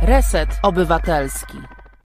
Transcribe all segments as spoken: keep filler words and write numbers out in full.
Reset Obywatelski.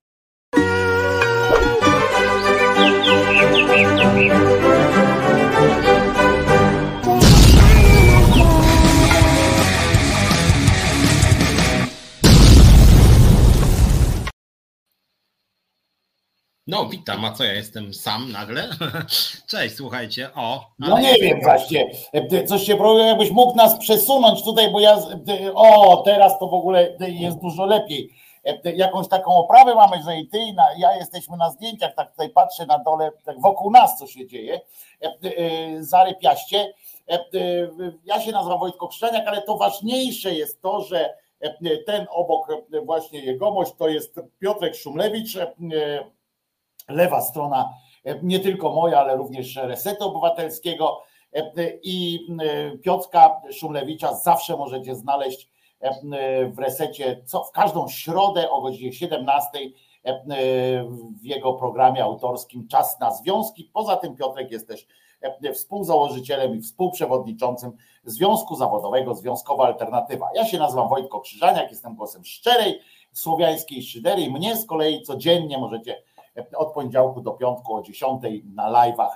No witam, a co ja jestem sam nagle? Cześć, słuchajcie, o. No nie wiem właśnie, coś się próbuje, jakbyś mógł nas przesunąć tutaj, bo ja, o teraz to w ogóle jest dużo lepiej. Jakąś taką oprawę mamy, że i ty i ja jesteśmy na zdjęciach, tak tutaj patrzę na dole, tak wokół nas co się dzieje, zarypiaście. Ja się nazywam Wojtko Krzyżaniak, ale to ważniejsze jest to, że ten obok właśnie jegomość to jest Piotrek Szumlewicz, lewa strona, nie tylko moja, ale również Resetu Obywatelskiego, i Piotrka Szumlewicza zawsze możecie znaleźć w Resecie, co w każdą środę o godzinie siedemnastej w jego programie autorskim Czas na Związki. Poza tym Piotrek jest też współzałożycielem i współprzewodniczącym Związku Zawodowego Związkowa Alternatywa. Ja się nazywam Wojtko Krzyżaniak, jestem głosem szczerej słowiańskiej szydery i mnie z kolei codziennie możecie od poniedziałku do piątku o dziesiątej na live'ach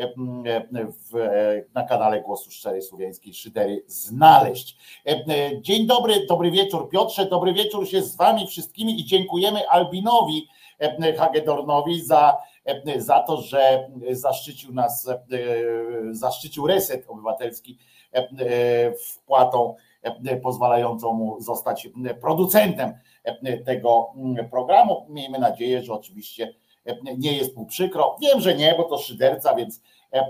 na kanale Głosu Szczerej Słowiańskiej Szydery znaleźć. Dzień dobry, dobry wieczór Piotrze, dobry wieczór się z wami wszystkimi i dziękujemy Albinowi Hagedornowi za, za to, że zaszczycił nas, zaszczycił Reset Obywatelski wpłatą pozwalającą mu zostać producentem tego programu. Miejmy nadzieję, że oczywiście nie jest mu przykro. Wiem, że nie, bo to szyderca, więc,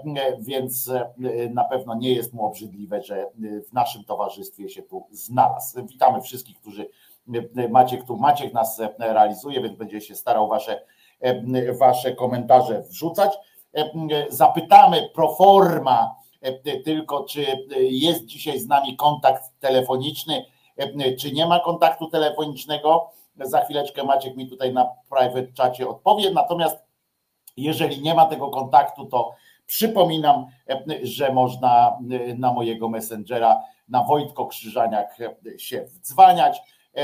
więc na pewno nie jest mu obrzydliwe, że w naszym towarzystwie się tu znalazł. Witamy wszystkich, którzy Maciek tu, Maciek nas realizuje, więc będzie się starał wasze, wasze komentarze wrzucać. Zapytamy pro forma tylko, czy jest dzisiaj z nami kontakt telefoniczny, czy nie ma kontaktu telefonicznego. Za chwileczkę Maciek mi tutaj na private czacie odpowie, natomiast jeżeli nie ma tego kontaktu, to przypominam, że można na mojego messengera, na Wojtko Krzyżaniak się wdzwaniać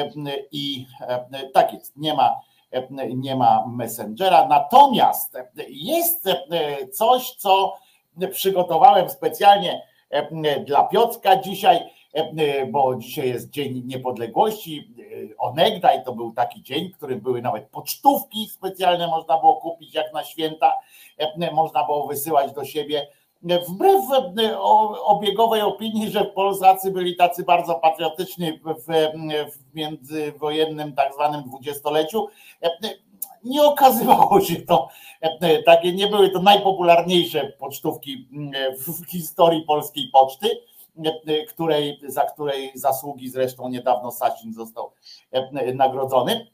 i tak jest, nie ma, nie ma messengera, natomiast jest coś, co przygotowałem specjalnie dla Piotrka dzisiaj, bo dzisiaj jest Dzień Niepodległości, onegdaj to był taki dzień, w którym były nawet pocztówki specjalne, można było kupić jak na święta, można było wysyłać do siebie, wbrew obiegowej opinii, że Polacy byli tacy bardzo patriotyczni w, w międzywojennym tak zwanym dwudziestoleciu. Nie okazywało się to, takie nie były to najpopularniejsze pocztówki w historii polskiej poczty, której, za której zasługi zresztą niedawno Sasin został nagrodzony,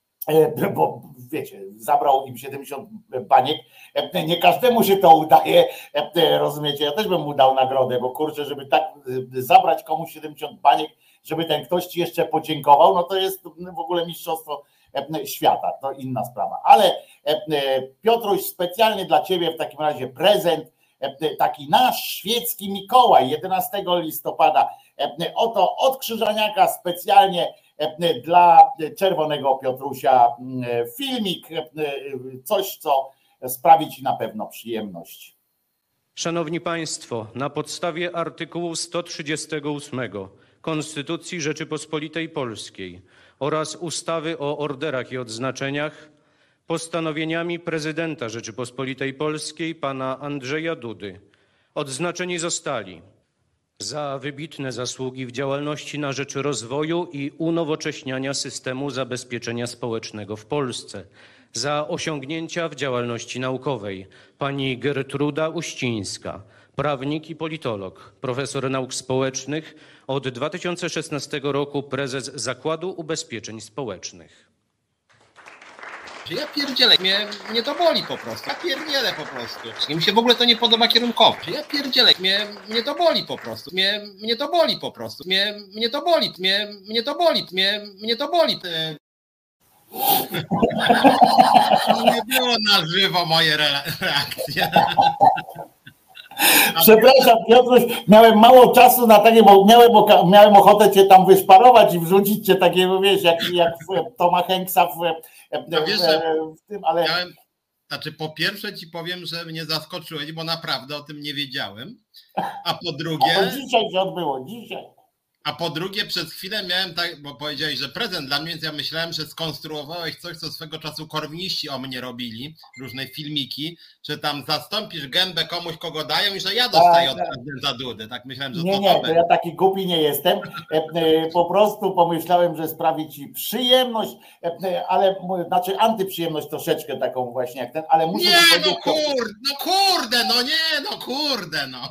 bo wiecie, zabrał im siedemdziesiąt baniek, nie każdemu się to udaje, rozumiecie, ja też bym mu dał nagrodę, bo kurczę, żeby tak zabrać komuś siedemdziesiąt baniek, żeby ten ktoś ci jeszcze podziękował, no to jest w ogóle mistrzostwo świata, to inna sprawa, ale Piotruś, specjalnie dla ciebie w takim razie prezent, taki nasz świecki Mikołaj, jedenastego listopada, oto od Krzyżaniaka specjalnie dla Czerwonego Piotrusia filmik, coś, co sprawi ci na pewno przyjemność. Szanowni Państwo, na podstawie artykułu sto trzydziestego ósmego Konstytucji Rzeczypospolitej Polskiej oraz ustawy o orderach i odznaczeniach, postanowieniami prezydenta Rzeczypospolitej Polskiej pana Andrzeja Dudy odznaczeni zostali za wybitne zasługi w działalności na rzecz rozwoju i unowocześniania systemu zabezpieczenia społecznego w Polsce, za osiągnięcia w działalności naukowej pani Gertruda Uścińska, prawnik i politolog, profesor nauk społecznych, od dwa tysiące szesnastego roku prezes Zakładu Ubezpieczeń Społecznych. Ja pierdzielę, mnie, mnie to boli po prostu, ja pierdzielę po prostu. Mi się w ogóle to nie podoba kierunkowo. Ja pierdzielę, mnie, mnie to boli po prostu, mnie, mnie to boli po prostu, mnie, mnie to boli, mnie, mnie to boli, mnie, mnie to boli. Nie było na żywo moje reakcje. Przepraszam, Piotruś, miałem mało czasu na takie, bo miałem, miałem ochotę cię tam wyszparować i wrzucić cię takiego, wiesz, jak, jak w Toma Hanksa w, w, No wiesz, w, w tym, ale... Miałem, znaczy po pierwsze ci powiem, że mnie zaskoczyłeś, bo naprawdę o tym nie wiedziałem, a po drugie... A to dzisiaj się odbyło, dzisiaj. A po drugie, przez chwilę miałem tak, bo powiedziałeś, że prezent dla mnie, więc ja myślałem, że skonstruowałeś coś, co swego czasu korwiniści o mnie robili, różne filmiki, że tam zastąpisz gębę komuś, kogo dają i że ja dostaję od prezydenta Dudy. Tak myślałem, że nie, to nie, to to ja taki głupi nie jestem. Po prostu pomyślałem, że sprawi ci przyjemność, ale znaczy antyprzyjemność troszeczkę taką właśnie jak ten, ale muszę... Nie, no kurde, no kurde, no nie, no kurde, no.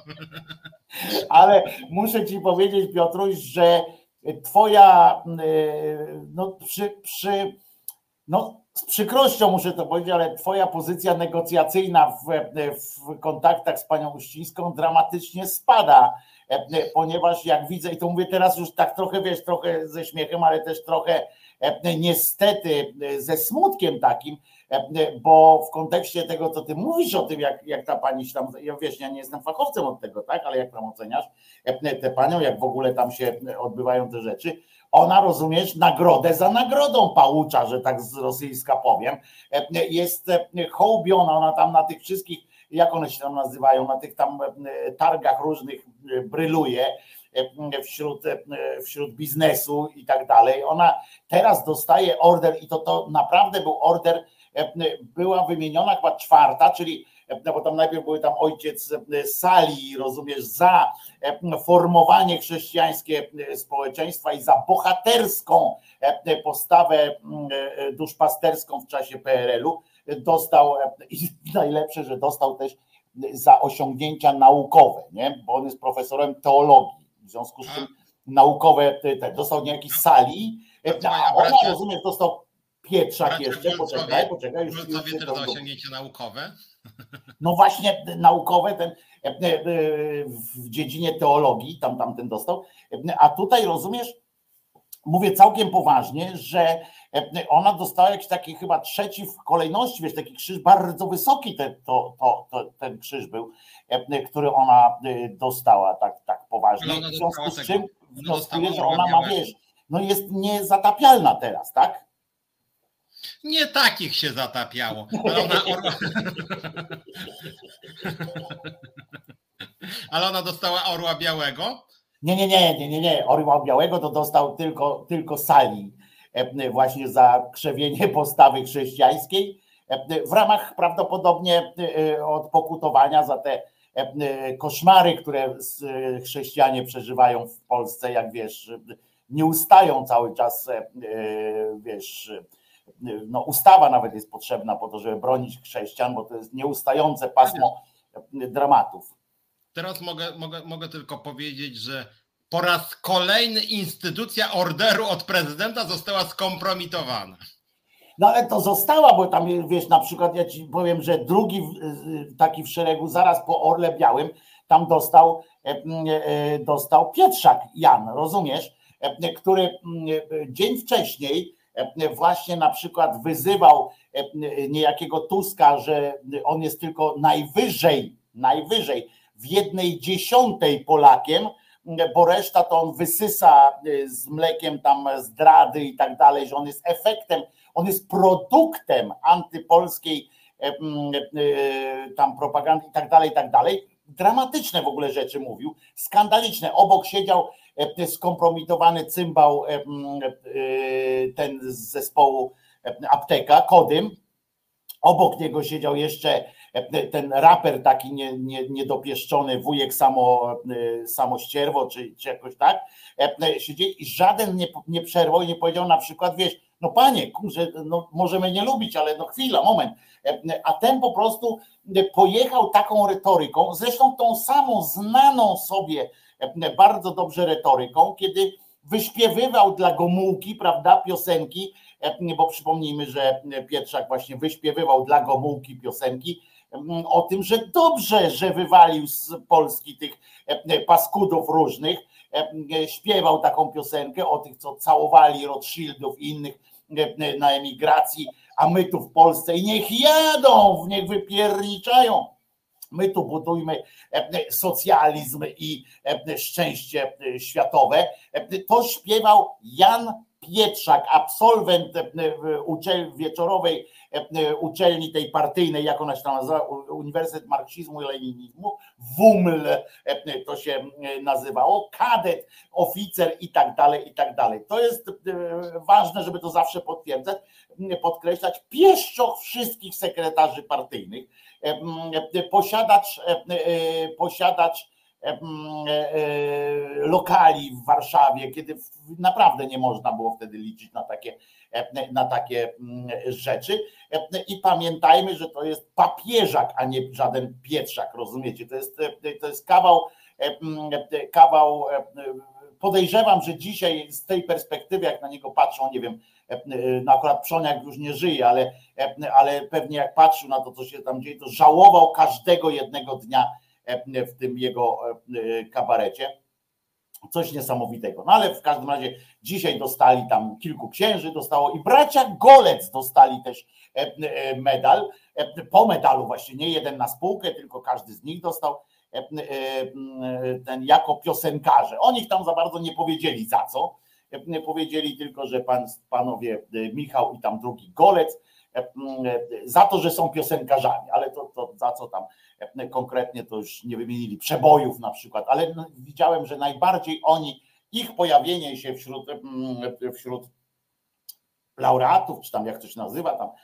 Ale muszę ci powiedzieć, Piotruś, że twoja, no przy, przy, no z przykrością muszę to powiedzieć, ale twoja pozycja negocjacyjna w, w kontaktach z panią Uścińską dramatycznie spada, ponieważ jak widzę, i to mówię teraz już tak trochę, wiesz, trochę ze śmiechem, ale też trochę niestety ze smutkiem takim, bo w kontekście tego, co ty mówisz o tym, jak, jak ta pani tam, ja wiesz, ja nie jestem fachowcem od tego, tak, ale jak tam oceniasz tę panią, jak w ogóle tam się odbywają te rzeczy, ona, rozumiesz, nagrodę za nagrodą pałucza, że tak z rosyjska powiem, jest hołbiona, ona tam na tych wszystkich, jak one się tam nazywają, na tych tam targach różnych bryluje, wśród, wśród biznesu i tak dalej. Ona teraz dostaje order i to, to naprawdę był order, była wymieniona chyba czwarta, czyli no bo tam najpierw były tam ojciec Sali, rozumiesz, za formowanie chrześcijańskie społeczeństwa i za bohaterską postawę duszpasterską w czasie P R L u. Dostał, i najlepsze, że dostał też za osiągnięcia naukowe, nie? Bo on jest profesorem teologii. W związku z czym naukowe te, dostał nie jakiś Sali, a ona, rozumiesz, dostał Pietrzak jeszcze, poczekaj, poczekaj. Już, już też za osiągnięcia naukowe. No właśnie naukowe, ten w dziedzinie teologii, tam tamten dostał, a tutaj rozumiesz, mówię całkiem poważnie, że ona dostała jakiś taki chyba trzeci w kolejności, wiesz, taki krzyż bardzo wysoki, ten, to, to, to, ten krzyż był, który ona dostała tak, tak poważnie. W związku z czym wnioskuję, że ona ma, wiesz, no jest niezatapialna teraz, tak? Nie takich się zatapiało. Ale ona, orła... Ale ona dostała orła białego? Nie, nie, nie, nie, nie, nie. Orła białego to dostał tylko, tylko Sali właśnie za krzewienie postawy chrześcijańskiej w ramach prawdopodobnie odpokutowania za te koszmary, które chrześcijanie przeżywają w Polsce, jak wiesz, nie ustają cały czas, wiesz, no ustawa nawet jest potrzebna po to, żeby bronić chrześcijan, bo to jest nieustające pasmo dramatów. Teraz mogę, mogę, mogę tylko powiedzieć, że po raz kolejny instytucja orderu od prezydenta została skompromitowana. No ale to została, bo tam wiesz, na przykład ja ci powiem, że drugi taki w szeregu zaraz po Orle Białym tam dostał, dostał Pietrzak Jan, rozumiesz, który dzień wcześniej właśnie na przykład wyzywał niejakiego Tuska, że on jest tylko najwyżej, najwyżej w jednej dziesiątej Polakiem, bo reszta to on wysysa z mlekiem tam zdrady i tak dalej, że on jest efektem, on jest produktem antypolskiej tam propagandy i tak dalej, i tak dalej. Dramatyczne w ogóle rzeczy mówił, skandaliczne. Obok siedział skompromitowany cymbał ten z zespołu Apteka, Kodym. Obok niego siedział jeszcze ten raper taki nie, nie, niedopieszczony, wujek samo, samościerwo, czy, czy jakoś tak. Siedzieli i żaden nie, nie przerwał i nie powiedział na przykład, wiesz, no panie, kurze, no możemy nie lubić, ale no chwila, moment. A ten po prostu pojechał taką retoryką, zresztą tą samą znaną sobie bardzo dobrze retoryką, kiedy wyśpiewywał dla Gomułki, prawda, piosenki, bo przypomnijmy, że Pietrzak właśnie wyśpiewywał dla Gomułki piosenki o tym, że dobrze, że wywalił z Polski tych paskudów różnych, śpiewał taką piosenkę o tych, co całowali Rothschildów i innych na emigracji, a my tu w Polsce i niech jadą, niech wypierniczają. my tu budujmy socjalizm i szczęście światowe. To śpiewał Jan Pietrzak, absolwent uczel- wieczorowej uczelni tej partyjnej, jak ona się tam nazywa, Uniwersytet Marksizmu i Leninizmu, W U M L to się nazywało, kadet, oficer i tak dalej, i tak dalej. To jest ważne, żeby to zawsze potwierdzać, podkreślać. Pieszczoch wszystkich sekretarzy partyjnych, posiadacz, posiadacz lokali w Warszawie, kiedy naprawdę nie można było wtedy liczyć na takie, na takie rzeczy. I pamiętajmy, że to jest papieżak, a nie żaden Pietrzak, rozumiecie? To jest, to jest kawał, kawał, podejrzewam, że dzisiaj z tej perspektywy, jak na niego patrzą, nie wiem, no akurat Przoniak już nie żyje, ale, ale pewnie jak patrzył na to, co się tam dzieje, to żałował każdego jednego dnia w tym jego kabarecie. Coś niesamowitego. No ale w każdym razie dzisiaj dostali tam kilku księży, dostało i bracia Golec dostali też medal. Po medalu właśnie, nie jeden na spółkę, tylko każdy z nich dostał ten jako piosenkarze. O nich tam za bardzo nie powiedzieli za co. Powiedzieli tylko, że pan, panowie Michał i tam drugi Golec za to, że są piosenkarzami, ale to, to za co tam konkretnie to już nie wymienili, przebojów na przykład, ale widziałem, że najbardziej oni, ich pojawienie się wśród, wśród laureatów, czy tam jak to się nazywa, tam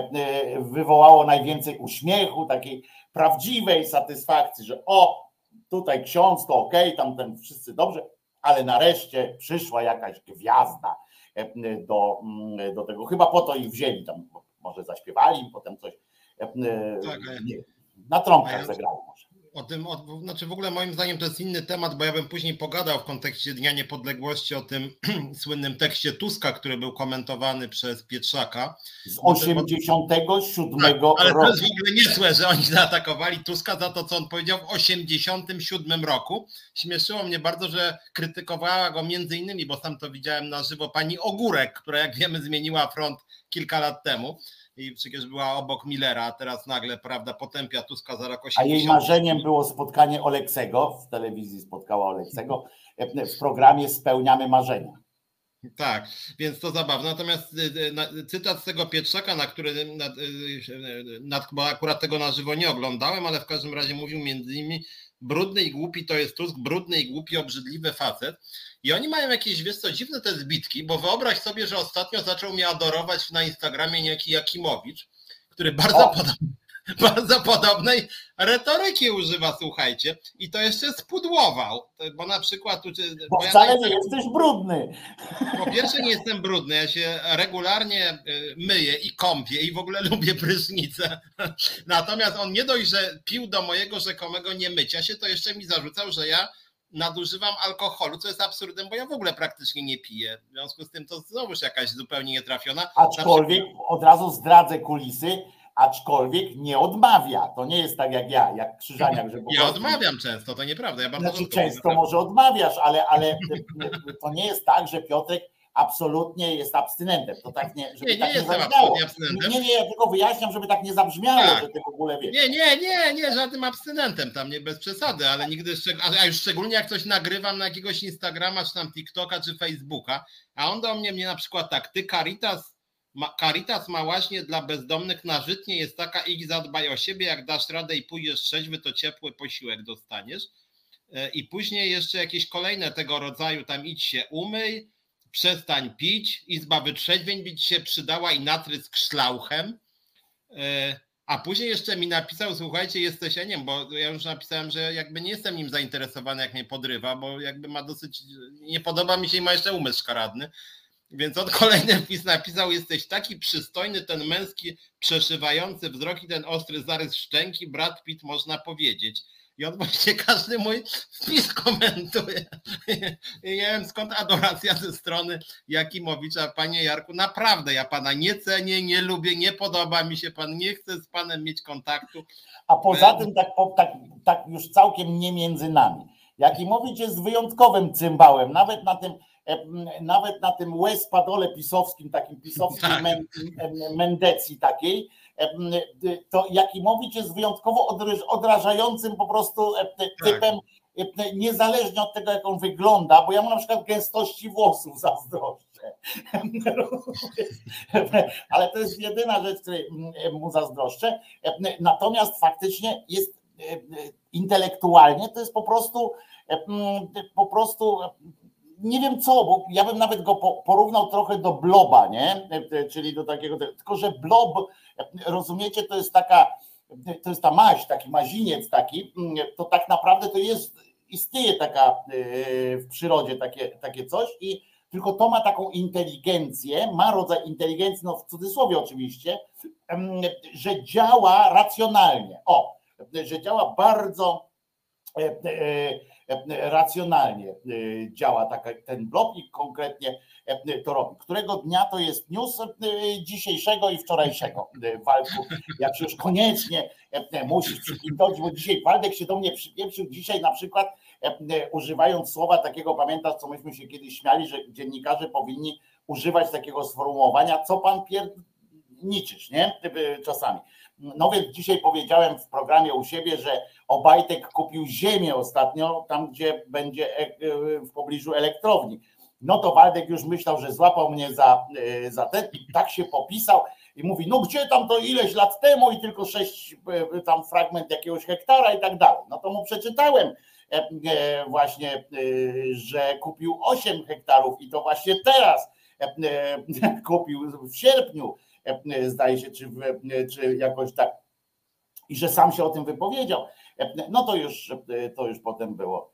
wywołało najwięcej uśmiechu, takiej prawdziwej satysfakcji, że o, tutaj ksiądz, to okej, okay, tam ten wszyscy dobrze, ale nareszcie przyszła jakaś gwiazda do, do tego. Chyba po to ich wzięli tam, może zaśpiewali im potem coś. Tak, nie, na trąbkach ja zagrali może. O tym, o, znaczy w ogóle moim zdaniem to jest inny temat, bo ja bym później pogadał w kontekście Dnia Niepodległości o tym słynnym tekście Tuska, który był komentowany przez Pietrzaka. Z osiemdziesiątego siódmego tak, ale roku. to jest w ogóle niezłe, że oni zaatakowali Tuska za to, co on powiedział w osiemdziesiątym siódmym roku. Śmieszyło mnie bardzo, że krytykowała go między innymi, bo sam to widziałem na żywo, pani Ogórek, która jak wiemy zmieniła front kilka lat temu. I przecież była obok Millera, a teraz nagle, prawda, potępia Tuska za rok osiemdziesiąty. A jej marzeniem było spotkanie Oleksego, w telewizji spotkała Oleksego, w programie Spełniamy Marzenia. Tak, więc to zabawne. Natomiast cytat z tego Pietrzaka, na który, nad, nad, bo akurat tego na żywo nie oglądałem, ale w każdym razie mówił między innymi: brudny i głupi to jest Tusk, brudny i głupi, obrzydliwy facet. I oni mają jakieś, wiesz co, dziwne te zbitki, bo wyobraź sobie, że ostatnio zaczął mnie adorować na Instagramie niejaki Jakimowicz, który bardzo, podob, bardzo podobnej retoryki używa, słuchajcie, i to jeszcze spudłował, bo na przykład... Bo, bo wcale ja nie jesteś brudny. Po pierwsze nie jestem brudny, ja się regularnie myję i kąpię i w ogóle lubię prysznice. Natomiast on nie dość, że pił do mojego rzekomego niemycia się, to jeszcze mi zarzucał, że ja nadużywam alkoholu, co jest absurdem, bo ja w ogóle praktycznie nie piję. W związku z tym to znowuż jakaś zupełnie nietrafiona. Aczkolwiek przykład... od razu zdradzę kulisy, aczkolwiek nie odmawia. To nie jest tak jak ja, jak Krzyżaniak. Że ja prostu... odmawiam często, to nieprawda. Ja bardzo znaczy często mówię, może odmawiasz, ale, ale to nie jest tak, że Piotrek absolutnie jest abstynentem. To tak nie, żeby nie, nie tak nie jestem zabrzmiało. absolutnie abstynentem. Nie, nie, ja tylko wyjaśniam, żeby tak nie zabrzmiało, tak. Że ty w ogóle wiesz. Nie, nie, nie, nie, żadnym abstynentem tam, nie bez przesady, ale nigdy, a już szczególnie jak coś nagrywam na jakiegoś Instagrama, czy tam TikToka, czy Facebooka, a on do mnie, mnie na przykład tak: ty Caritas, ma, Caritas ma właśnie dla bezdomnych na żytnie, jest taka, ich zadbaj o siebie, jak dasz radę i pójdziesz trzeźwy, to ciepły posiłek dostaniesz. I później jeszcze jakieś kolejne tego rodzaju, tam idź się umyj, przestań pić, izba wytrzeźwień by ci się przydała i natrysk szlauchem. A później jeszcze mi napisał: słuchajcie, jesteś, ja nie wiem, bo ja już napisałem, że jakby nie jestem nim zainteresowany, jak mnie podrywa, bo jakby ma dosyć, nie podoba mi się i ma jeszcze umysł szkaradny. Więc on kolejny wpis napisał: jesteś taki przystojny, ten męski, przeszywający wzrok i ten ostry zarys szczęki, Brad Pitt, można powiedzieć. I on właśnie każdy mój wpis komentuje. I nie wiem skąd adoracja ze strony Jakimowicza. Panie Jarku, naprawdę ja pana nie cenię, nie lubię, nie podoba mi się pan, nie chcę z panem mieć kontaktu. A poza tym tak, tak, tak już całkiem nie między nami. Jakimowicz jest wyjątkowym cymbałem, nawet na tym nawet na tym łez padole pisowskim, takim pisowskim tak. Mendecji takiej, to Jakimowicz jest wyjątkowo odrażającym po prostu typem, tak. Niezależnie od tego, jak on wygląda, bo ja mu na przykład gęstości włosów zazdroszczę. Ale to jest jedyna rzecz, której mu zazdroszczę. Natomiast faktycznie jest intelektualnie, to jest po prostu po prostu nie wiem co, bo ja bym nawet go porównał trochę do Bloba, nie? Czyli do takiego, tylko że Blob, rozumiecie, to jest taka, to jest ta maź, taki maziniec taki, to tak naprawdę to jest, istnieje taka w przyrodzie takie, takie coś i tylko to ma taką inteligencję, ma rodzaj inteligencji, no w cudzysłowie oczywiście, że działa racjonalnie, o, że działa bardzo racjonalnie działa taka, ten Blob i konkretnie to robi. Którego dnia to jest news dzisiejszego i wczorajszego, Waldku, jak się już koniecznie musisz przypintować, bo dzisiaj Waldek się do mnie przypieprzył, dzisiaj na przykład używając słowa takiego, pamiętasz co myśmy się kiedyś śmiali, że dziennikarze powinni używać takiego sformułowania, co pan pierniczysz, nie? Czasami. No więc dzisiaj powiedziałem w programie u siebie, że Obajtek kupił ziemię ostatnio, tam gdzie będzie w pobliżu elektrowni. No to Waldek już myślał, że złapał mnie za, za ten i tak się popisał i mówi, no gdzie tam to ileś lat temu i tylko sześć, tam fragment jakiegoś hektara i tak dalej. No to mu przeczytałem właśnie, że kupił osiem hektarów i to właśnie teraz kupił w sierpniu, zdaje się, czy, czy jakoś tak, i że sam się o tym wypowiedział, no to już, to już potem było,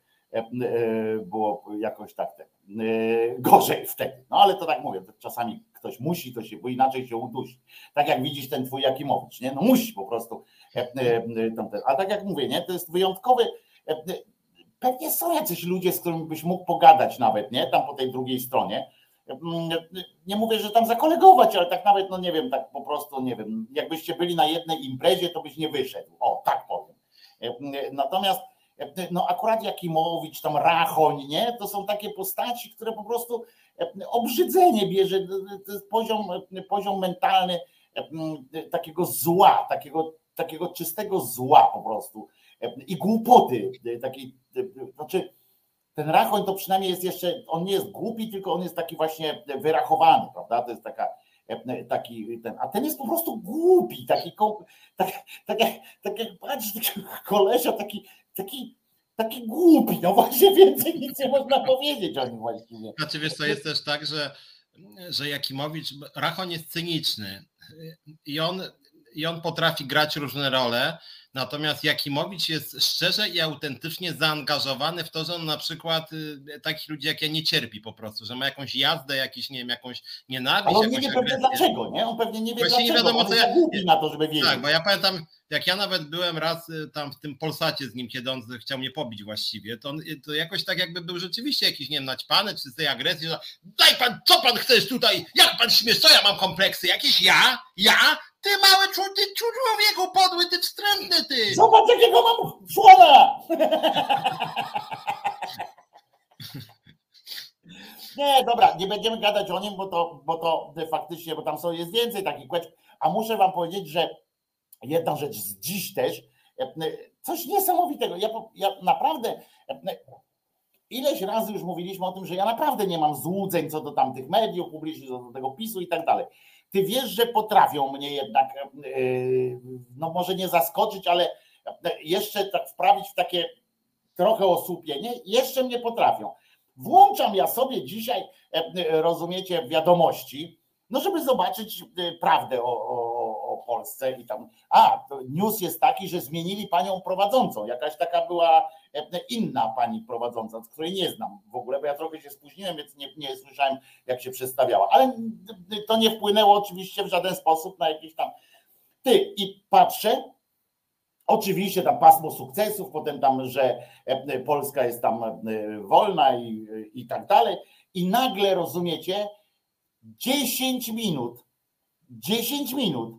było jakoś tak gorzej wtedy. No ale to tak mówię, to czasami ktoś musi, to się, bo inaczej się udusi. Tak jak widzisz ten twój Jakimowicz, nie? No musi po prostu. Ale tak jak mówię, nie? To jest wyjątkowy. Pewnie są jacyś ludzie, z którymi byś mógł pogadać nawet, nie? Tam po tej drugiej stronie. Nie mówię, że tam zakolegować, ale tak nawet, no nie wiem, tak po prostu, nie wiem, jakbyście byli na jednej imprezie, to byś nie wyszedł. O, tak powiem. Natomiast, no akurat Jakimowicz, tam Rachoń, nie? To są takie postaci, które po prostu obrzydzenie bierze, to jest poziom, poziom mentalny takiego zła, takiego, takiego czystego zła po prostu i głupoty, takiej, znaczy ten Rachoń to przynajmniej jest jeszcze, on nie jest głupi, tylko on jest taki właśnie wyrachowany, prawda? To jest taka, taki ten, a ten jest po prostu głupi, taki, tak, tak, jak, tak jak patrz, taki kolesia, taki, taki, taki głupi, no właśnie więcej nic nie można powiedzieć o nim właściwie. Znaczy wiesz co, jest też tak, że, że Jakimowicz, Rachoń jest cyniczny i on, i on potrafi grać różne role. Natomiast Jakimowicz jest szczerze i autentycznie zaangażowany w to, że on na przykład takich ludzi jak ja nie cierpi po prostu, że ma jakąś jazdę, jakiś, nie wiem, jakąś nienawiść. Ale on nie wie pewnie dlaczego, nie? On pewnie nie wie Właśnie dlaczego, nie wiadomo, co ja... głupi na to, żeby wiedzieć. Tak, bo ja pamiętam, jak ja nawet byłem raz tam w tym Polsacie z nim, kiedy on chciał mnie pobić właściwie, to, on, to jakoś tak jakby był rzeczywiście jakiś, nie wiem, naćpany, czy z tej agresji, że daj pan, co pan chcesz tutaj, jak pan śmiesz, co ja mam kompleksy, jakieś ja? Ja? Ty mały ty człowieku podły, ty wstrętny ty! Zobacz jakiego mam człona! Nie, dobra, nie będziemy gadać o nim, bo to, bo to faktycznie, bo tam są, jest więcej takich kłeczków, a muszę wam powiedzieć, że jedna rzecz z dziś też, coś niesamowitego, ja, ja naprawdę, ileś razy już mówiliśmy o tym, że ja naprawdę nie mam złudzeń co do tamtych mediów publicznych, co do tego PiSu i tak dalej. Ty wiesz, że potrafią mnie jednak, no może nie zaskoczyć, ale jeszcze tak wprawić w takie trochę osłupienie, jeszcze mnie potrafią. Włączam ja sobie dzisiaj, rozumiecie, wiadomości, no żeby zobaczyć prawdę o, o, o Polsce i tam, a, news jest taki, że zmienili panią prowadzącą, jakaś taka była inna pani prowadząca, z której nie znam w ogóle, bo ja trochę się spóźniłem, więc nie, nie słyszałem jak się przedstawiała, ale to nie wpłynęło oczywiście w żaden sposób na jakieś tam, ty i patrzę, oczywiście tam pasmo sukcesów, potem tam, że Polska jest tam wolna i, i tak dalej i nagle rozumiecie, dziesięć minut, dziesięć minut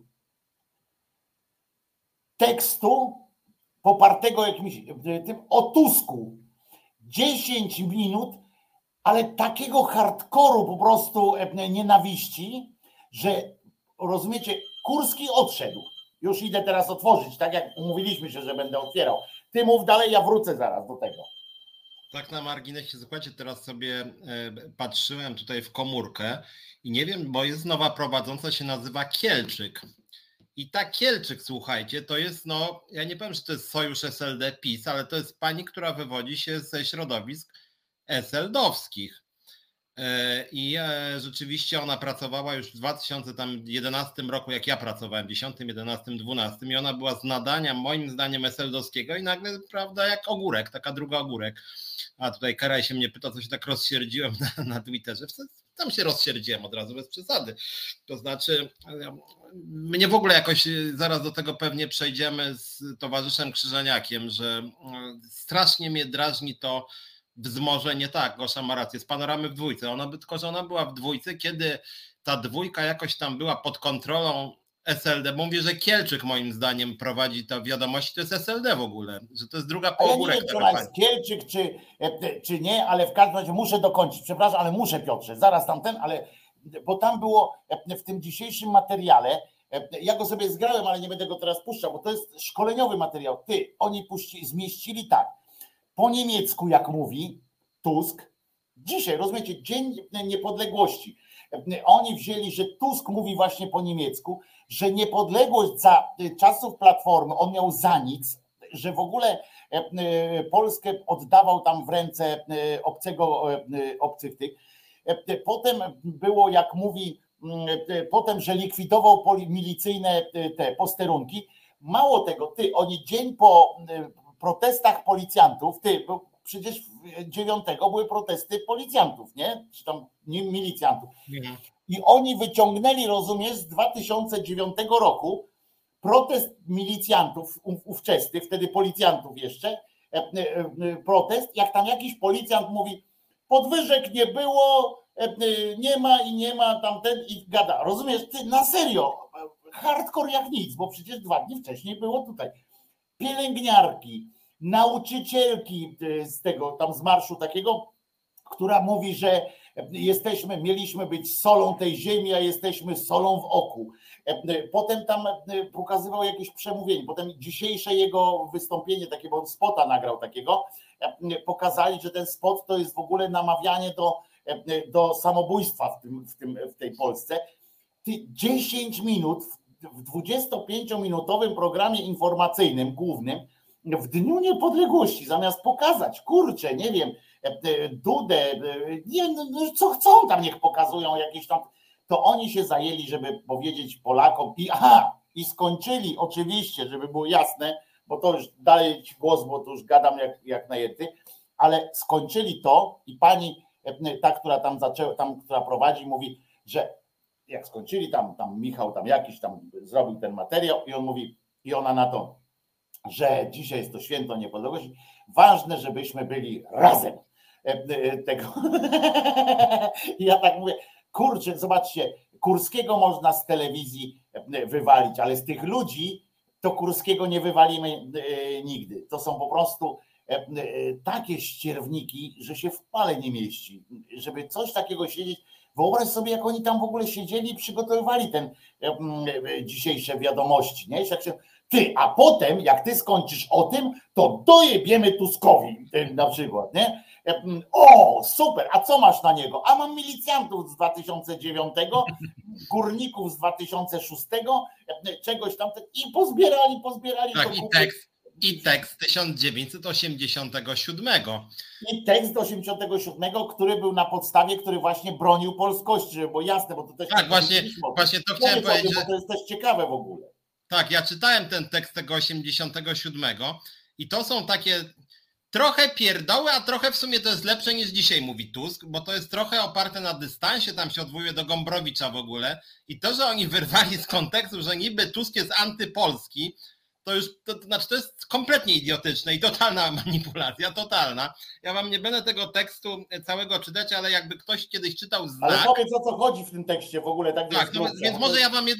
tekstu popartego jakimś tym o Tusku, dziesięć minut, ale takiego hardkoru po prostu nienawiści, że rozumiecie, Kurski odszedł. Już idę teraz otworzyć, tak jak umówiliśmy się, że będę otwierał. Ty mów dalej, ja wrócę zaraz do tego. Tak na marginesie, słuchajcie, teraz sobie patrzyłem tutaj w komórkę i nie wiem, bo jest nowa prowadząca, się nazywa Kielczyk. I ta Kielczyk, słuchajcie, to jest, no, ja nie powiem, że to jest sojusz S L D PiS, ale to jest pani, która wywodzi się ze środowisk es el dowskich. I rzeczywiście ona pracowała już w dwa tysiące jedenastym roku, jak ja pracowałem, dziesiątym, jedenastym, dwunastym i ona była z nadania, moim zdaniem, es el dowskiego i nagle, prawda, jak ogórek, taka druga ogórek. A tutaj Karaj się mnie pyta, co się tak rozsierdziłem na, na Twitterze. Tam się rozsierdziłem od razu, bez przesady. To znaczy, mnie w ogóle jakoś, zaraz do tego pewnie przejdziemy z towarzyszem Krzyżaniakiem, że strasznie mnie drażni to wzmożenie, tak, Gosza ma rację, z panoramy w dwójce. Ona by, tylko że ona była w dwójce, kiedy ta dwójka jakoś tam była pod kontrolą es el de, bo mówię, że Kielczyk moim zdaniem prowadzi to wiadomości, to jest es el de w ogóle, że to jest druga po ogórek. Ja nie wiem, czy ona jest Kielczyk, czy, czy nie, ale w każdym razie muszę dokończyć, przepraszam, ale muszę, Piotrze, zaraz tamten, ale bo tam było w tym dzisiejszym materiale, ja go sobie zgrałem, ale nie będę go teraz puszczał, bo to jest szkoleniowy materiał. Ty, oni puści, zmieścili tak, po niemiecku, jak mówi Tusk, dzisiaj, rozumiecie, Dzień Niepodległości. Oni wzięli, że Tusk mówi właśnie po niemiecku, że niepodległość za czasów Platformy on miał za nic, że w ogóle Polskę oddawał tam w ręce obcego, obcych tych. Potem było, jak mówi, potem, że likwidował milicyjne te posterunki. Mało tego, ty, oni dzień po protestach policjantów, ty, bo przecież dziewiątego były protesty policjantów, nie? Czy tam nie milicjantów. Nie. I oni wyciągnęli, rozumiesz, z dwa tysiące dziewiątego roku protest milicjantów ówczesny, wtedy policjantów jeszcze, protest, jak tam jakiś policjant mówi, podwyżek nie było, nie ma i nie ma tamten i gada. Rozumiesz, ty na serio, hardcore jak nic, bo przecież dwa dni wcześniej było tutaj. Pielęgniarki, nauczycielki z tego, tam z marszu takiego, która mówi, że jesteśmy, mieliśmy być solą tej ziemi, a jesteśmy solą w oku. Potem tam pokazywał jakieś przemówienie, potem dzisiejsze jego wystąpienie, takiego on spota nagrał takiego, pokazali, że ten spot to jest w ogóle namawianie do, do samobójstwa w, tym, w, tym, w tej Polsce. dziesięć minut w dwudziestopięciominutowym programie informacyjnym głównym w Dniu Niepodległości, zamiast pokazać, kurczę, nie wiem, Dudę, nie, no, co chcą tam, niech pokazują jakieś tam, to oni się zajęli, żeby powiedzieć Polakom i aha, i skończyli oczywiście, żeby było jasne, bo to już daję ci głos, bo to już gadam jak, jak najęty, ale skończyli to i pani, ta, która tam zaczęła, tam, która prowadzi, mówi, że jak skończyli tam, tam Michał tam jakiś tam zrobił ten materiał i on mówi, i ona na to, że dzisiaj jest to święto niepodległości, ważne, żebyśmy byli razem. Tego. Ja tak mówię, kurczę, zobaczcie, Kurskiego można z telewizji wywalić, ale z tych ludzi to Kurskiego nie wywalimy nigdy. To są po prostu takie ścierwniki, że się w pale nie mieści. Żeby coś takiego siedzieć, wyobraź sobie, jak oni tam w ogóle siedzieli i przygotowywali ten dzisiejsze wiadomości, nie? Jak się, ty, a potem, jak ty skończysz o tym, to dojebiemy Tuskowi na przykład, nie? O, super, a co masz na niego? A mam milicjantów z dwa tysiące dziewiątego, górników z dwa tysiące szóstego, czegoś tam i pozbierali, pozbierali. Tak, i tekst, i tekst tysiąc dziewięćset osiemdziesiątego siódmego. I tekst osiemdziesiątego siódmego, który był na podstawie, który właśnie bronił polskości, żeby było jasne, bo to też... Tak, właśnie, właśnie to chciałem powiedzieć, że... bo to jest też ciekawe w ogóle. Tak, ja czytałem ten tekst tego osiemdziesiątego siódmego i to są takie trochę pierdoły, a trochę w sumie to jest lepsze niż dzisiaj mówi Tusk, bo to jest trochę oparte na dystansie, tam się odwołuje do Gombrowicza w ogóle i to, że oni wyrwali z kontekstu, że niby Tusk jest antypolski, to już, to, to znaczy to jest kompletnie idiotyczne i totalna manipulacja, totalna. Ja wam nie będę tego tekstu całego czytać, ale jakby ktoś kiedyś czytał Znak... Ale powiedz, o co chodzi w tym tekście w ogóle. Tak, tak, no, więc może ja wam jednak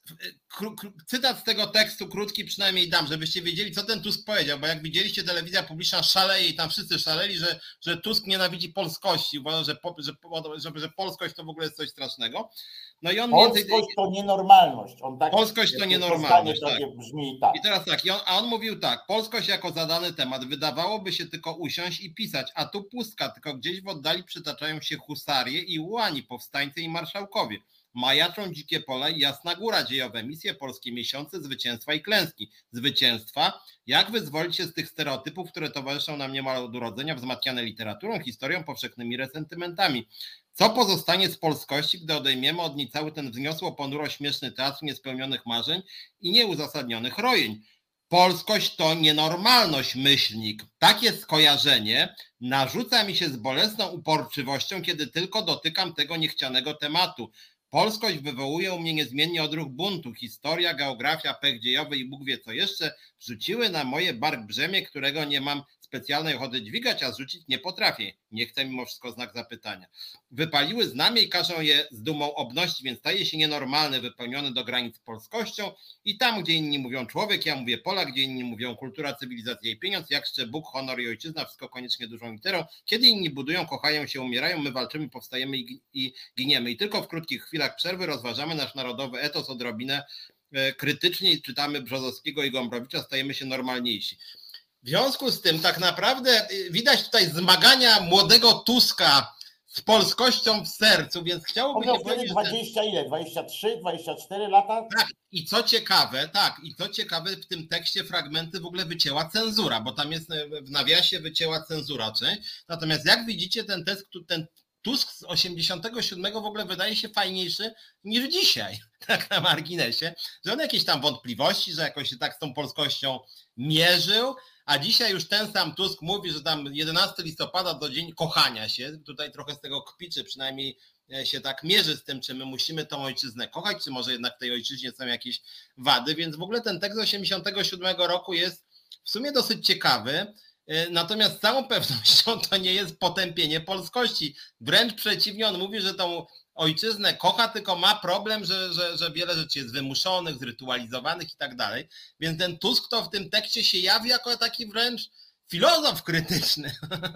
cytat z tego tekstu, krótki przynajmniej dam, żebyście wiedzieli, co ten Tusk powiedział, bo jak widzieliście, telewizja publiczna szaleje i tam wszyscy szaleli, że, że Tusk nienawidzi polskości, uważa, że, że, że, że polskość to w ogóle jest coś strasznego. No i on polskość więcej... to nienormalność. On tak, polskość to nienormalność, tak. Brzmi tak. I teraz tak, i on, a on mówił tak, polskość jako zadany temat, wydawałoby się tylko usiąść i pisać, a tu pustka, tylko gdzieś w oddali przytaczają się husarie i ułani, powstańcy i marszałkowie. Majaczą dzikie pola i jasna góra, dziejowe misje, polskie miesiące, zwycięstwa i klęski. Zwycięstwa, jak wyzwolić się z tych stereotypów, które towarzyszą nam niemal od urodzenia, wzmacniane literaturą, historią, powszechnymi resentymentami. Co pozostanie z polskości, gdy odejmiemy od niej cały ten wzniosło, ponuro śmieszny teatr niespełnionych marzeń i nieuzasadnionych rojeń? Polskość to nienormalność, myślnik. Takie skojarzenie narzuca mi się z bolesną uporczywością, kiedy tylko dotykam tego niechcianego tematu. Polskość wywołuje u mnie niezmiennie odruch buntu. Historia, geografia, pech dziejowy i Bóg wie co jeszcze rzuciły na moje bark brzemię, którego nie mam specjalnej ochoty dźwigać, a zrzucić nie potrafię. Nie chcę mimo wszystko znak zapytania. Wypaliły znamie i każą je z dumą obnosić, więc staje się nienormalny, wypełniony do granic polskością i tam, gdzie inni mówią człowiek, ja mówię Polak, gdzie inni mówią kultura, cywilizacja i pieniądz, jak czcze Bóg, honor i ojczyzna, wszystko koniecznie dużą literą. Kiedy inni budują, kochają się, umierają, my walczymy, powstajemy i, i giniemy. I tylko w krótkich chwilach przerwy rozważamy nasz narodowy etos odrobinę krytycznie, czytamy Brzozowskiego i Gombrowicza, stajemy się normalniejsi. W związku z tym tak naprawdę widać tutaj zmagania młodego Tuska z polskością w sercu, więc chciałoby się powiedzieć... wtedy dwadzieścia ile? dwadzieścia trzy, dwadzieścia cztery lata? Tak, i co ciekawe, tak, i co ciekawe, w tym tekście fragmenty w ogóle wycięła cenzura, bo tam jest w nawiasie wycięła cenzura część. Natomiast jak widzicie, ten tekst, ten Tusk z osiemdziesiątego siódmego w ogóle wydaje się fajniejszy niż dzisiaj, tak na marginesie, że on jakieś tam wątpliwości, że jakoś się tak z tą polskością mierzył, a dzisiaj już ten sam Tusk mówi, że tam jedenastego listopada to dzień kochania się, tutaj trochę z tego kpiczy, przynajmniej się tak mierzy z tym, czy my musimy tą ojczyznę kochać, czy może jednak w tej ojczyźnie są jakieś wady, więc w ogóle ten tekst z osiemdziesiątego siódmego roku jest w sumie dosyć ciekawy. Natomiast z całą pewnością to nie jest potępienie polskości. Wręcz przeciwnie, on mówi, że tą ojczyznę kocha, tylko ma problem, że, że, że wiele rzeczy jest wymuszonych, zrytualizowanych i tak dalej. Więc ten Tusk to w tym tekście się jawi jako taki wręcz filozof krytyczny.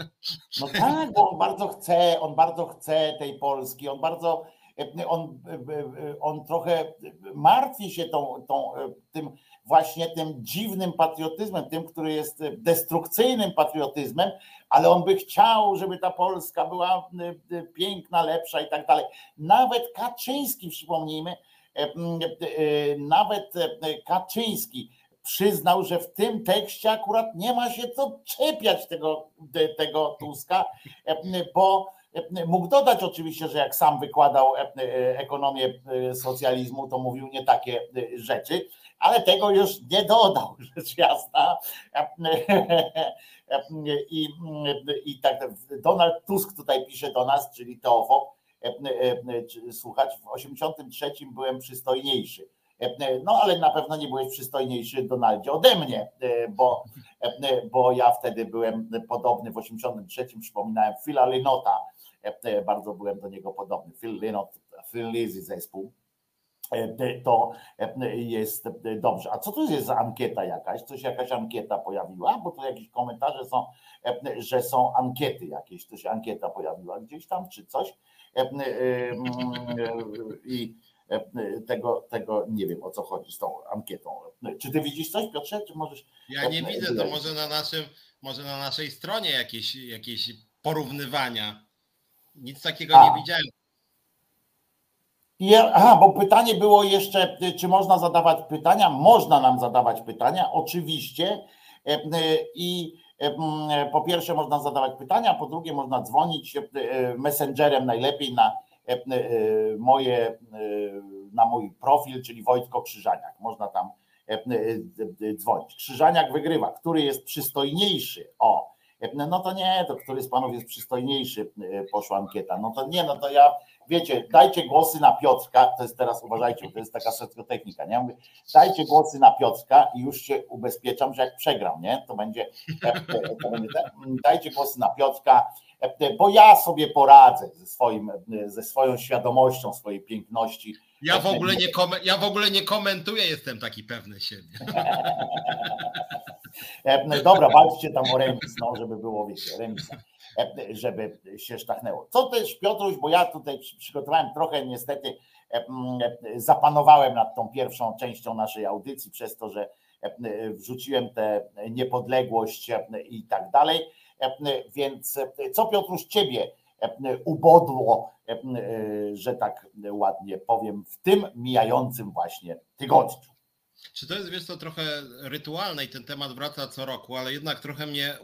No tak, bo on bardzo chce, on bardzo chce tej Polski, on bardzo, on, on trochę martwi się tą, tą, tym właśnie tym dziwnym patriotyzmem, tym, który jest destrukcyjnym patriotyzmem, ale on by chciał, żeby ta Polska była piękna, lepsza i tak dalej. Nawet Kaczyński, przypomnijmy, nawet Kaczyński przyznał, że w tym tekście akurat nie ma się co czepiać tego, tego Tuska, bo mógł dodać oczywiście, że jak sam wykładał ekonomię socjalizmu, to mówił nie takie rzeczy, ale tego już nie dodał, rzecz jasna. I, i tak Donald Tusk tutaj pisze do nas, czyli Teofob, słuchać, w osiemdziesiątym trzecim byłem przystojniejszy. No ale na pewno nie byłeś przystojniejszy, Donaldzie, ode mnie, bo, bo ja wtedy byłem podobny w osiemdziesiątym trzecim, przypominałem Phila Lynota, bardzo byłem do niego podobny. Phil Lynott, Phil Lizzy zespół, to jest dobrze. A co to jest za ankieta jakaś? Coś jakaś ankieta pojawiła? Bo tu jakieś komentarze są, że są ankiety jakieś, to się ankieta pojawiła gdzieś tam, czy coś. I Tego, tego nie wiem, o co chodzi z tą ankietą. Czy ty widzisz coś, Piotrze? Czy możesz... Ja nie widzę, to może na naszym, może na naszej stronie jakieś, jakieś porównywania. Nic takiego A. nie widziałem. Ja, aha, bo pytanie było jeszcze, czy można zadawać pytania? Można nam zadawać pytania, oczywiście. I po pierwsze można zadawać pytania, po drugie można dzwonić messengerem najlepiej na moje, na mój profil, czyli Wojtko Krzyżaniak. Można tam dzwonić. Krzyżaniak wygrywa. Który jest przystojniejszy? O, No to nie, to który z panów jest przystojniejszy, poszła ankieta. No to nie, no to ja, wiecie, dajcie głosy na Piotrka, to jest teraz, uważajcie, to jest taka socjotechnika, nie? Ja mówię, dajcie głosy na Piotrka i już się ubezpieczam, że jak przegram, nie? To będzie, to będzie dajcie głosy na Piotrka, bo ja sobie poradzę ze, swoim, ze swoją świadomością swojej piękności. Ja w ogóle nie, kom- ja w ogóle nie komentuję, jestem taki pewny siebie. Dobra, walczcie tam o remis, no, żeby było, wiecie, remisa, żeby się sztachnęło. Co też, Piotruś, bo ja tutaj przygotowałem trochę, niestety zapanowałem nad tą pierwszą częścią naszej audycji przez to, że wrzuciłem tę niepodległość i tak dalej, więc co, Piotruś, ciebie ubodło, że tak ładnie powiem, w tym mijającym właśnie tygodniu? Czy to jest, wiesz, to trochę rytualne i ten temat wraca co roku, ale jednak trochę mnie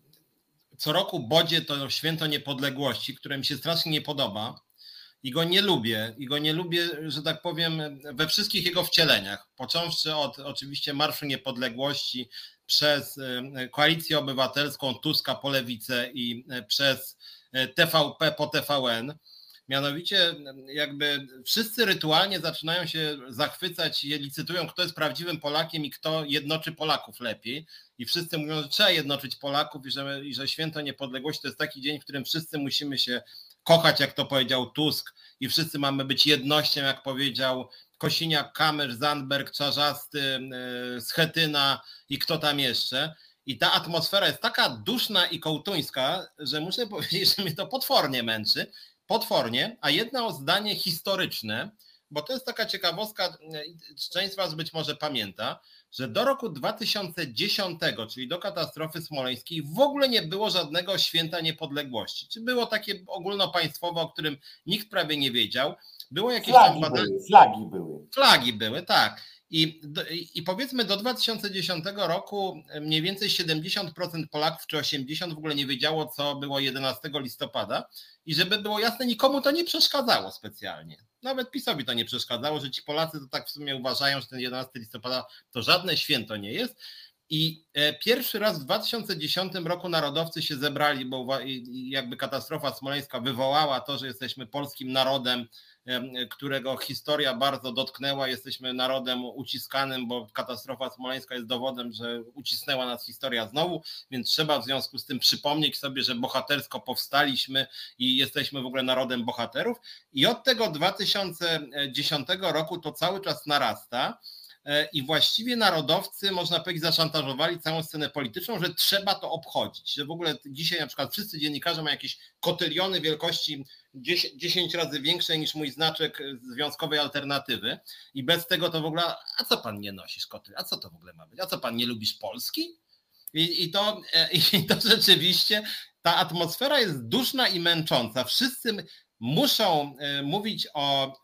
co roku bodzie to święto niepodległości, które mi się strasznie nie podoba i go nie lubię. I go nie lubię, że tak powiem, we wszystkich jego wcieleniach. Począwszy od oczywiście Marszu Niepodległości, przez Koalicję Obywatelską, Tuska po lewicę i przez T V P po T V N. Mianowicie jakby wszyscy rytualnie zaczynają się zachwycać i licytują, kto jest prawdziwym Polakiem i kto jednoczy Polaków lepiej. I wszyscy mówią, że trzeba jednoczyć Polaków i że, i że święto niepodległości to jest taki dzień, w którym wszyscy musimy się kochać, jak to powiedział Tusk, i wszyscy mamy być jednością, jak powiedział Kosiniak-Kamysz, Zandberg, Czarzasty, Schetyna i kto tam jeszcze. I ta atmosfera jest taka duszna i kołtuńska, że muszę powiedzieć, że mnie to potwornie męczy. Potwornie, a jedno zdanie historyczne, bo to jest taka ciekawostka, część z was być może pamięta, że do roku dwa tysiące dziesiątego, czyli do katastrofy smoleńskiej, w ogóle nie było żadnego święta niepodległości. Czy było takie ogólnopaństwowe, o którym nikt prawie nie wiedział? Było jakieś flagi tam badania. Były, flagi były. Flagi były, tak. I, I powiedzmy do dwa tysiące dziesiątego roku mniej więcej siedemdziesiąt procent Polaków czy osiemdziesiąt procent w ogóle nie wiedziało, co było jedenastego listopada i żeby było jasne, nikomu to nie przeszkadzało specjalnie. Nawet PiS-owi to nie przeszkadzało, że ci Polacy to tak w sumie uważają, że ten jedenastego listopada to żadne święto nie jest. I pierwszy raz w dwa tysiące dziesiątym roku narodowcy się zebrali, bo jakby katastrofa smoleńska wywołała to, że jesteśmy polskim narodem, którego historia bardzo dotknęła. Jesteśmy narodem uciskanym, bo katastrofa smoleńska jest dowodem, że ucisnęła nas historia znowu, więc trzeba w związku z tym przypomnieć sobie, że bohatersko powstaliśmy i jesteśmy w ogóle narodem bohaterów. I od tego dwa tysiące dziesiątego roku to cały czas narasta. I właściwie narodowcy, można powiedzieć, zaszantażowali całą scenę polityczną, że trzeba to obchodzić, że w ogóle dzisiaj na przykład wszyscy dziennikarze mają jakieś kotyliony wielkości dziesięć razy większe niż mój znaczek Związkowej Alternatywy i bez tego to w ogóle, a co pan nie nosisz kotyl, a co to w ogóle ma być, a co pan nie lubisz Polski? I, i, to, i to rzeczywiście, ta atmosfera jest duszna i męcząca, wszyscy muszą mówić o,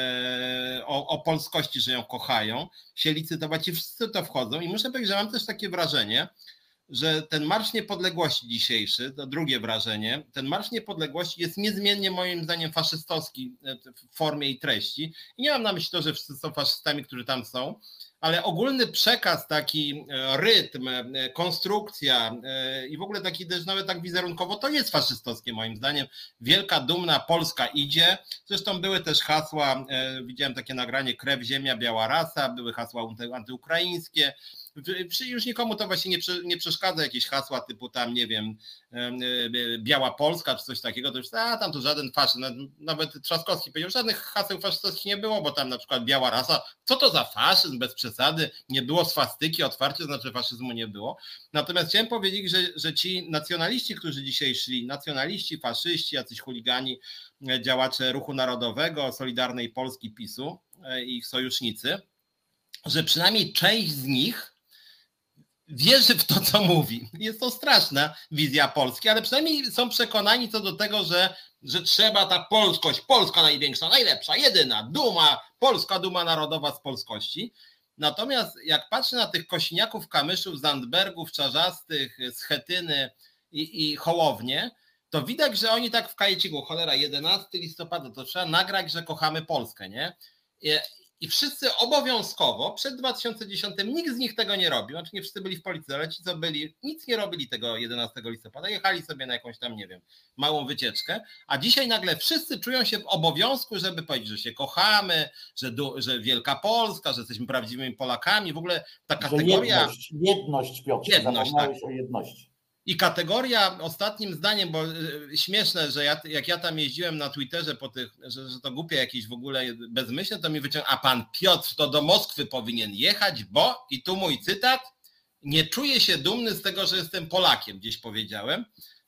o, o polskości, że ją kochają, się licytować i wszyscy to wchodzą i muszę powiedzieć, że mam też takie wrażenie, że ten Marsz Niepodległości dzisiejszy, to drugie wrażenie, ten Marsz Niepodległości jest niezmiennie moim zdaniem faszystowski w formie i treści i nie mam na myśli to, że wszyscy są faszystami, którzy tam są, ale ogólny przekaz, taki rytm, konstrukcja i w ogóle taki też nawet tak wizerunkowo to jest faszystowskie moim zdaniem. Wielka, dumna Polska idzie. Zresztą były też hasła, widziałem takie nagranie krew, ziemia, biała rasa, były hasła antyukraińskie. Już nikomu to właśnie nie, nie przeszkadza, jakieś hasła typu tam, nie wiem, biała Polska czy coś takiego, to już a tam to żaden faszyzm, nawet Trzaskowski powiedział, żadnych haseł faszystowskich nie było, bo tam na przykład biała rasa, co to za faszyzm, bez przesady, nie było swastyki, otwarcie znaczy faszyzmu nie było. Natomiast chciałem powiedzieć, że, że ci nacjonaliści, którzy dzisiaj szli, nacjonaliści, faszyści, jacyś chuligani, działacze Ruchu Narodowego, Solidarnej Polski, PiSu i ich sojusznicy, że przynajmniej część z nich wierzy w to, co mówi. Jest to straszna wizja Polski, ale przynajmniej są przekonani co do tego, że, że trzeba ta polskość, Polska największa, najlepsza, jedyna, duma, polska duma narodowa z polskości. Natomiast jak patrzę na tych Kosiniaków, Kamyszów, Zandbergów, Czarzastych, Schetyny i, i Hołownię, to widać, że oni tak w kajeciku, cholera, jedenastego listopada, to trzeba nagrać, że kochamy Polskę, nie? I wszyscy obowiązkowo przed dwa tysiące dziesiątym, nikt z nich tego nie robił, znaczy nie wszyscy byli w policji, ale ci co byli, nic nie robili tego jedenastego listopada, jechali sobie na jakąś tam, nie wiem, małą wycieczkę, a dzisiaj nagle wszyscy czują się w obowiązku, żeby powiedzieć, że się kochamy, że, że Wielka Polska, że jesteśmy prawdziwymi Polakami, w ogóle ta kategoria... Że jedność, jedność Piotrze, jedność, zapomniałeś tak. o jedności. I kategoria, ostatnim zdaniem, bo śmieszne, że ja, jak ja tam jeździłem na Twitterze po tych, że, że to głupie jakieś w ogóle bezmyślne, to mi wyciągnął, a pan Piotr to do Moskwy powinien jechać, bo, i tu mój cytat, nie czuję się dumny z tego, że jestem Polakiem, gdzieś powiedziałem.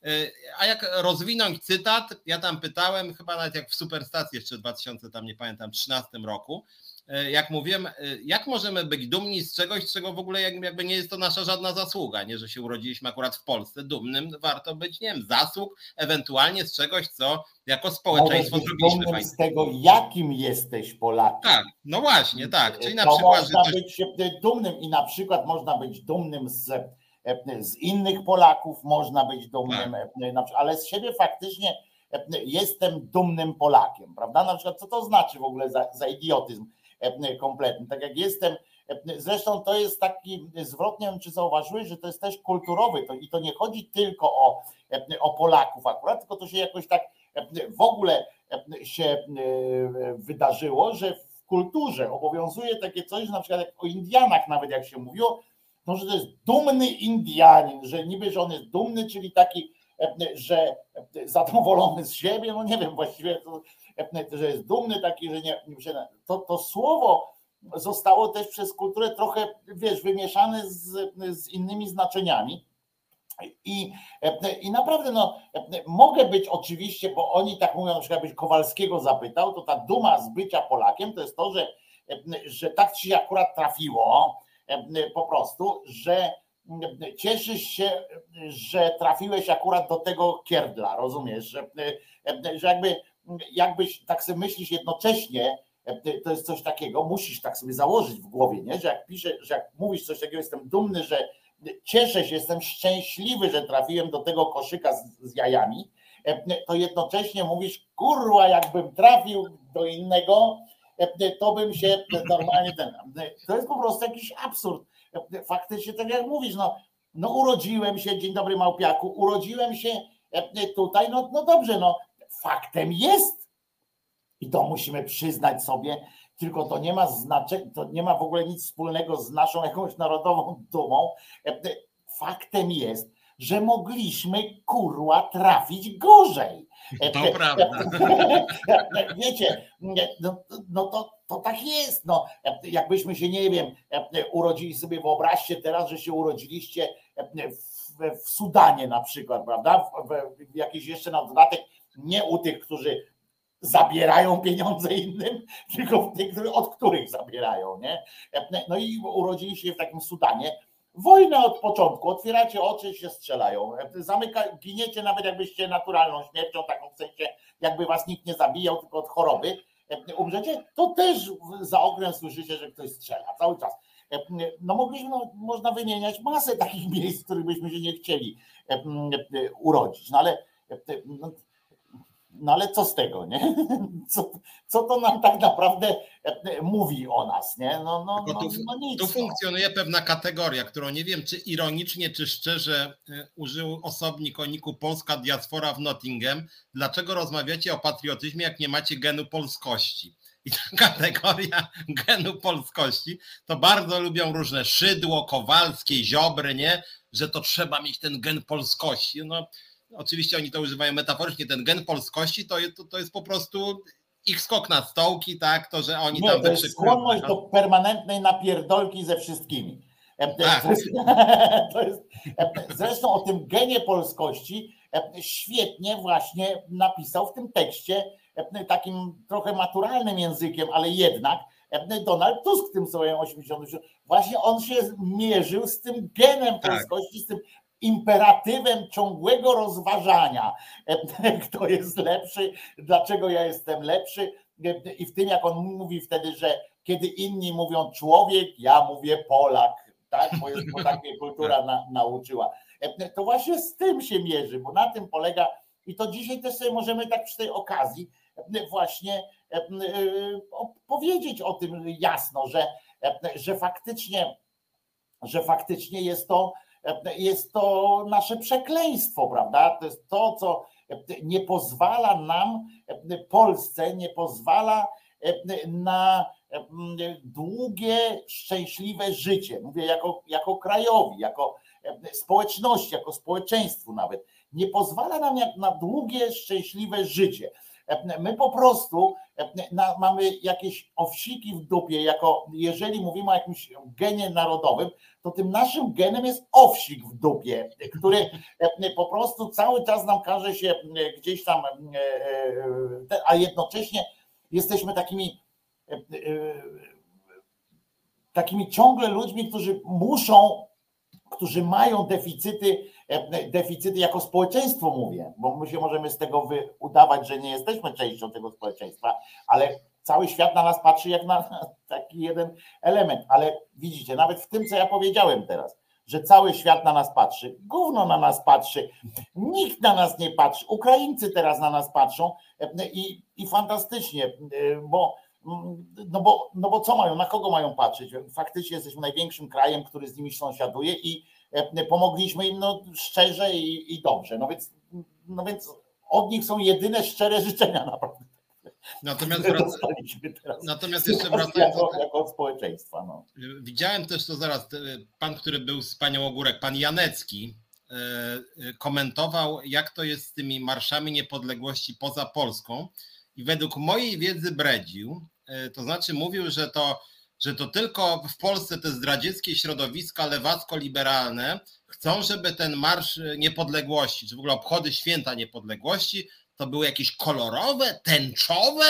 A jak rozwinąć cytat, ja tam pytałem, chyba nawet jak w Superstacji jeszcze w dwa tysiące, tam nie pamiętam, trzynastym roku, jak mówiłem, jak możemy być dumni z czegoś, z czego w ogóle jakby nie jest to nasza żadna zasługa, nie, że się urodziliśmy akurat w Polsce, dumnym warto być, nie wiem, zasług, ewentualnie z czegoś, co jako społeczeństwo zrobiliśmy. Dumnym z tego, jakim jesteś Polakiem. Tak, no właśnie, tak. Czyli na to przykład, można że być dumnym i na przykład można być dumnym z, z innych Polaków, można być dumnym, tak. Ale z siebie faktycznie jestem dumnym Polakiem, prawda? Na przykład co to znaczy w ogóle za, za idiotyzm kompletny, tak jak jestem, zresztą to jest taki zwrot, nie wiem czy zauważyłeś, że to jest też kulturowy to, i to nie chodzi tylko o, o Polaków akurat, tylko to się jakoś tak w ogóle się wydarzyło, że w kulturze obowiązuje takie coś, że na przykład jak o Indianach nawet jak się mówiło, no, że to jest dumny Indianin, że niby, że on jest dumny, czyli taki, że zadowolony z siebie, no nie wiem właściwie, to, że jest dumny taki, że nie, to, to słowo zostało też przez kulturę trochę, wiesz, wymieszane z, z innymi znaczeniami i, i naprawdę no, mogę być oczywiście, bo oni tak mówią, na przykład byś Kowalskiego zapytał, to ta duma z bycia Polakiem to jest to, że, że tak ci się akurat trafiło po prostu, że cieszysz się, że trafiłeś akurat do tego kierdla, rozumiesz, że, że jakby jakbyś tak sobie myślisz jednocześnie, to jest coś takiego, musisz tak sobie założyć w głowie, nie? Że jak piszę, że jak mówisz coś takiego, jestem dumny, że cieszę się, jestem szczęśliwy, że trafiłem do tego koszyka z, z jajami, to jednocześnie mówisz, kurwa, jakbym trafił do innego, to bym się normalnie ten... To jest po prostu jakiś absurd. Faktycznie tak jak mówisz, no, no urodziłem się, dzień dobry Małpiaku, urodziłem się tutaj, no, no dobrze, no faktem jest i to musimy przyznać sobie, tylko to nie ma znaczenia, to nie ma w ogóle nic wspólnego z naszą jakąś narodową dumą. Faktem jest, że mogliśmy kurwa trafić gorzej. To prawda. Wiecie, no, no to, to tak jest. No, jakbyśmy się, nie wiem, urodzili sobie, wyobraźcie teraz, że się urodziliście w, w Sudanie na przykład, prawda? W, w jakiś jeszcze na dodatek, nie u tych, którzy zabierają pieniądze innym, tylko w tych, od których zabierają, nie? No i urodzili się w takim Sudanie. Wojna od początku, otwieracie oczy, się strzelają, zamyka, giniecie nawet jakbyście naturalną śmiercią, taką w sensie jakby was nikt nie zabijał, tylko od choroby umrzecie, to też za oknem słyszycie, że ktoś strzela cały czas. No mogliśmy, no, można wymieniać masę takich miejsc, w których byśmy się nie chcieli urodzić, no ale no, no ale co z tego, nie? Co, co to nam tak naprawdę mówi o nas, nie? No, no, no, tu, no nic. Tu funkcjonuje pewna kategoria, którą nie wiem, czy ironicznie, czy szczerze użył osobnik o niku Polska Diaspora w Nottingham. Dlaczego rozmawiacie o patriotyzmie, jak nie macie genu polskości? I ta kategoria genu polskości to bardzo lubią różne Szydło, Kowalskie, Ziobry, nie? Że to trzeba mieć ten gen polskości. No, oczywiście oni to używają metaforycznie, ten gen polskości to, to, to jest po prostu ich skok na stołki, tak, to, że oni nie, tam to jest skłonność do permanentnej napierdolki ze wszystkimi. Tak. To jest, to jest, zresztą o tym genie polskości świetnie właśnie napisał w tym tekście takim trochę maturalnym językiem, ale jednak Donald Tusk w tym swoim osiemdziesiątym. Właśnie on się mierzył z tym genem polskości, z tym imperatywem ciągłego rozważania, kto jest lepszy, dlaczego ja jestem lepszy, i w tym, jak on mówi wtedy, że kiedy inni mówią człowiek, ja mówię Polak, tak, bo, jest, bo tak mnie kultura na, nauczyła. To właśnie z tym się mierzy, bo na tym polega, i to dzisiaj też sobie możemy tak przy tej okazji właśnie powiedzieć o tym jasno, że, że faktycznie, że faktycznie jest to, jest to nasze przekleństwo, prawda? To jest to, co nie pozwala nam, Polsce nie pozwala na długie, szczęśliwe życie. Mówię jako, jako krajowi, jako społeczności, jako społeczeństwu nawet. Nie pozwala nam na długie, szczęśliwe życie. My po prostu na, mamy jakieś owsiki w dupie, jako jeżeli mówimy o jakimś genie narodowym, to tym naszym genem jest owsik w dupie, który po prostu cały czas nam każe się gdzieś tam, a jednocześnie jesteśmy takimi takimi ciągle ludźmi, którzy muszą, którzy mają deficyty, deficyty jako społeczeństwo mówię, bo my się możemy z tego wy, udawać, że nie jesteśmy częścią tego społeczeństwa, ale cały świat na nas patrzy jak na taki jeden element, ale widzicie, nawet w tym, co ja powiedziałem teraz, że cały świat na nas patrzy, gówno na nas patrzy, nikt na nas nie patrzy, Ukraińcy teraz na nas patrzą i, i fantastycznie, bo No bo, no bo co mają, na kogo mają patrzeć? Faktycznie jesteśmy największym krajem, który z nimi sąsiaduje i pomogliśmy im no, szczerze i, i dobrze. No więc, no więc od nich są jedyne szczere życzenia naprawdę. Natomiast, wrac... Natomiast jeszcze wracając jako, jako od społeczeństwa. No. Widziałem też to zaraz, pan, który był z panią Ogórek, pan Janecki, komentował, jak to jest z tymi marszami niepodległości poza Polską i według mojej wiedzy bredził, to znaczy mówił, że to, że to tylko w Polsce te zdradzieckie środowiska lewacko-liberalne chcą, żeby ten Marsz Niepodległości, czy w ogóle obchody Święta Niepodległości, to były jakieś kolorowe, tęczowe,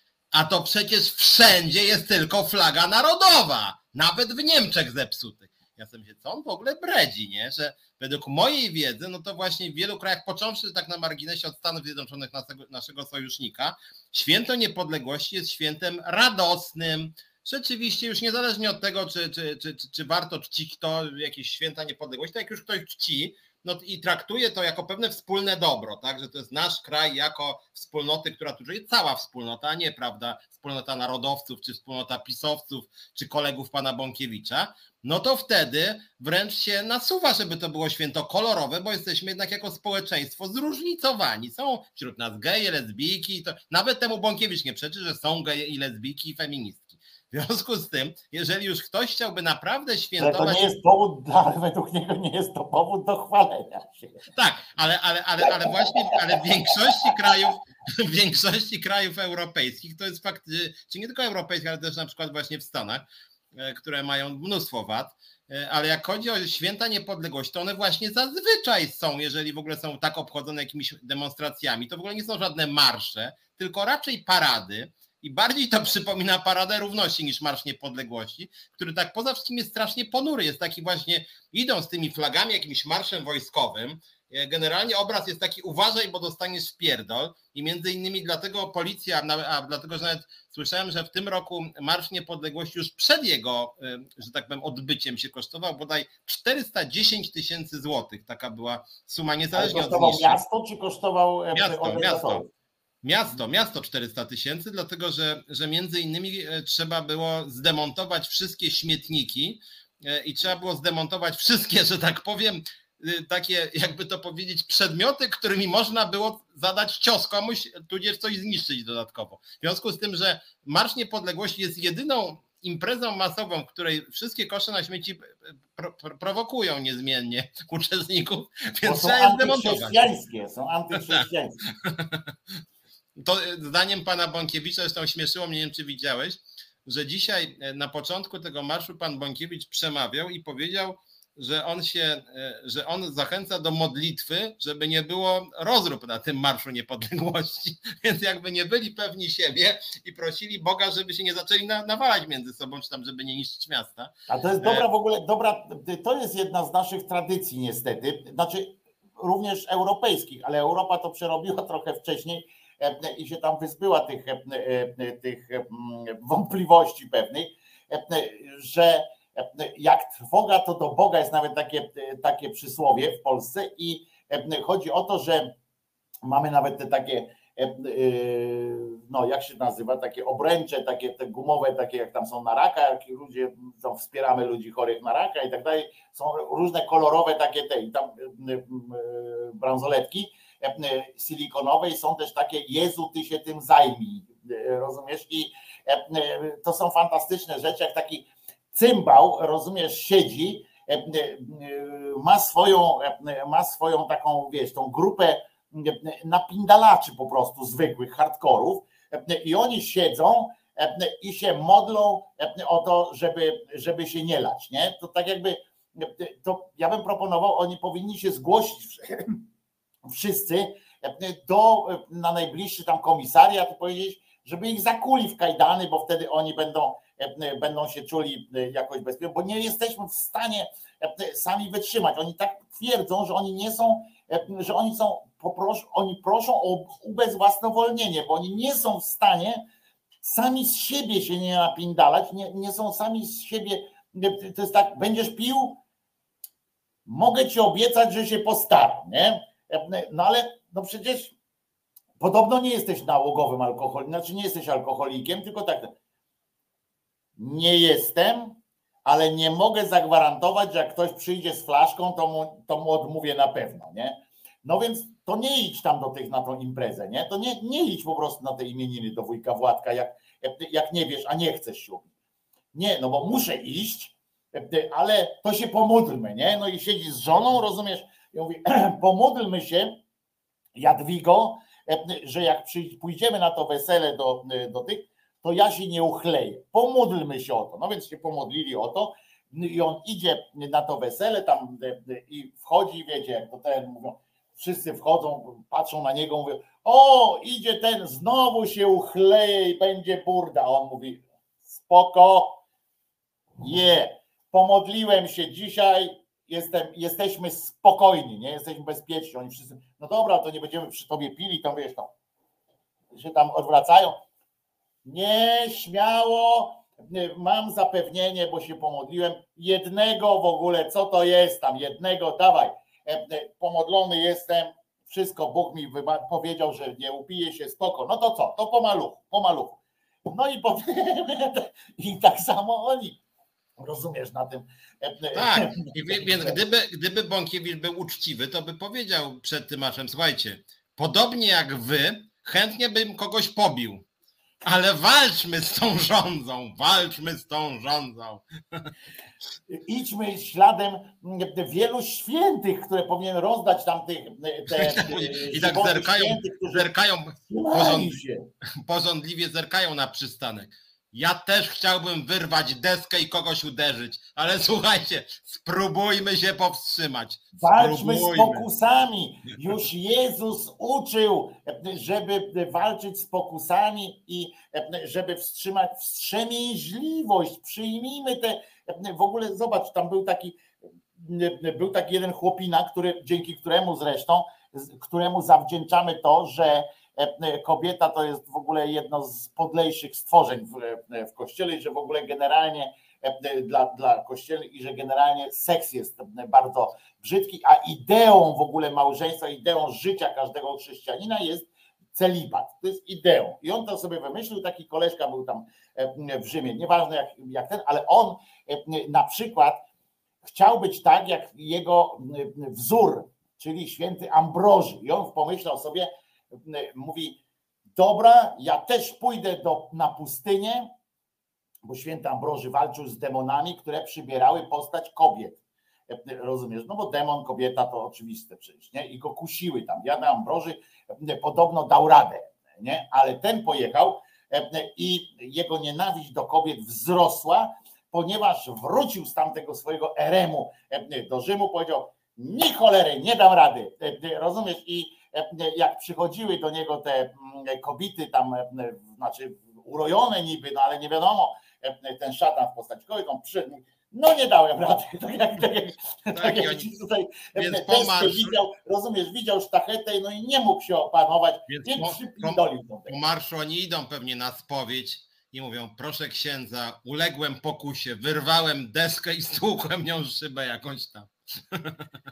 a to przecież wszędzie jest tylko flaga narodowa, nawet w Niemczech zepsutych. Ja sobie myślę, co on w ogóle bredzi, nie? Że według mojej wiedzy, no to właśnie w wielu krajach, począwszy tak na marginesie od Stanów Zjednoczonych, naszego, naszego sojusznika, święto niepodległości jest świętem radosnym. Rzeczywiście już niezależnie od tego, czy, czy, czy, czy, czy warto czcić to, jakieś święta niepodległości, to jak już ktoś czci, no i traktuje to jako pewne wspólne dobro, tak, że to jest nasz kraj jako wspólnoty, która tu żyje, cała wspólnota, a nie, prawda, wspólnota narodowców, czy wspólnota pisowców, czy kolegów pana Bąkiewicza, no to wtedy wręcz się nasuwa, żeby to było święto kolorowe, bo jesteśmy jednak jako społeczeństwo zróżnicowani. Są wśród nas geje, lesbijki, to nawet temu Bąkiewicz nie przeczy, że są geje i lesbijki i feministki. W związku z tym, jeżeli już ktoś chciałby naprawdę świętować... Ale to nie jest powód, dla, według niego nie jest to powód do chwalenia się. Tak, ale, ale, ale, ale właśnie ale w większości krajów, w większości krajów europejskich to jest fakt, czy nie tylko europejskich, ale też na przykład właśnie w Stanach, które mają mnóstwo wad, ale jak chodzi o święta niepodległości, to one właśnie zazwyczaj są, jeżeli w ogóle są tak obchodzone jakimiś demonstracjami, to w ogóle nie są żadne marsze, tylko raczej parady. I bardziej to przypomina Paradę Równości niż Marsz Niepodległości, który tak poza wszystkim jest strasznie ponury. Jest taki właśnie, idą z tymi flagami jakimś marszem wojskowym. Generalnie obraz jest taki, uważaj, bo dostaniesz w pierdol. I między innymi dlatego policja, a dlatego, że nawet słyszałem, że w tym roku Marsz Niepodległości już przed jego, że tak powiem, odbyciem się kosztował bodaj czterysta dziesięć tysięcy złotych. Taka była suma niezależnie od kosztował miasto, czy kosztował miasto, miasto. Miasto, miasto czterysta tysięcy, dlatego że, że między innymi trzeba było zdemontować wszystkie śmietniki i trzeba było zdemontować wszystkie, że tak powiem, takie, jakby to powiedzieć, przedmioty, którymi można było zadać cios komuś, tudzież coś zniszczyć dodatkowo. W związku z tym, że Marsz Niepodległości jest jedyną imprezą masową, w której wszystkie kosze na śmieci pro, pro, prowokują niezmiennie uczestników, więc trzeba je zdemontować. Antychrześcijańskie, są antychrześcijańskie. To zdaniem pana Bąkiewicza, zresztą śmieszyło mnie, nie wiem czy widziałeś, że dzisiaj na początku tego marszu pan Bąkiewicz przemawiał i powiedział, że on się, że on zachęca do modlitwy, żeby nie było rozrób na tym Marszu Niepodległości, więc jakby nie byli pewni siebie i prosili Boga, żeby się nie zaczęli na, nawalać między sobą, czy tam, żeby nie niszczyć miasta. A to jest dobra w ogóle, dobra, to jest jedna z naszych tradycji niestety, znaczy również europejskich, ale Europa to przerobiła trochę wcześniej i się tam wyzbyła tych, tych wątpliwości pewnych, że jak trwoga, to do Boga, jest nawet takie, takie przysłowie w Polsce i chodzi o to, że mamy nawet te takie no jak się nazywa, takie obręcze, takie te gumowe, takie jak tam są na raka, jak ludzie, tam wspieramy ludzi chorych na raka i tak dalej, są różne kolorowe takie te i tam bransoletki silikonowe i są też takie, Jezu, ty się tym zajmij, rozumiesz? I to są fantastyczne rzeczy, jak taki cymbał, rozumiesz, siedzi, ma swoją, ma swoją taką, wiesz, tą grupę napindalaczy po prostu, zwykłych hardkorów i oni siedzą i się modlą o to, żeby, żeby się nie lać, nie? To tak jakby, to ja bym proponował, oni powinni się zgłosić wszyscy do, na najbliższy tam komisariat i powiedzieć, żeby ich zakuli w kajdany, bo wtedy oni będą, będą się czuli jakoś bezpiecznie, bo nie jesteśmy w stanie sami wytrzymać. Oni tak twierdzą, że oni nie są, że oni są, poprosz, oni proszą o ubezwłasnowolnienie, bo oni nie są w stanie sami z siebie się nie napindalać, nie, nie są sami z siebie, to jest tak, będziesz pił, mogę ci obiecać, że się postaram, nie? No ale no przecież podobno nie jesteś nałogowym alkoholikiem, znaczy nie jesteś alkoholikiem, tylko tak, nie jestem, ale nie mogę zagwarantować, że jak ktoś przyjdzie z flaszką, to mu, to mu odmówię na pewno, nie? No więc to nie idź tam do tych na tą imprezę, nie? To nie, nie idź po prostu na te imieniny do wujka Władka, jak, jak nie wiesz, a nie chcesz się ubić. Nie, no bo muszę iść, ale to się pomódlmy, nie? No i siedzi z żoną, rozumiesz? I mówi, pomódlmy się, Jadwigo, że jak pójdziemy na to wesele do, do tych, to ja się nie uchleję. Pomódlmy się o to. No więc się pomodlili o to i on idzie na to wesele tam i wchodzi, wiecie, jak to ten mówią, wszyscy wchodzą, patrzą na niego, mówią, o, idzie ten, znowu się uchleje i będzie burda. A on mówi, spoko, je, pomodliłem się dzisiaj, jestem, jesteśmy spokojni, nie jesteśmy bezpieczni. Oni wszyscy, no dobra, to nie będziemy przy tobie pili, tam wiesz, no, się tam odwracają. Nie, śmiało, mam zapewnienie, bo się pomodliłem. Jednego w ogóle, co to jest tam, jednego, dawaj, pomodlony jestem, wszystko, Bóg mi powiedział, że nie upiję się, spoko. No to co, to pomaluchu, pomaluchu. No i, potem, i tak samo oni, rozumiesz, na tym. Tak, i więc gdyby, gdyby Bąkiewicz był uczciwy, to by powiedział przed tym meczem, słuchajcie, podobnie jak wy, chętnie bym kogoś pobił. Ale walczmy z tą rządzą, walczmy z tą rządzą. Idźmy śladem wielu świętych, które powinien rozdać tam tych te, i tak zerkają, świętych, zerkają porząd, porządliwie zerkają na przystanek. Ja też chciałbym wyrwać deskę i kogoś uderzyć, ale słuchajcie, spróbujmy się powstrzymać. Walczmy z pokusami. Już Jezus uczył, żeby walczyć z pokusami i żeby wstrzymać wstrzemięźliwość. Przyjmijmy te, w ogóle zobacz, tam był taki, był taki jeden chłopina, który, dzięki któremu zresztą, któremu zawdzięczamy to, że kobieta to jest w ogóle jedno z podlejszych stworzeń w, w Kościele i że w ogóle generalnie dla, dla Kościoła i że generalnie seks jest bardzo brzydki, a ideą w ogóle małżeństwa, ideą życia każdego chrześcijanina jest celibat. To jest ideą. I on to sobie wymyślił, taki koleżka był tam w Rzymie, nieważne jak, jak ten, ale on na przykład chciał być tak jak jego wzór, czyli święty Ambroży. I on pomyślał sobie, mówi, dobra, ja też pójdę do, na pustynię, bo święty Ambroży walczył z demonami, które przybierały postać kobiet. Rozumiesz? No bo demon, kobieta to oczywiste przecież, nie? I go kusiły tam. Jan Ambroży podobno dał radę, nie? Ale ten pojechał i jego nienawiść do kobiet wzrosła, ponieważ wrócił z tamtego swojego eremu do Rzymu, powiedział, ni cholery, nie dam rady. Rozumiesz? I jak przychodziły do niego te kobiety tam, znaczy urojone niby, no ale nie wiadomo, ten szatan w postaci kobiet, on przyszedł, no nie dałem rady, tak jak, tak jak, tak tak jak oni, tutaj pomarsz... widział, rozumiesz, widział sztachetę, no i nie mógł się opanować, więc, więc przypindolił. Po, po marszu oni idą pewnie na spowiedź i mówią, proszę księdza, uległem pokusie, wyrwałem deskę i stłukłem nią szybę jakąś tam.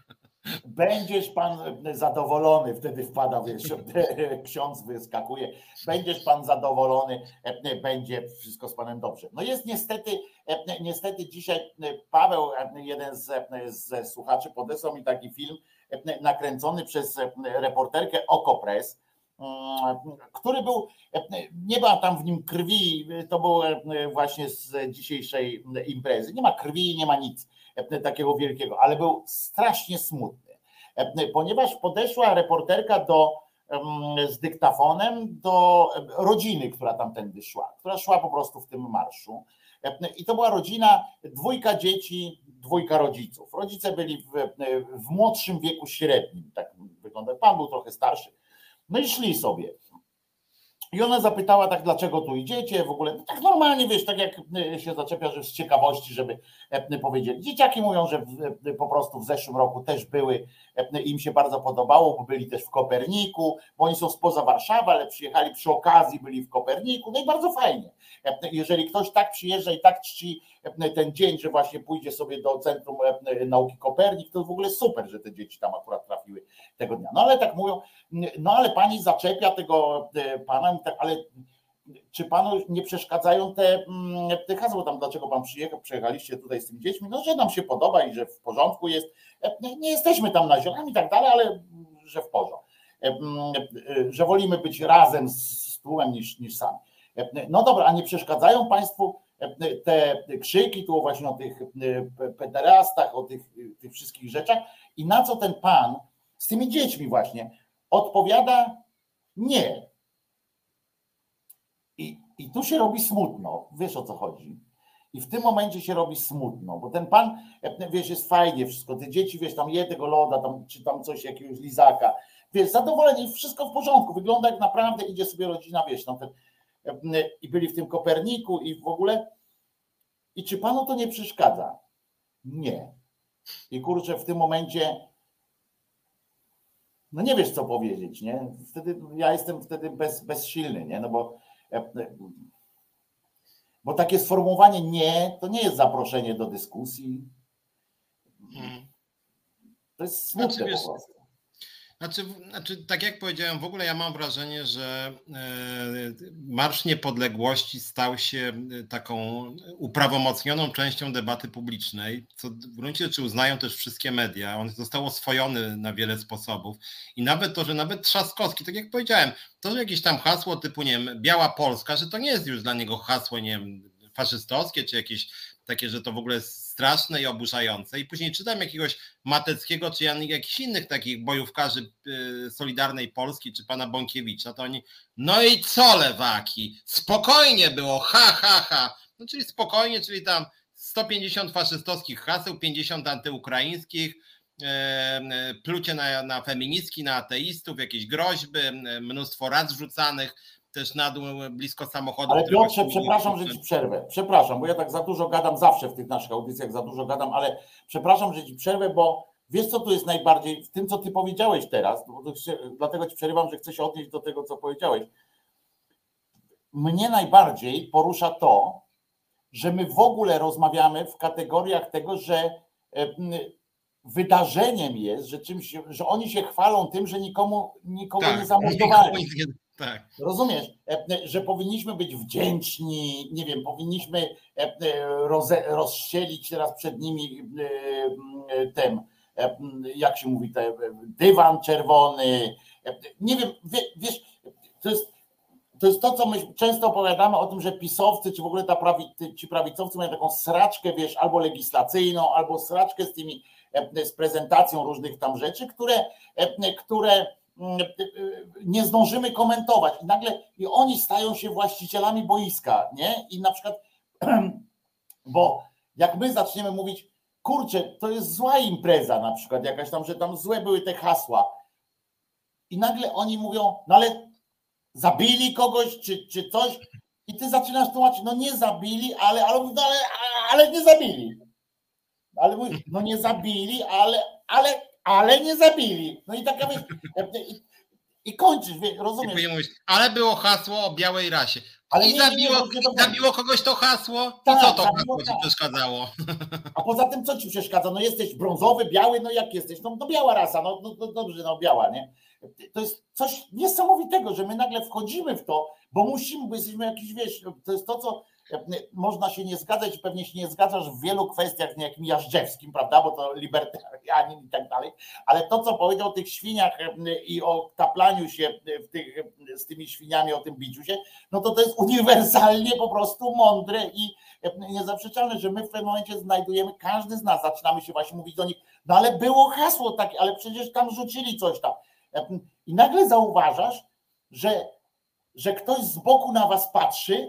Będziesz pan zadowolony, wtedy wpada, wiesz, ksiądz wyskakuje, będziesz pan zadowolony, będzie wszystko z panem dobrze. No jest niestety, niestety dzisiaj Paweł, jeden z, z słuchaczy, podesłał mi taki film nakręcony przez reporterkę Okopres, który był, nie ma tam w nim krwi, to było właśnie z dzisiejszej imprezy, nie ma krwi, nie ma nic takiego wielkiego, ale był strasznie smutny, ponieważ podeszła reporterka do, z dyktafonem do rodziny, która tamtędy szła, która szła po prostu w tym marszu i to była rodzina, dwójka dzieci, dwójka rodziców. Rodzice byli w, w młodszym wieku średnim, tak wygląda, pan był trochę starszy. No i szli sobie. I ona zapytała tak, dlaczego tu idziecie w ogóle, no tak normalnie, wiesz, tak jak się zaczepia, że z ciekawości, żeby powiedzieli. Dzieciaki mówią, że po prostu w zeszłym roku też były, im się bardzo podobało, bo byli też w Koperniku, bo oni są spoza Warszawy, ale przyjechali przy okazji, byli w Koperniku, no i bardzo fajnie. Jeżeli ktoś tak przyjeżdża i tak czci ten dzień, że właśnie pójdzie sobie do Centrum Nauki Kopernik, to w ogóle super, że te dzieci tam akurat trafiły tego dnia. No ale tak mówią, no ale pani zaczepia tego pana, tak, ale czy panu nie przeszkadzają te, te hasła tam, dlaczego pan przyjechał, przyjechaliście tutaj z tymi dziećmi, no że nam się podoba i że w porządku jest, nie jesteśmy tam na zielonym i tak dalej, ale że w porządku, że wolimy być razem z tłumem niż, niż sami. No dobra, a nie przeszkadzają państwu te krzyki tu właśnie o tych pederastach, o tych, tych wszystkich rzeczach i na co ten pan z tymi dziećmi właśnie odpowiada nie. I, I tu się robi smutno, wiesz o co chodzi. I w tym momencie się robi smutno, bo ten pan, wiesz, jest fajnie wszystko, te dzieci, wiesz, tam je tego loda, tam, czy tam coś, jakiegoś lizaka, wiesz, zadowoleni, wszystko w porządku, wygląda jak naprawdę idzie sobie rodzina, wiesz, tam ten, i byli w tym Koperniku i w ogóle. I czy panu to nie przeszkadza? Nie. I kurczę, w tym momencie no nie wiesz co powiedzieć, nie? Wtedy ja jestem wtedy bez, bezsilny, nie? No bo bo takie sformułowanie nie, to nie jest zaproszenie do dyskusji. To jest smutne znaczy, wiesz, po prostu. Znaczy, znaczy, tak jak powiedziałem, w ogóle ja mam wrażenie, że Marsz Niepodległości stał się taką uprawomocnioną częścią debaty publicznej, co w gruncie rzeczy uznają też wszystkie media. On został oswojony na wiele sposobów i nawet to, że nawet Trzaskowski, tak jak powiedziałem, to, że jakieś tam hasło typu, nie wiem, Biała Polska, że to nie jest już dla niego hasło, nie wiem, faszystowskie, czy jakieś takie, że to w ogóle jest straszne i oburzające. I później czytam jakiegoś Mateckiego, czy jakichś innych takich bojówkarzy Solidarnej Polski, czy pana Bąkiewicza, to oni, no i co lewaki, spokojnie było, ha, ha, ha. No czyli spokojnie, czyli tam sto pięćdziesiąt faszystowskich haseł, pięćdziesiąt antyukraińskich, plucie na, na feministki, na ateistów, jakieś groźby, mnóstwo rad rzucanych, też na dół blisko samochodu. Ale Piotrze, przepraszam, że ci przerwę. Przepraszam, bo ja tak za dużo gadam zawsze w tych naszych audycjach, za dużo gadam, ale przepraszam, że ci przerwę, bo wiesz co tu jest najbardziej, w tym co ty powiedziałeś teraz, bo to się, dlatego ci przerywam, że chcę się odnieść do tego, co powiedziałeś. Mnie najbardziej porusza to, że my w ogóle rozmawiamy w kategoriach tego, że wydarzeniem jest, że czymś, że oni się chwalą tym, że nikomu nikogo tak, nie zamordowali. Tak. Rozumiesz, że powinniśmy być wdzięczni, nie wiem, powinniśmy roze, rozścielić teraz przed nimi ten, jak się mówi, ten dywan czerwony, nie wiem, wiesz, to jest, to jest to, co my często opowiadamy o tym, że pisowcy, czy w ogóle ta prawi, ci prawicowcy mają taką sraczkę, wiesz, albo legislacyjną, albo sraczkę z tymi, z prezentacją różnych tam rzeczy, które, które nie zdążymy komentować i nagle i oni stają się właścicielami boiska, nie? I na przykład, bo jak my zaczniemy mówić, kurczę, to jest zła impreza na przykład, jakaś tam, że tam złe były te hasła i nagle oni mówią, no ale zabili kogoś, czy, czy coś i ty zaczynasz tłumaczyć, no nie zabili, ale, ale, ale, ale nie zabili. Ale mówisz, no nie zabili, ale, ale ale nie zabili. No i taka wiesz, i, i kończysz, rozumiesz? Mówisz, ale było hasło o białej rasie. Ale I nie, nie, nie, zabiło, bo nie do i zabiło kogoś to hasło? I Tak, co to zabiło, hasło ci tak. przeszkadzało? A poza tym, co ci przeszkadza? No jesteś brązowy, biały, no jak jesteś? No, no biała rasa, no, no, no dobrze, no biała, nie? To jest coś niesamowitego, że my nagle wchodzimy w to, bo musimy, bo jesteśmy jakiś, wiesz, to jest to, co można się nie zgadzać i pewnie się nie zgadzasz w wielu kwestiach, nie jak Mijażdżewskim, prawda, bo to libertarianin i tak dalej, ale to, co powiedział o tych świniach i o taplaniu się w tych, z tymi świniami, o tym biciu się, no to to jest uniwersalnie po prostu mądre i niezaprzeczalne, że my w pewnym momencie znajdujemy, każdy z nas, zaczynamy się właśnie mówić do nich, no ale było hasło takie, ale przecież tam rzucili coś tam. I nagle zauważasz, że, że ktoś z boku na was patrzy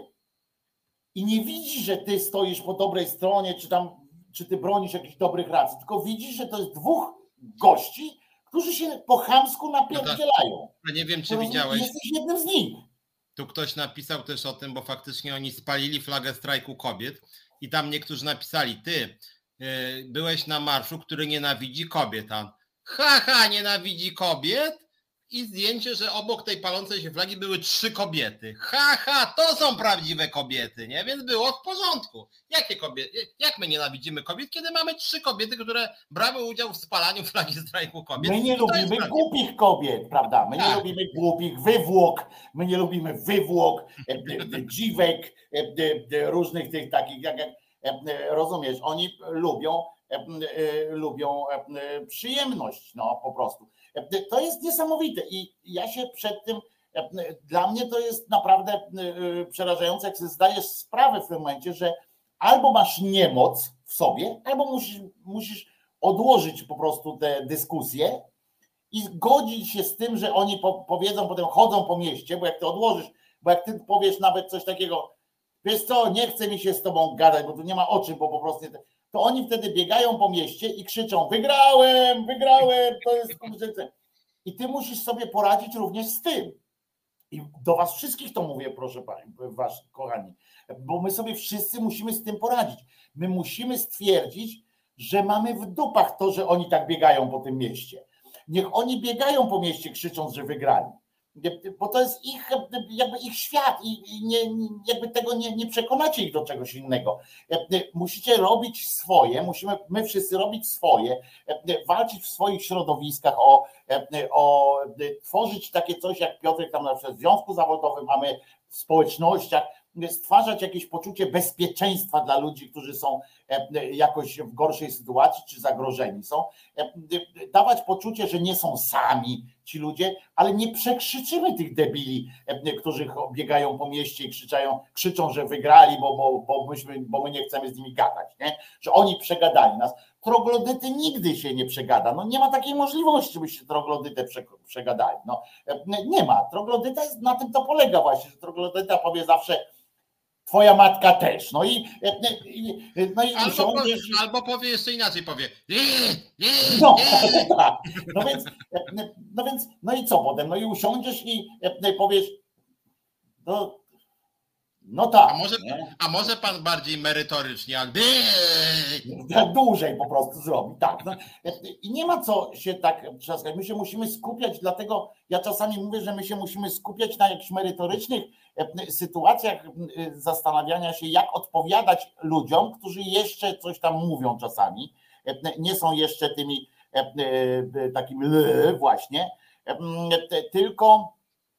i nie widzi, że ty stoisz po dobrej stronie, czy tam, czy ty bronisz jakichś dobrych racji, tylko widzisz, że to jest dwóch gości, którzy się po chamsku napierdzielają. Ja nie wiem, czy To widziałeś. Jesteś jednym z nich. Tu ktoś napisał też o tym, bo faktycznie oni spalili flagę strajku kobiet i tam niektórzy napisali, ty yy, byłeś na marszu, który nienawidzi kobiet. A ha, ha, nienawidzi kobiet? I zdjęcie, że obok tej palącej się flagi były trzy kobiety. Ha, ha, to są prawdziwe kobiety, nie? Więc było w porządku. Jakie kobiety? Jak my nienawidzimy kobiet, kiedy mamy trzy kobiety, które brały udział w spalaniu flagi strajku kobiet? My nie I to jest lubimy prawda. głupich kobiet, prawda? My nie Tak. lubimy głupich wywłok, my nie lubimy wywłok, e, e, dziwek, e, e, różnych tych takich, jak, jak e, rozumiesz, oni lubią, e, e, lubią e, przyjemność, no po prostu. E, to jest niesamowite i ja się przed tym, e, dla mnie to jest naprawdę e, przerażające, jak sobie zdajesz sprawę w tym momencie, że albo masz niemoc w sobie, albo musisz, musisz odłożyć po prostu te dyskusje i zgodzić się z tym, że oni po, powiedzą, potem chodzą po mieście, bo jak ty odłożysz, bo jak ty powiesz nawet coś takiego, wiesz co, nie chce mi się z tobą gadać, bo tu nie ma o czym, bo po prostu nie, to oni wtedy biegają po mieście i krzyczą, wygrałem, wygrałem, to jest kurczę. I ty musisz sobie poradzić również z tym. I do was wszystkich to mówię, proszę pani, was kochani, bo my sobie wszyscy musimy z tym poradzić. My musimy stwierdzić, że mamy w dupach to, że oni tak biegają po tym mieście. Niech oni biegają po mieście krzycząc, że wygrali. Bo to jest ich, jakby ich świat i nie, jakby tego nie, nie przekonacie ich do czegoś innego. Musicie robić swoje, musimy my wszyscy robić swoje, walczyć w swoich środowiskach, o, o tworzyć takie coś jak Piotrek tam na przykład w związku zawodowym, mamy w społecznościach, stwarzać jakieś poczucie bezpieczeństwa dla ludzi, którzy są jakoś w gorszej sytuacji czy zagrożeni są. Dawać poczucie, że nie są sami ci ludzie, ale nie przekrzyczymy tych debili, którzy biegają po mieście i krzyczają, krzyczą, że wygrali, bo, bo, bo, myśmy, bo my nie chcemy z nimi gadać, nie? Że oni przegadali nas. Troglodyty nigdy się nie przegada. No nie ma takiej możliwości, żebyście troglodytę przegadali. No, nie ma. Troglodyta jest, na tym to polega właśnie, że troglodyta powie zawsze twoja matka też. No i, no i albo, usiądziesz... powie, albo powie jeszcze inaczej, powie no, tak. No więc, no więc, no i co potem? No i usiądziesz i powiesz, no, no tak. A może, a może pan bardziej merytorycznie, ale dłużej po prostu zrobi, tak. No. I nie ma co się tak trzaskać. My się musimy skupiać, dlatego ja czasami mówię, że my się musimy skupiać na jakichś merytorycznych sytuacjach zastanawiania się, jak odpowiadać ludziom, którzy jeszcze coś tam mówią czasami, nie są jeszcze tymi takim l właśnie, tylko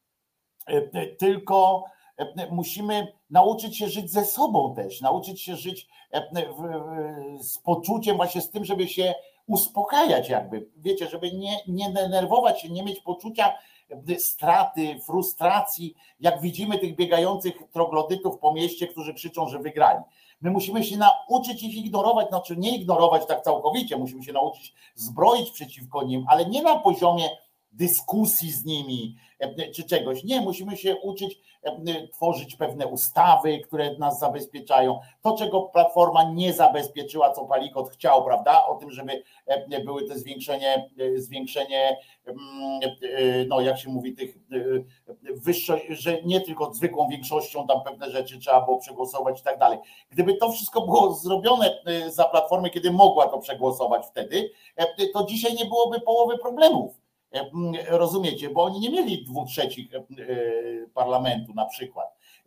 tylko musimy nauczyć się żyć ze sobą też, nauczyć się żyć z poczuciem właśnie z tym, żeby się uspokajać jakby, wiecie, żeby nie, nie denerwować się, nie mieć poczucia straty, frustracji, jak widzimy tych biegających troglodytów po mieście, którzy krzyczą, że wygrali. My musimy się nauczyć ich ignorować, znaczy nie ignorować tak całkowicie, musimy się nauczyć zbroić przeciwko nim, ale nie na poziomie dyskusji z nimi czy czegoś. Nie, musimy się uczyć tworzyć pewne ustawy, które nas zabezpieczają. To, czego Platforma nie zabezpieczyła, co Palikot chciał, prawda? O tym, żeby były te zwiększenie, zwiększenie, no jak się mówi, tych wyższość, że nie tylko zwykłą większością tam pewne rzeczy trzeba było przegłosować i tak dalej. Gdyby to wszystko było zrobione za Platformę, kiedy mogła to przegłosować wtedy, to dzisiaj nie byłoby połowy problemów. Rozumiecie, bo oni nie mieli dwóch trzecich parlamentu na przykład.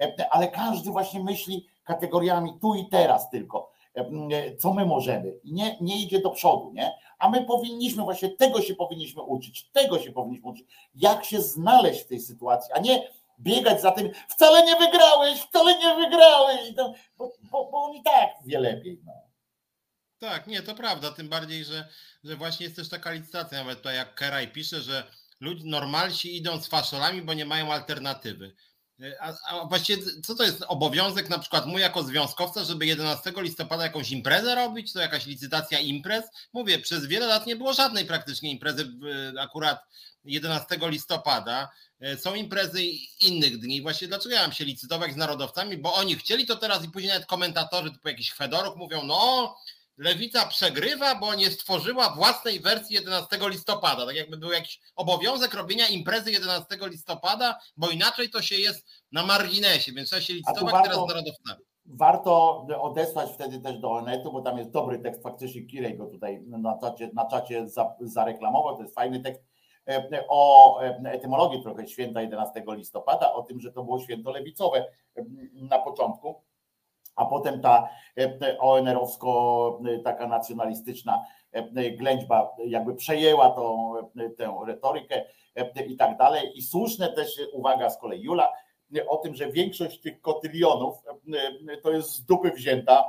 ale każdy właśnie myśli kategoriami tu i teraz tylko, co my możemy i nie, nie idzie do przodu, nie? A my powinniśmy właśnie, tego się powinniśmy uczyć, tego się powinniśmy uczyć, jak się znaleźć w tej sytuacji, a nie biegać za tym, wcale nie wygrałeś, wcale nie wygrałeś, bo, bo, bo on i tak wie lepiej. No. Tak, nie, to prawda, tym bardziej, że, że właśnie jest też taka licytacja, nawet tutaj jak Keraj pisze, że ludzie normalsi idą z faszolami, bo nie mają alternatywy. A, a właściwie co to jest obowiązek na przykład mój jako związkowca, żeby jedenastego listopada jakąś imprezę robić? To jakaś licytacja imprez? Mówię, przez wiele lat nie było żadnej praktycznie imprezy akurat jedenastego listopada. Są imprezy innych dni. Właśnie dlaczego ja mam się licytować z narodowcami? Bo oni chcieli to teraz i później nawet komentatorzy typu jakiś Fedoruk mówią, no Lewica przegrywa, bo nie stworzyła własnej wersji jedenastego listopada. Tak jakby był jakiś obowiązek robienia imprezy jedenastego listopada, bo inaczej to się jest na marginesie, więc trzeba się licytować warto, teraz z narodowcami. Warto odesłać wtedy też do Onetu, bo tam jest dobry tekst, faktycznie Kirej go tutaj na czacie, na czacie zareklamował, to jest fajny tekst o etymologii trochę święta jedenastego listopada, o tym, że to było święto lewicowe na początku. A potem ta O N R-owsko taka nacjonalistyczna ględźba jakby przejęła tą, tę retorykę i tak dalej. I słuszne też uwaga z kolei Jula o tym, że większość tych kotylionów to jest z dupy wzięta.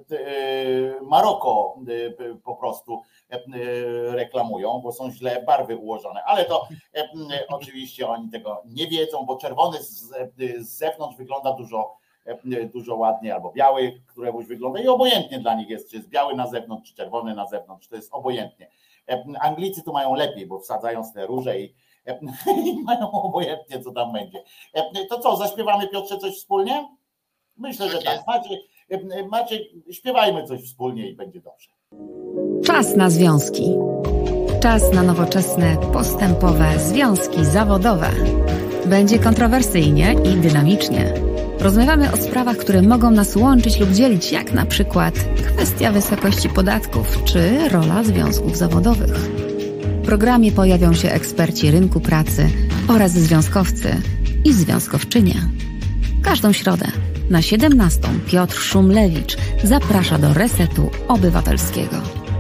Maroko po prostu reklamują, bo są źle barwy ułożone, ale to oczywiście oni tego nie wiedzą, bo czerwony z, z zewnątrz wygląda dużo dużo ładniej, albo biały, któremuś wygląda i obojętnie dla nich jest, czy jest biały na zewnątrz, czy czerwony na zewnątrz, to jest obojętnie. Anglicy tu mają lepiej, bo wsadzają te róże i, i mają obojętnie, co tam będzie. To co, zaśpiewamy Piotrze coś wspólnie? Myślę, że tak. Macie, macie, śpiewajmy coś wspólnie i będzie dobrze. Czas na związki. Czas na nowoczesne, postępowe związki zawodowe. Będzie kontrowersyjnie i dynamicznie. Rozmawiamy o sprawach, które mogą nas łączyć lub dzielić, jak na przykład kwestia wysokości podatków czy rola związków zawodowych. W programie pojawią się eksperci rynku pracy oraz związkowcy i związkowczynie. Każdą środę na siedemnastą Piotr Szumlewicz zaprasza do Resetu Obywatelskiego.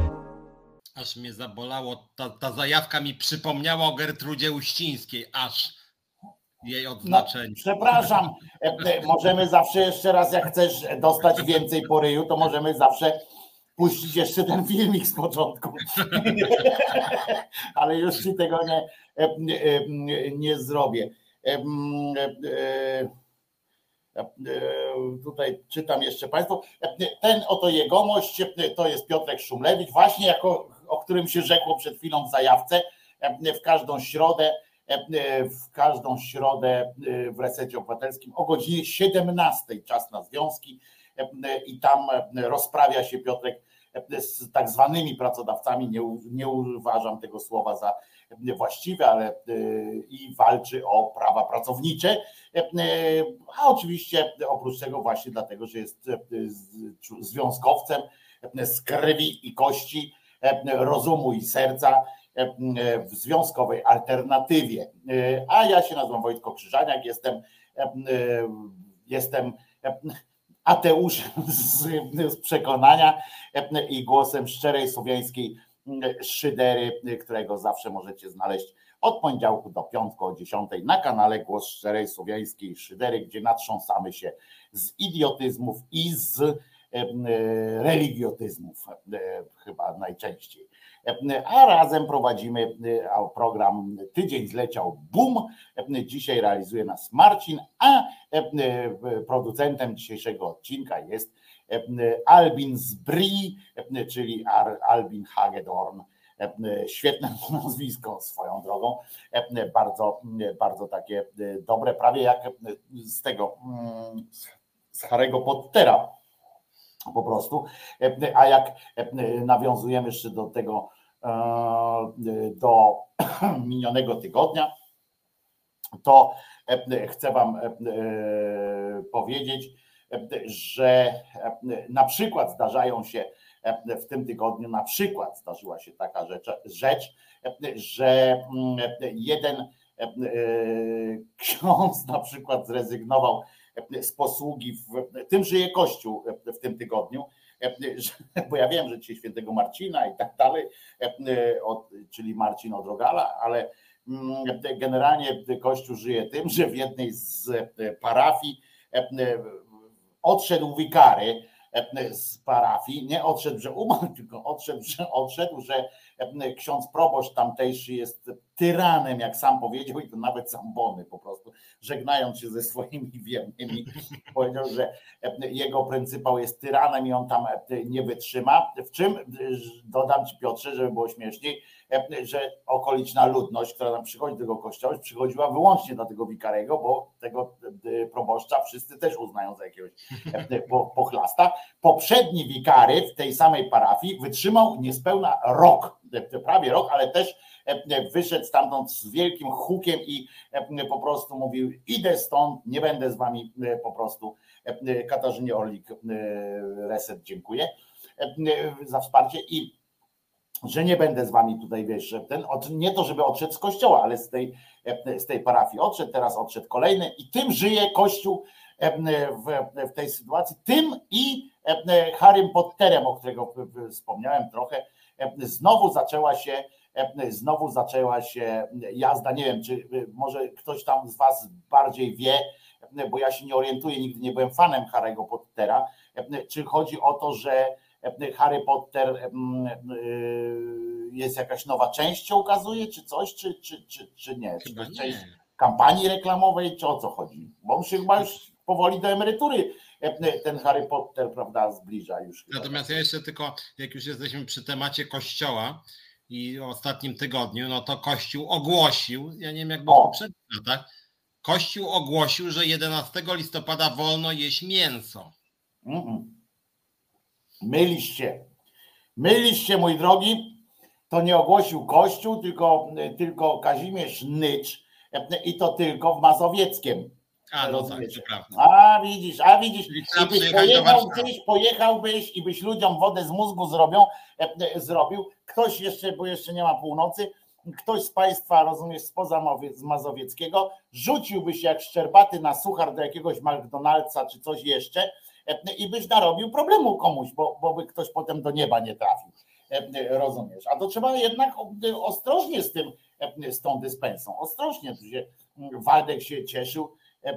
Aż mnie zabolało, ta, ta zajawka mi przypomniała o Gertrudzie Uścińskiej, aż jej odznaczenie. No, przepraszam, możemy zawsze jeszcze raz, jak chcesz dostać więcej po ryju, to możemy zawsze puścić jeszcze ten filmik z początku. Ale już ci tego nie, nie, nie zrobię. Tutaj czytam jeszcze Państwu. Ten oto jegomość to jest Piotrek Szumlewicz, właśnie jako, o którym się rzekło przed chwilą w zajawce, w każdą środę w każdą środę w Resecie Obywatelskim o godzinie siedemnastej, czas na związki, i tam rozprawia się Piotrek z tak zwanymi pracodawcami, nie, nie uważam tego słowa za właściwe, ale i walczy o prawa pracownicze, a oczywiście oprócz tego właśnie dlatego, że jest związkowcem z krwi i kości, rozumu i serca, w związkowej alternatywie. A ja się nazywam Wojtko Krzyżaniak, jestem, jestem ateuszem z, z przekonania i głosem szczerej słowiańskiej szydery, którego zawsze możecie znaleźć od poniedziałku do piątku o dziesiątej na kanale Głos Szczerej Słowiańskiej Szydery, gdzie natrząsamy się z idiotyzmów i z religiotyzmów, chyba najczęściej. A razem prowadzimy program Tydzień zleciał bum. Dzisiaj realizuje nas Marcin, a producentem dzisiejszego odcinka jest Albin z Brie, czyli Albin Hagedorn. Świetne nazwisko swoją drogą, bardzo, bardzo takie dobre, prawie jak z tego, z Harry'ego Pottera po prostu. A jak nawiązujemy jeszcze do tego, do minionego tygodnia, to chcę wam powiedzieć, że na przykład zdarzają się w tym tygodniu, na przykład zdarzyła się taka rzecz, rzecz że jeden ksiądz na przykład zrezygnował z posługi, w tym żyje Kościół w tym tygodniu, bo ja wiem, że dzisiaj świętego Marcina i tak dalej, czyli Marcin od Rogala, ale generalnie Kościół żyje tym, że w jednej z parafii odszedł wikary z parafii, nie odszedł, że umarł, tylko odszedł, że odszedł, że ksiądz proboszcz tamtejszy jest tyranem, jak sam powiedział, i to nawet zambony po prostu, żegnając się ze swoimi wiernymi, powiedział, że jego pryncypał jest tyranem i on tam nie wytrzyma. W czym, dodam ci Piotrze, żeby było śmieszniej, że okoliczna ludność, która tam przychodzi do tego kościoła, przychodziła wyłącznie do tego wikarego, bo tego proboszcza wszyscy też uznają za jakiegoś pochlasta. Poprzedni wikary w tej samej parafii wytrzymał niespełna rok, prawie rok, ale też wyszedł stamtąd z wielkim hukiem i po prostu mówił: idę stąd, nie będę z wami po prostu. Katarzynie Orlik reset dziękuję za wsparcie i że nie będę z wami tutaj, wiesz, ten, nie to, żeby odszedł z kościoła, ale z tej, z tej parafii odszedł, teraz odszedł kolejny i tym żyje Kościół w, w tej sytuacji, tym i Harrym Potterem, o którego wspomniałem trochę, znowu zaczęła się znowu zaczęła się jazda, nie wiem, czy może ktoś tam z was bardziej wie, bo ja się nie orientuję, nigdy nie byłem fanem Harry'ego Pottera, czy chodzi o to, że Harry Potter jest jakaś nowa część, się ukazuje, czy coś, czy, czy, czy, czy nie? Czy to jest część kampanii reklamowej, czy o co chodzi? Bo on się chyba już powoli do emerytury ten Harry Potter, prawda, zbliża już. Natomiast ja jeszcze tylko, jak już jesteśmy przy temacie Kościoła i w ostatnim tygodniu, no to Kościół ogłosił, ja nie wiem jak było w poprzednich latach, Kościół ogłosił, że jedenastego listopada wolno jeść mięso. Mm-mm. Mylisz się. Mylisz się, mój drogi. To nie ogłosił Kościół, tylko, tylko Kazimierz Nycz i to tylko w Mazowieckiem. A, no tak, to prawda. A widzisz, a widzisz, i byś pojechał gdzieś, pojechałbyś i byś ludziom wodę z mózgu zrobią, e, zrobił. Ktoś jeszcze, bo jeszcze nie ma północy, ktoś z państwa, rozumiesz, spoza Mazowieckiego, rzuciłby się jak szczerbaty na suchar do jakiegoś McDonald'sa czy coś jeszcze e, i byś narobił problemu komuś, bo, bo by ktoś potem do nieba nie trafił. E, rozumiesz? A to trzeba jednak ostrożnie z tym, e, z tą dyspensą. Ostrożnie. Waldek się cieszył,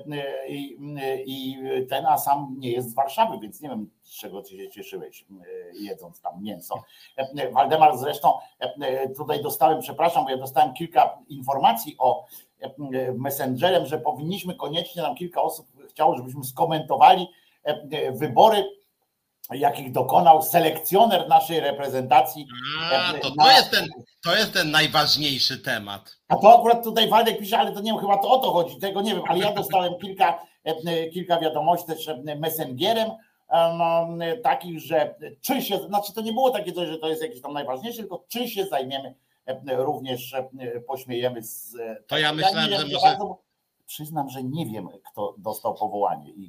I, i ten, a sam nie jest z Warszawy, więc nie wiem, z czego ty się cieszyłeś, jedząc tam mięso. Waldemar, zresztą tutaj dostałem, przepraszam, bo ja dostałem kilka informacji o Messengerem, że powinniśmy koniecznie, nam kilka osób chciało, żebyśmy skomentowali wybory, jakich dokonał selekcjoner naszej reprezentacji. A, to, to, jest ten, to jest ten najważniejszy temat. A to akurat tutaj Waldek pisze, ale to nie wiem, chyba to o to chodzi, tego nie wiem, ale ja dostałem kilka, kilka wiadomości też messengerem um, takich, że czy się, znaczy to nie było takie coś, że to jest jakieś tam najważniejsze, tylko czy się zajmiemy, również pośmiejemy z... To ja myślałem, ja wiem, że może... Bardzo, przyznam, że nie wiem, kto dostał powołanie i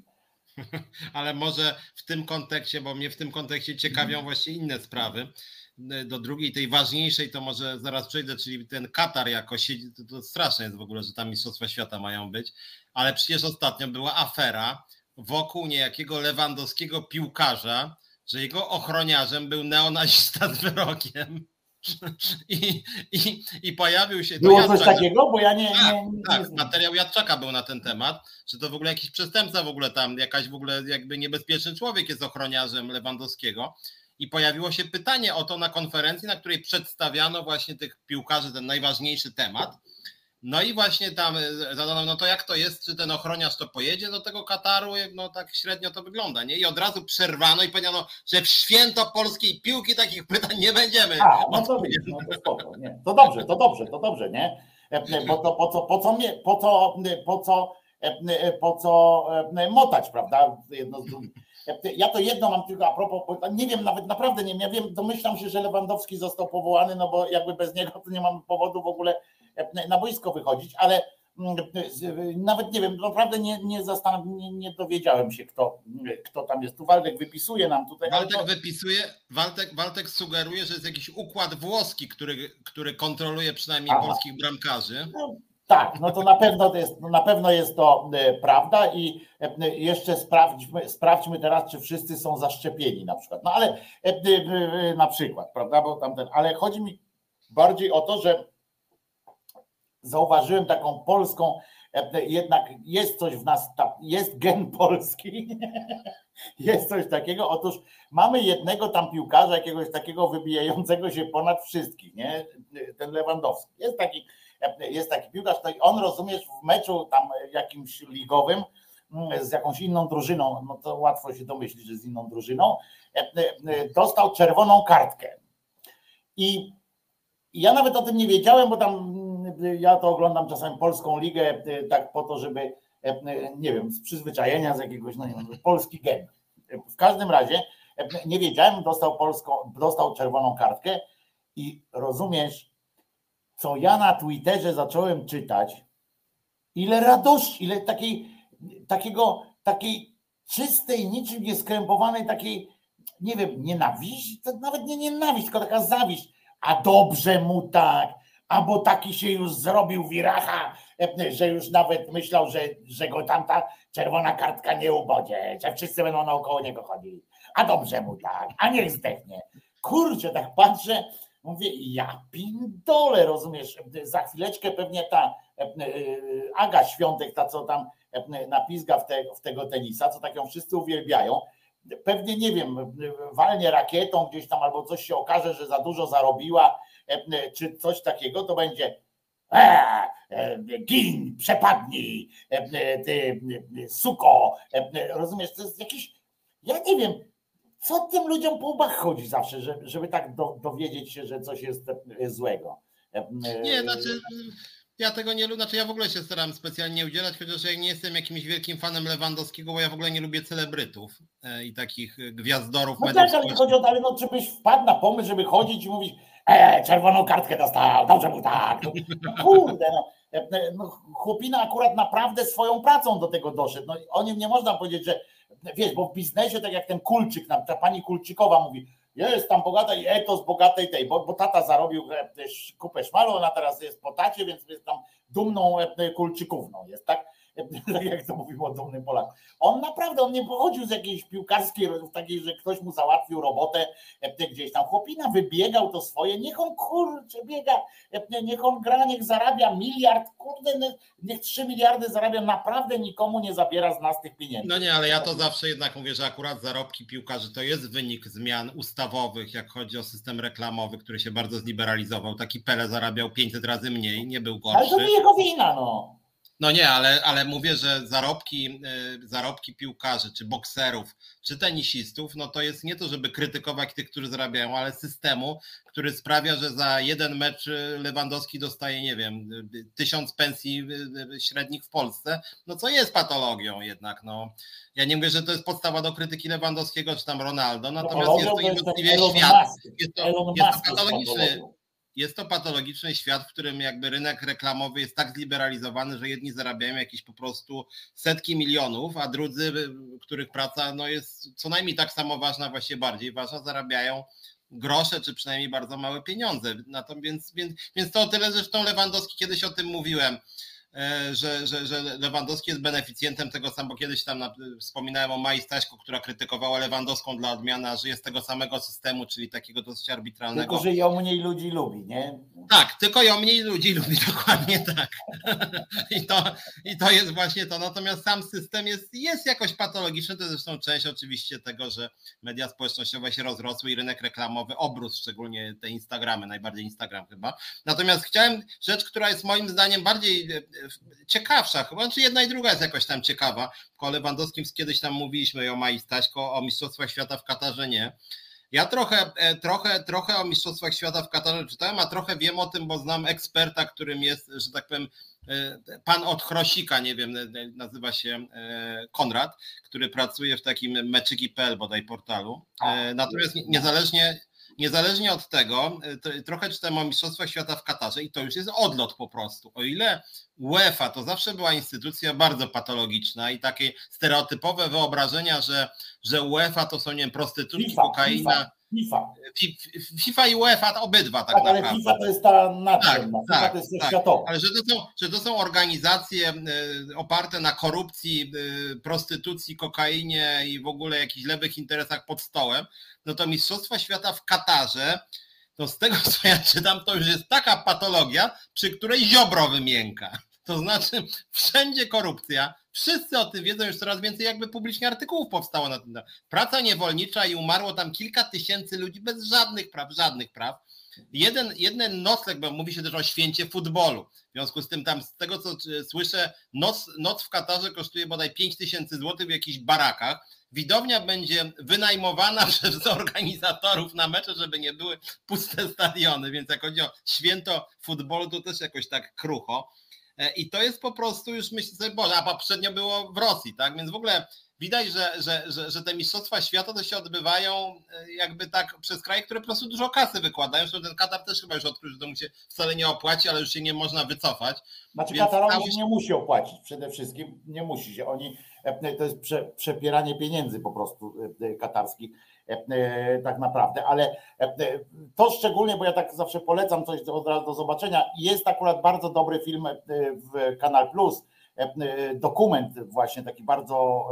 ale może w tym kontekście, bo mnie w tym kontekście ciekawią właśnie inne sprawy. Do drugiej, tej ważniejszej, to może zaraz przejdę, czyli ten Katar jako siedzi, to, to straszne jest w ogóle, że tam Mistrzostwa Świata mają być, ale przecież ostatnio była afera wokół niejakiego lewandowskiego piłkarza, że jego ochroniarzem był neonazista z wyrokiem. I, i, i pojawił się... Było coś takiego? Bo ja nie... Tak, nie, nie, tak, nie materiał Jadczaka był na ten temat, że to w ogóle jakiś przestępca w ogóle tam, jakaś w ogóle jakby niebezpieczny człowiek jest ochroniarzem Lewandowskiego. I pojawiło się pytanie o to na konferencji, na której przedstawiano właśnie tych piłkarzy, ten najważniejszy temat. No i właśnie tam zadano, no to jak to jest, czy ten ochroniarz to pojedzie do tego Kataru, no tak średnio to wygląda, nie? I od razu przerwano i powiedziano, że w święto polskiej piłki takich pytań nie będziemy. A, no to, no to spoko, nie. To dobrze, to dobrze, to dobrze, nie? Bo to po co, po co mnie, po co, po co, po co motać, prawda? Jedno z drugim. Ja to jedno mam tylko a propos, nie wiem, nawet naprawdę nie wiem, ja wiem, domyślam się, że Lewandowski został powołany, no bo jakby bez niego to nie mam powodu w ogóle na boisko wychodzić, ale nawet nie wiem, naprawdę nie, nie, zastanawiam, nie, nie dowiedziałem się, kto, kto tam jest. Tu Waldek wypisuje nam tutaj. Waldek to... wypisuje, Waldek, Waldek sugeruje, że jest jakiś układ włoski, który, który kontroluje przynajmniej Aha. polskich bramkarzy. No, Tak, no to na pewno to jest, na pewno jest to prawda i jeszcze sprawdźmy, sprawdźmy teraz, czy wszyscy są zaszczepieni na przykład. No ale na przykład, prawda, bo tamten, ale chodzi mi bardziej o to, że zauważyłem taką polską, jednak jest coś w nas, jest gen polski, jest coś takiego. Otóż mamy jednego tam piłkarza, jakiegoś takiego wybijającego się ponad wszystkich, nie? Ten Lewandowski. Jest taki, jest taki piłkarz, no i on, rozumiesz, w meczu tam jakimś ligowym z jakąś inną drużyną, no to łatwo się domyślić, że z inną drużyną, dostał czerwoną kartkę. I ja nawet o tym nie wiedziałem, bo tam ja to oglądam czasami polską ligę tak po to, żeby, nie wiem, z przyzwyczajenia, z jakiegoś, no nie wiem, polski gen. W każdym razie nie wiedziałem, dostał polską, dostał czerwoną kartkę i rozumiesz, co ja na Twitterze zacząłem czytać, ile radości, ile takiej, takiego, takiej czystej, niczym nieskrępowanej, takiej, nie wiem, nienawiści, to nawet nie nienawiść, tylko taka zawiść, a dobrze mu tak, albo taki się już zrobił wiracha, że już nawet myślał, że, że go tamta czerwona kartka nie ubodzie, że wszyscy będą naokoło niego chodzili, a dobrze mu tak, a niech zdechnie. Kurczę, tak patrzę, mówię, ja pindole, rozumiesz, za chwileczkę pewnie ta Aga Świątek, ta co tam napizga w, te, w tego tenisa, co tak ją wszyscy uwielbiają, pewnie, nie wiem, walnie rakietą gdzieś tam albo coś się okaże, że za dużo zarobiła, czy coś takiego, to będzie eee, gin, przepadnij, ty suko, rozumiesz, to jest jakiś, ja nie wiem, co tym ludziom po łbach chodzi zawsze, żeby, żeby tak do, dowiedzieć się, że coś jest złego. Nie, znaczy ja tego nie lubię, znaczy ja w ogóle się staram specjalnie nie udzielać, chociaż ja nie jestem jakimś wielkim fanem Lewandowskiego, bo ja w ogóle nie lubię celebrytów i takich gwiazdorów. No tak, ale chodzi o to, ale no, czy byś wpadł na pomysł, żeby chodzić i mówić, e, czerwoną kartkę dostał, dobrze mu tak, no, no kurde, no, no, chłopina akurat naprawdę swoją pracą do tego doszedł, no o nim nie można powiedzieć, że wiesz, bo w biznesie, tak jak ten Kulczyk, ta pani Kulczykowa mówi, jest tam bogata i etos bogatej tej, bo, bo tata zarobił kupę szmalu, ona teraz jest po tacie, więc jest tam dumną Kulczykówną, jest tak? Tak jak to mówimy o dumnym Polaku. On naprawdę, on nie pochodził z jakiejś piłkarskiej, takiej, że ktoś mu załatwił robotę gdzieś tam. Chłopina wybiegał to swoje, niech on kurczę biega, niech on gra, niech zarabia miliard, kurde, niech trzy miliardy zarabia, naprawdę nikomu nie zabiera z nas tych pieniędzy. No nie, ale ja to zawsze jednak mówię, że akurat zarobki piłkarzy to jest wynik zmian ustawowych, jak chodzi o system reklamowy, który się bardzo zliberalizował. Taki Pele zarabiał pięćset razy mniej, nie był gorszy. Ale to nie jego wina, no. No nie, ale, ale mówię, że zarobki, zarobki piłkarzy, czy bokserów, czy tenisistów, no to jest nie to, żeby krytykować tych, którzy zarabiają, ale systemu, który sprawia, że za jeden mecz Lewandowski dostaje, nie wiem, tysiąc pensji średnich w Polsce, no co jest patologią jednak, no. Ja nie mówię, że to jest podstawa do krytyki Lewandowskiego, czy tam Ronaldo, natomiast jest to niewątpliwie świat, jest to, jest to patologiczny. Jest to patologiczny świat, w którym jakby rynek reklamowy jest tak zliberalizowany, że jedni zarabiają jakieś po prostu setki milionów, a drudzy, których praca no jest co najmniej tak samo ważna, właściwie bardziej ważna, zarabiają grosze, czy przynajmniej bardzo małe pieniądze. Natomiast, więc, więc, więc to o tyle, zresztą Lewandowski, kiedyś o tym mówiłem, Że, że, że Lewandowski jest beneficjentem tego samego, bo kiedyś tam wspominałem o Mai Staśko, która krytykowała Lewandowską dla odmiany, że jest tego samego systemu, czyli takiego dosyć arbitralnego. Tylko, że ją mniej ludzi lubi, nie? Tak, tylko ją mniej ludzi lubi, dokładnie tak. I to, i to jest właśnie to. Natomiast sam system jest, jest jakoś patologiczny, to jest zresztą część oczywiście tego, że media społecznościowe się rozrosły i rynek reklamowy obrósł, szczególnie te Instagramy, najbardziej Instagram chyba. Natomiast chciałem rzecz, która jest moim zdaniem bardziej ciekawsza chyba, znaczy jedna i druga jest jakoś tam ciekawa. O Lewandowskim kiedyś tam mówiliśmy o Mai Staśko, o Mistrzostwach Świata w Katarze nie. Ja trochę, trochę, trochę o Mistrzostwach Świata w Katarze czytałem, a trochę wiem o tym, bo znam eksperta, którym jest, że tak powiem, pan od Chrosika, nie wiem, nazywa się Konrad, który pracuje w takim meczyki kropka p l bodaj portalu. Natomiast niezależnie Niezależnie od tego, trochę czytałem o Mistrzostwach Świata w Katarze i to już jest odlot po prostu. O ile UEFA to zawsze była instytucja bardzo patologiczna i takie stereotypowe wyobrażenia, że, że UEFA to są, nie wiem, prostytutki, FIFA, kokaina, FIFA. FIFA. FIFA i UEFA obydwa tak, tak naprawdę. Ale FIFA to jest ta naczelna, tak, FIFA tak, to jest tak. światowa. Ale że to, są, że to są organizacje oparte na korupcji, prostytucji, kokainie i w ogóle jakichś lewych interesach pod stołem, no to Mistrzostwa Świata w Katarze, to z tego co ja czytam, to już jest taka patologia, przy której Ziobro wymięka. To znaczy wszędzie korupcja, wszyscy o tym wiedzą, już coraz więcej jakby publicznie artykułów powstało na ten temat. Praca niewolnicza i umarło tam kilka tysięcy ludzi bez żadnych praw, żadnych praw. Jeden, jeden nocleg, bo mówi się też o święcie futbolu. W związku z tym tam z tego co słyszę, noc, noc w Katarze kosztuje bodaj pięć tysięcy złotych w jakichś barakach. Widownia będzie wynajmowana przez organizatorów na mecze, żeby nie były puste stadiony, więc jak chodzi o święto futbolu, to też jakoś tak krucho. I to jest po prostu już myślę sobie, Boże, a poprzednio było w Rosji, tak? Więc w ogóle widać, że, że, że, że te mistrzostwa świata to się odbywają jakby tak przez kraje, które po prostu dużo kasy wykładają. Zresztą ten Katar też chyba już odkrył, że to mu się wcale nie opłaci, ale już się nie można wycofać. Znaczy Więc Katarowi całość... się nie musi opłacić, przede wszystkim nie musi się. Oni, to jest prze, przepieranie pieniędzy po prostu katarskich tak naprawdę, ale to szczególnie, bo ja tak zawsze polecam coś od razu do zobaczenia. Jest akurat bardzo dobry film w Kanal Plus, dokument właśnie taki bardzo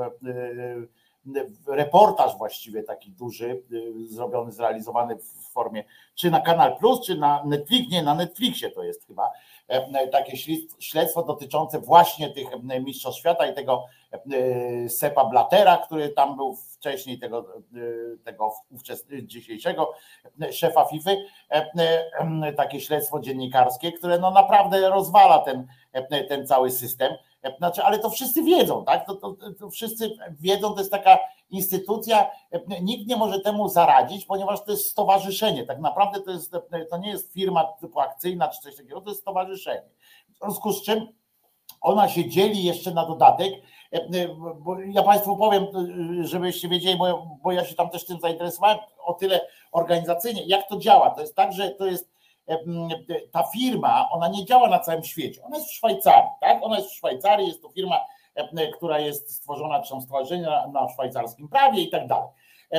reportaż właściwie taki duży, zrobiony, zrealizowany w formie czy na Kanal Plus, czy na Netflix, nie, na Netflixie to jest chyba takie śledztwo dotyczące właśnie tych mistrzostw świata i tego Seppa Blattera, który tam był wcześniej, tego, tego dzisiejszego szefa FIFA, takie śledztwo dziennikarskie, które no naprawdę rozwala ten, ten cały system. Znaczy, ale to wszyscy wiedzą, tak? To, to, to wszyscy wiedzą, to jest taka instytucja, nikt nie może temu zaradzić, ponieważ to jest stowarzyszenie. Tak naprawdę to, jest, to nie jest firma typu akcyjna czy coś takiego, to jest stowarzyszenie. W związku z czym ona się dzieli jeszcze na dodatek, bo ja Państwu powiem, żebyście wiedzieli, bo, bo ja się tam też tym zainteresowałem o tyle organizacyjnie, jak to działa. To jest tak, że to jest ta firma, ona nie działa na całym świecie, ona jest w Szwajcarii, tak? Ona jest w Szwajcarii, jest to firma, która jest stworzona, czy są stowarzyszenia na, na szwajcarskim prawie i tak dalej.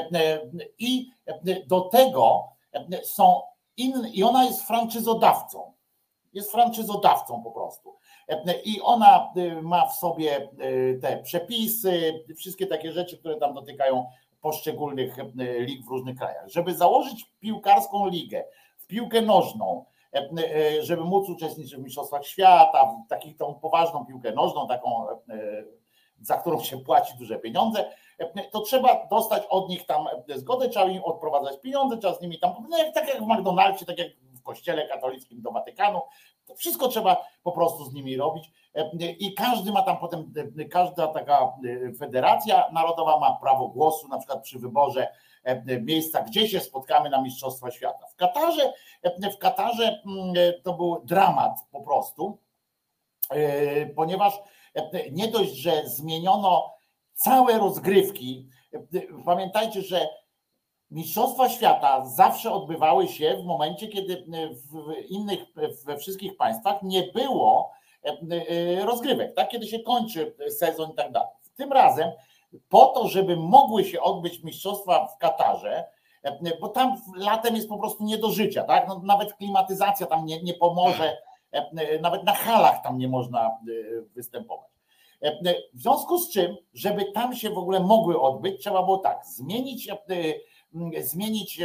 I do tego są inne, i ona jest franczyzodawcą, jest franczyzodawcą po prostu. I ona ma w sobie te przepisy, wszystkie takie rzeczy, które tam dotykają poszczególnych lig w różnych krajach. Żeby założyć piłkarską ligę, w piłkę nożną, żeby móc uczestniczyć w mistrzostwach świata, w takich tą poważną piłkę nożną, taką, za którą się płaci duże pieniądze, to trzeba dostać od nich tam zgodę, trzeba im odprowadzać pieniądze, trzeba z nimi tam, no jak, tak jak w McDonaldzie, tak jak w kościele katolickim do Watykanu, to wszystko trzeba po prostu z nimi robić i każdy ma tam potem, każda taka federacja narodowa ma prawo głosu, na przykład przy wyborze miejsca, gdzie się spotkamy na Mistrzostwa Świata. W Katarze, w Katarze to był dramat po prostu, ponieważ nie dość, że zmieniono całe rozgrywki. Pamiętajcie, że Mistrzostwa Świata zawsze odbywały się w momencie, kiedy w innych, we wszystkich państwach nie było rozgrywek, tak? Kiedy się kończy sezon i tak dalej. Tym razem po to, żeby mogły się odbyć mistrzostwa w Katarze, bo tam latem jest po prostu nie do życia, tak? No, nawet klimatyzacja tam nie, nie pomoże, nawet na halach tam nie można występować. W związku z czym, żeby tam się w ogóle mogły odbyć, trzeba było tak, zmienić, zmienić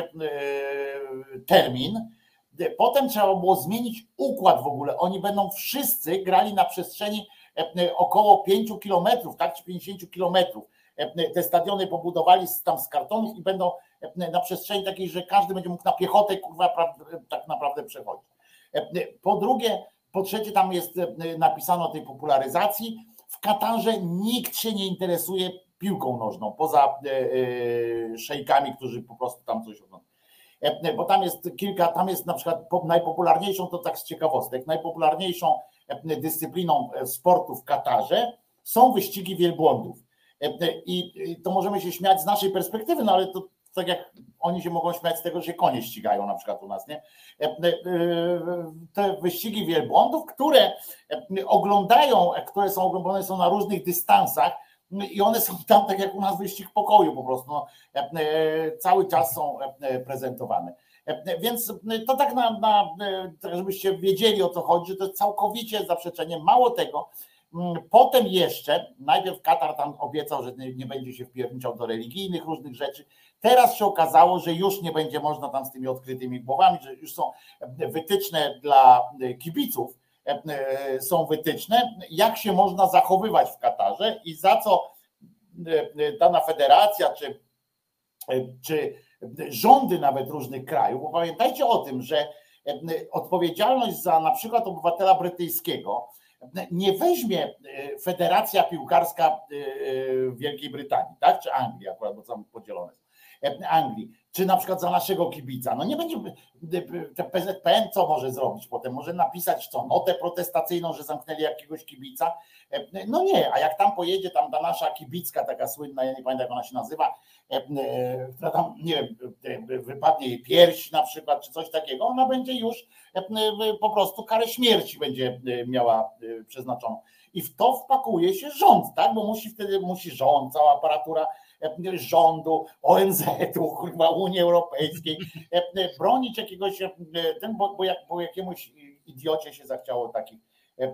termin, potem trzeba było zmienić układ w ogóle. Oni będą wszyscy grali na przestrzeni około pięciu kilometrów, tak, czy pięćdziesięciu kilometrów. Te stadiony pobudowali tam z kartonów i będą na przestrzeni takiej, że każdy będzie mógł na piechotę kurwa tak naprawdę przechodzić. Po drugie, po trzecie, tam jest napisano o tej popularyzacji. W Katarze nikt się nie interesuje piłką nożną, poza szejkami, którzy po prostu tam coś oglądają. Bo tam jest kilka, tam jest na przykład najpopularniejszą, to tak z ciekawostek, najpopularniejszą dyscypliną sportu w Katarze są wyścigi wielbłądów. I to możemy się śmiać z naszej perspektywy, no ale to tak jak oni się mogą śmiać z tego, że się konie ścigają na przykład u nas, nie? Te wyścigi wielbłądów, które oglądają, które są oglądane są na różnych dystansach, i one są tam tak jak u nas wyścig pokoju po prostu, no, cały czas są prezentowane. Więc to tak na, na, żebyście wiedzieli o co chodzi, że to jest całkowicie zaprzeczenie. Mało tego, potem jeszcze, najpierw Katar tam obiecał, że nie będzie się wpierniczał do religijnych różnych rzeczy. Teraz się okazało, że już nie będzie można tam z tymi odkrytymi głowami, że już są wytyczne dla kibiców, są wytyczne, jak się można zachowywać w Katarze i za co dana federacja, czy, czy rządy nawet różnych krajów, bo pamiętajcie o tym, że odpowiedzialność za na przykład obywatela brytyjskiego nie weźmie Federacja Piłkarska Wielkiej Brytanii, tak? Czy Anglii akurat, bo są podzielone są. Anglii, czy na przykład za naszego kibica. No nie będzie, P Z P N co może zrobić potem? Może napisać co? Notę protestacyjną, że zamknęli jakiegoś kibica? No nie, a jak tam pojedzie tam ta nasza kibicka, taka słynna, ja nie pamiętam jak ona się nazywa, która tam, nie wiem, wypadnie jej pierś na przykład, czy coś takiego, ona będzie już po prostu karę śmierci będzie miała przeznaczoną. I w to wpakuje się rząd, tak? Bo musi wtedy, musi rząd, cała aparatura rządu, O N Z-u, kurwa, Unii Europejskiej, bronić jakiegoś, ten, bo, bo, jak, bo jakiemuś idiocie się zachciało takich,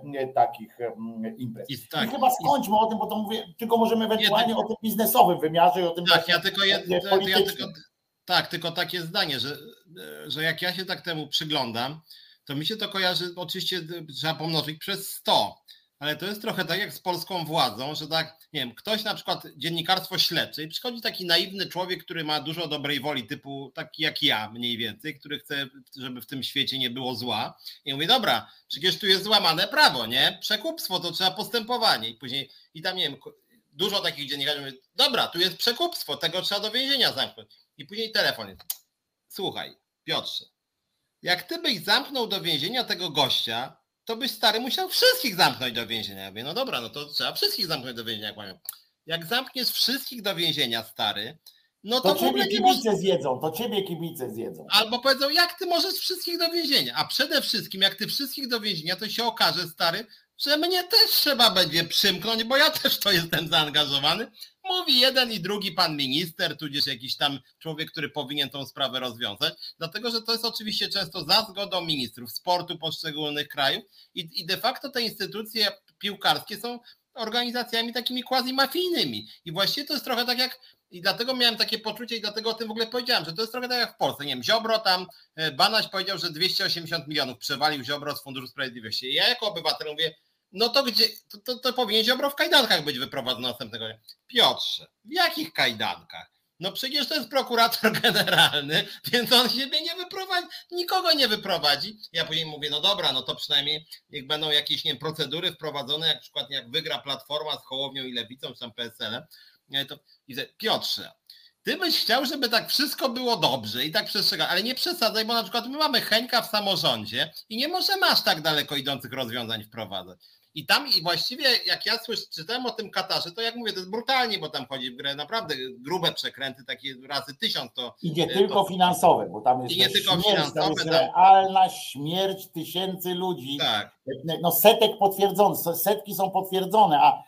takich imprez. I, tak, I chyba skończmy i... o tym, bo to mówię, tylko możemy ewentualnie nie, o tym biznesowym wymiarze i o tym tak, ja tylko, ja, ja tylko tak, tylko takie zdanie, że, że jak ja się tak temu przyglądam, to mi się to kojarzy, oczywiście trzeba pomnożyć przez sto. Ale to jest trochę tak jak z polską władzą, że tak, nie wiem, ktoś na przykład dziennikarstwo śledcze i przychodzi taki naiwny człowiek, który ma dużo dobrej woli, typu taki jak ja mniej więcej, który chce, żeby w tym świecie nie było zła i mówi, dobra, przecież tu jest złamane prawo, nie? Przekupstwo, to trzeba postępowanie i później, i tam nie wiem, dużo takich dziennikarzy mówi, dobra, tu jest przekupstwo, tego trzeba do więzienia zamknąć i później telefon jest, słuchaj, Piotrze, jak ty byś zamknął do więzienia tego gościa, to byś stary musiał wszystkich zamknąć do więzienia. Ja mówię, no dobra, no to trzeba wszystkich zamknąć do więzienia. Jak, jak zamkniesz wszystkich do więzienia, stary, no to, to ciebie kibice może... zjedzą, to ciebie kibice zjedzą. Albo powiedzą, jak ty możesz wszystkich do więzienia? A przede wszystkim, jak ty wszystkich do więzienia, to się okaże, stary, że mnie też trzeba będzie przymknąć, bo ja też to jestem zaangażowany. Mówi jeden i drugi pan minister, tudzież jakiś tam człowiek, który powinien tą sprawę rozwiązać, dlatego że to jest oczywiście często za zgodą ministrów sportu poszczególnych krajów i, i de facto te instytucje piłkarskie są organizacjami takimi quasi-mafijnymi i właściwie to jest trochę tak jak, i dlatego miałem takie poczucie i dlatego o tym w ogóle powiedziałem, że to jest trochę tak jak w Polsce, nie wiem, Ziobro tam, Banaś powiedział, że dwieście osiemdziesiąt milionów przewalił Ziobro z Funduszu Sprawiedliwości. I ja jako obywatel mówię, no to gdzie, to, to, to powinien Ziobro w kajdankach być wyprowadzony następnego dnia. Piotrze, w jakich kajdankach? No przecież to jest prokurator generalny, więc on siebie nie wyprowadzi, nikogo nie wyprowadzi. Ja później mówię, no dobra, no to przynajmniej niech będą jakieś, nie wiem, procedury wprowadzone, jak na przykład jak wygra Platforma z Hołownią i Lewicą, czy tam P S L-em. To, i Piotrze, ty byś chciał, żeby tak wszystko było dobrze i tak przestrzegać, ale nie przesadzaj, bo na przykład my mamy Heńka w samorządzie i nie możemy aż tak daleko idących rozwiązań wprowadzać. I tam i właściwie jak ja słyszę, czytałem o tym Katarze, to jak mówię, to jest brutalnie, bo tam chodzi w grę naprawdę grube przekręty, takie razy tysiąc to... I nie tylko to, finansowe, bo tam jest, i nie tylko śmierć, finansowe, tam jest tam... realna śmierć tysięcy ludzi, tak. No setek potwierdzonych, setki są potwierdzone, a,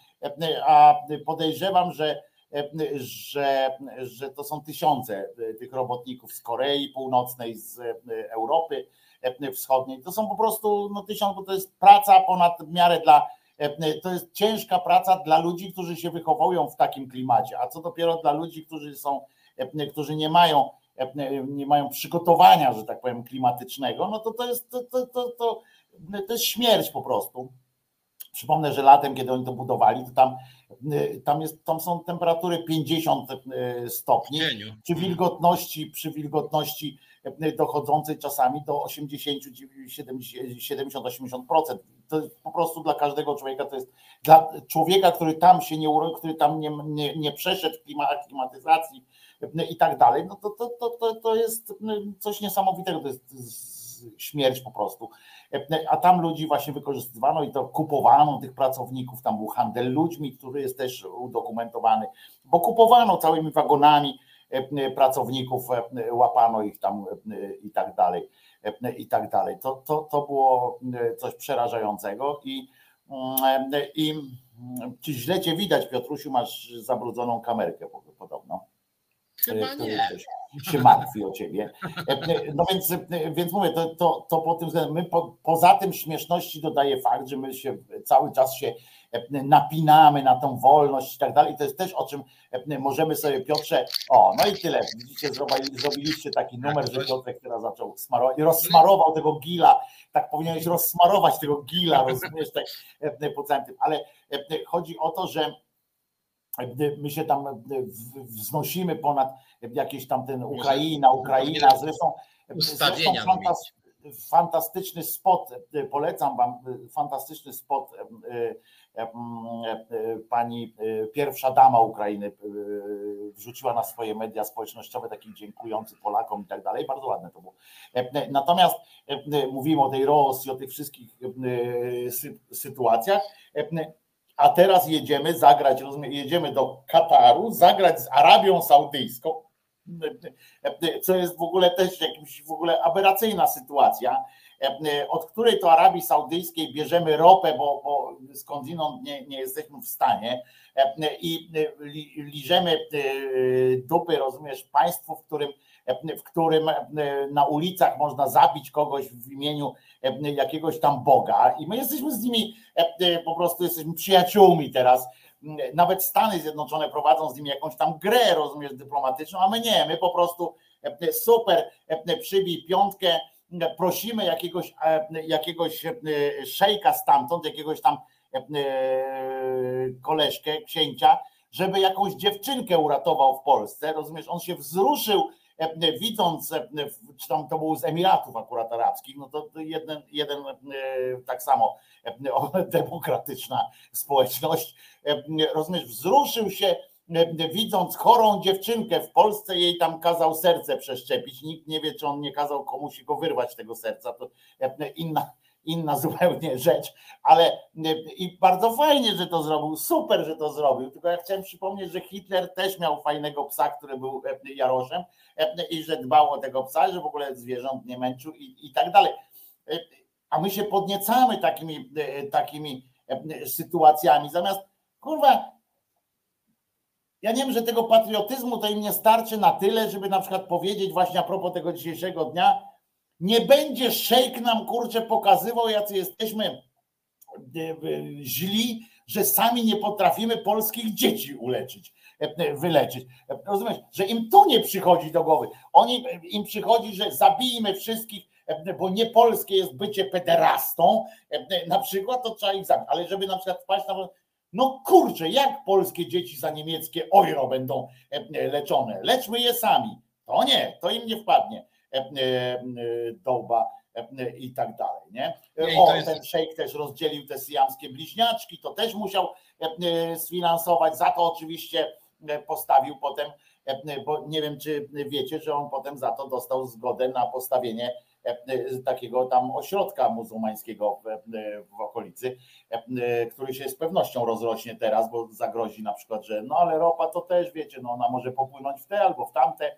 a podejrzewam, że, że, że to są tysiące tych robotników z Korei Północnej, z Europy Wschodniej. To są po prostu no tysiąc, bo to jest praca ponad miarę dla, to jest ciężka praca dla ludzi, którzy się wychowują w takim klimacie, a co dopiero dla ludzi, którzy są, którzy nie mają, nie mają przygotowania, że tak powiem, klimatycznego, no to to jest, to, to, to, to, to jest śmierć po prostu. Przypomnę, że latem, kiedy oni to budowali, to tam, tam, jest, tam są temperatury pięćdziesiąt stopni, przy wilgotności, przy wilgotności dochodzącej czasami do osiemdziesiąt, siedemdziesiąt, osiemdziesiąt procent. To jest po prostu dla każdego człowieka, to jest dla człowieka, który tam się nie urodził, który tam nie, nie, nie przeszedł klimatyzacji i tak dalej, no to, to, to, to, to jest coś niesamowitego, to jest śmierć po prostu. A tam ludzi właśnie wykorzystywano i to kupowano tych pracowników, tam był handel ludźmi, który jest też udokumentowany, bo kupowano całymi wagonami pracowników, łapano ich tam i tak dalej, i tak dalej. To, to, to było coś przerażającego i, i Czy źle cię widać, Piotrusiu, masz zabrudzoną kamerkę podobno. Chyba nie. Się martwi o ciebie. No więc, więc mówię, to, to, to po tym względem, my po, poza tym śmieszności dodaje fakt, że my się cały czas się napinamy na tą wolność i tak dalej. To jest też o czym możemy sobie, Piotrze, o, no i tyle. Widzicie, zrobili, zrobiliście taki numer, że Piotrek teraz zaczął smarować i rozsmarował tego gila, tak powinieneś rozsmarować tego gila, rozumiesz, tak po całym tym, ale chodzi o to, że my się tam wznosimy ponad jakieś tam ten Ukraina, Ukraina, zresztą, zresztą fantas, fantastyczny spot, polecam wam, fantastyczny spot pani pierwsza dama Ukrainy wrzuciła na swoje media społecznościowe, taki dziękujący Polakom i tak dalej, bardzo ładne to było. Natomiast mówimy o tej Rosji, o tych wszystkich sytuacjach, a teraz jedziemy zagrać, rozumiem, jedziemy do Kataru, zagrać z Arabią Saudyjską, co jest w ogóle też jakaś w ogóle aberracyjna sytuacja, od której to Arabii Saudyjskiej bierzemy ropę, bo, bo skądinąd nie, nie jesteśmy w stanie i liżemy dupy, rozumiesz, państwu, w którym, w którym na ulicach można zabić kogoś w imieniu jakiegoś tam Boga i my jesteśmy z nimi, po prostu jesteśmy przyjaciółmi teraz. Nawet Stany Zjednoczone prowadzą z nimi jakąś tam grę, rozumiesz, dyplomatyczną, a my nie, my po prostu super, przybij piątkę, prosimy jakiegoś, jakiegoś szejka stamtąd, jakiegoś tam koleżkę, księcia, żeby jakąś dziewczynkę uratował w Polsce, rozumiesz, on się wzruszył, widząc, czy tam to był z Emiratów akurat Arabskich, no to jeden, jeden tak samo demokratyczna społeczność, rozumiesz, wzruszył się, widząc chorą dziewczynkę w Polsce, jej tam kazał serce przeszczepić, nikt nie wie, czy on nie kazał komuś go wyrwać tego serca, to inna, inna zupełnie rzecz, ale i bardzo fajnie, że to zrobił, super, że to zrobił, tylko ja chciałem przypomnieć, że Hitler też miał fajnego psa, który był Jaroszem i że dbał o tego psa, że w ogóle zwierząt nie męczył i, i tak dalej. A my się podniecamy takimi, takimi sytuacjami, zamiast, kurwa, ja nie wiem, że tego patriotyzmu to im nie starczy na tyle, żeby na przykład powiedzieć właśnie a propos tego dzisiejszego dnia, nie będzie szejk nam, kurczę, pokazywał, jacy jesteśmy źli, że sami nie potrafimy polskich dzieci uleczyć, wyleczyć. Rozumiesz, że im to nie przychodzi do głowy. Oni, im przychodzi, że zabijmy wszystkich, bo nie polskie jest bycie pederastą, na przykład, to trzeba ich zabić. Ale żeby na przykład wpaść na... No kurczę, jak polskie dzieci za niemieckie euro będą leczone? Leczmy je sami. To nie, to im nie wpadnie do łba i tak dalej. Nie? O, jest... ten szejk też rozdzielił te syjamskie bliźniaczki, to też musiał sfinansować. Za to oczywiście postawił potem, bo nie wiem, czy wiecie, że on potem za to dostał zgodę na postawienie takiego tam ośrodka muzułmańskiego w, w okolicy, który się z pewnością rozrośnie teraz, bo zagrozi na przykład, że no ale ropa to też wiecie, no ona może popłynąć w te albo w tamte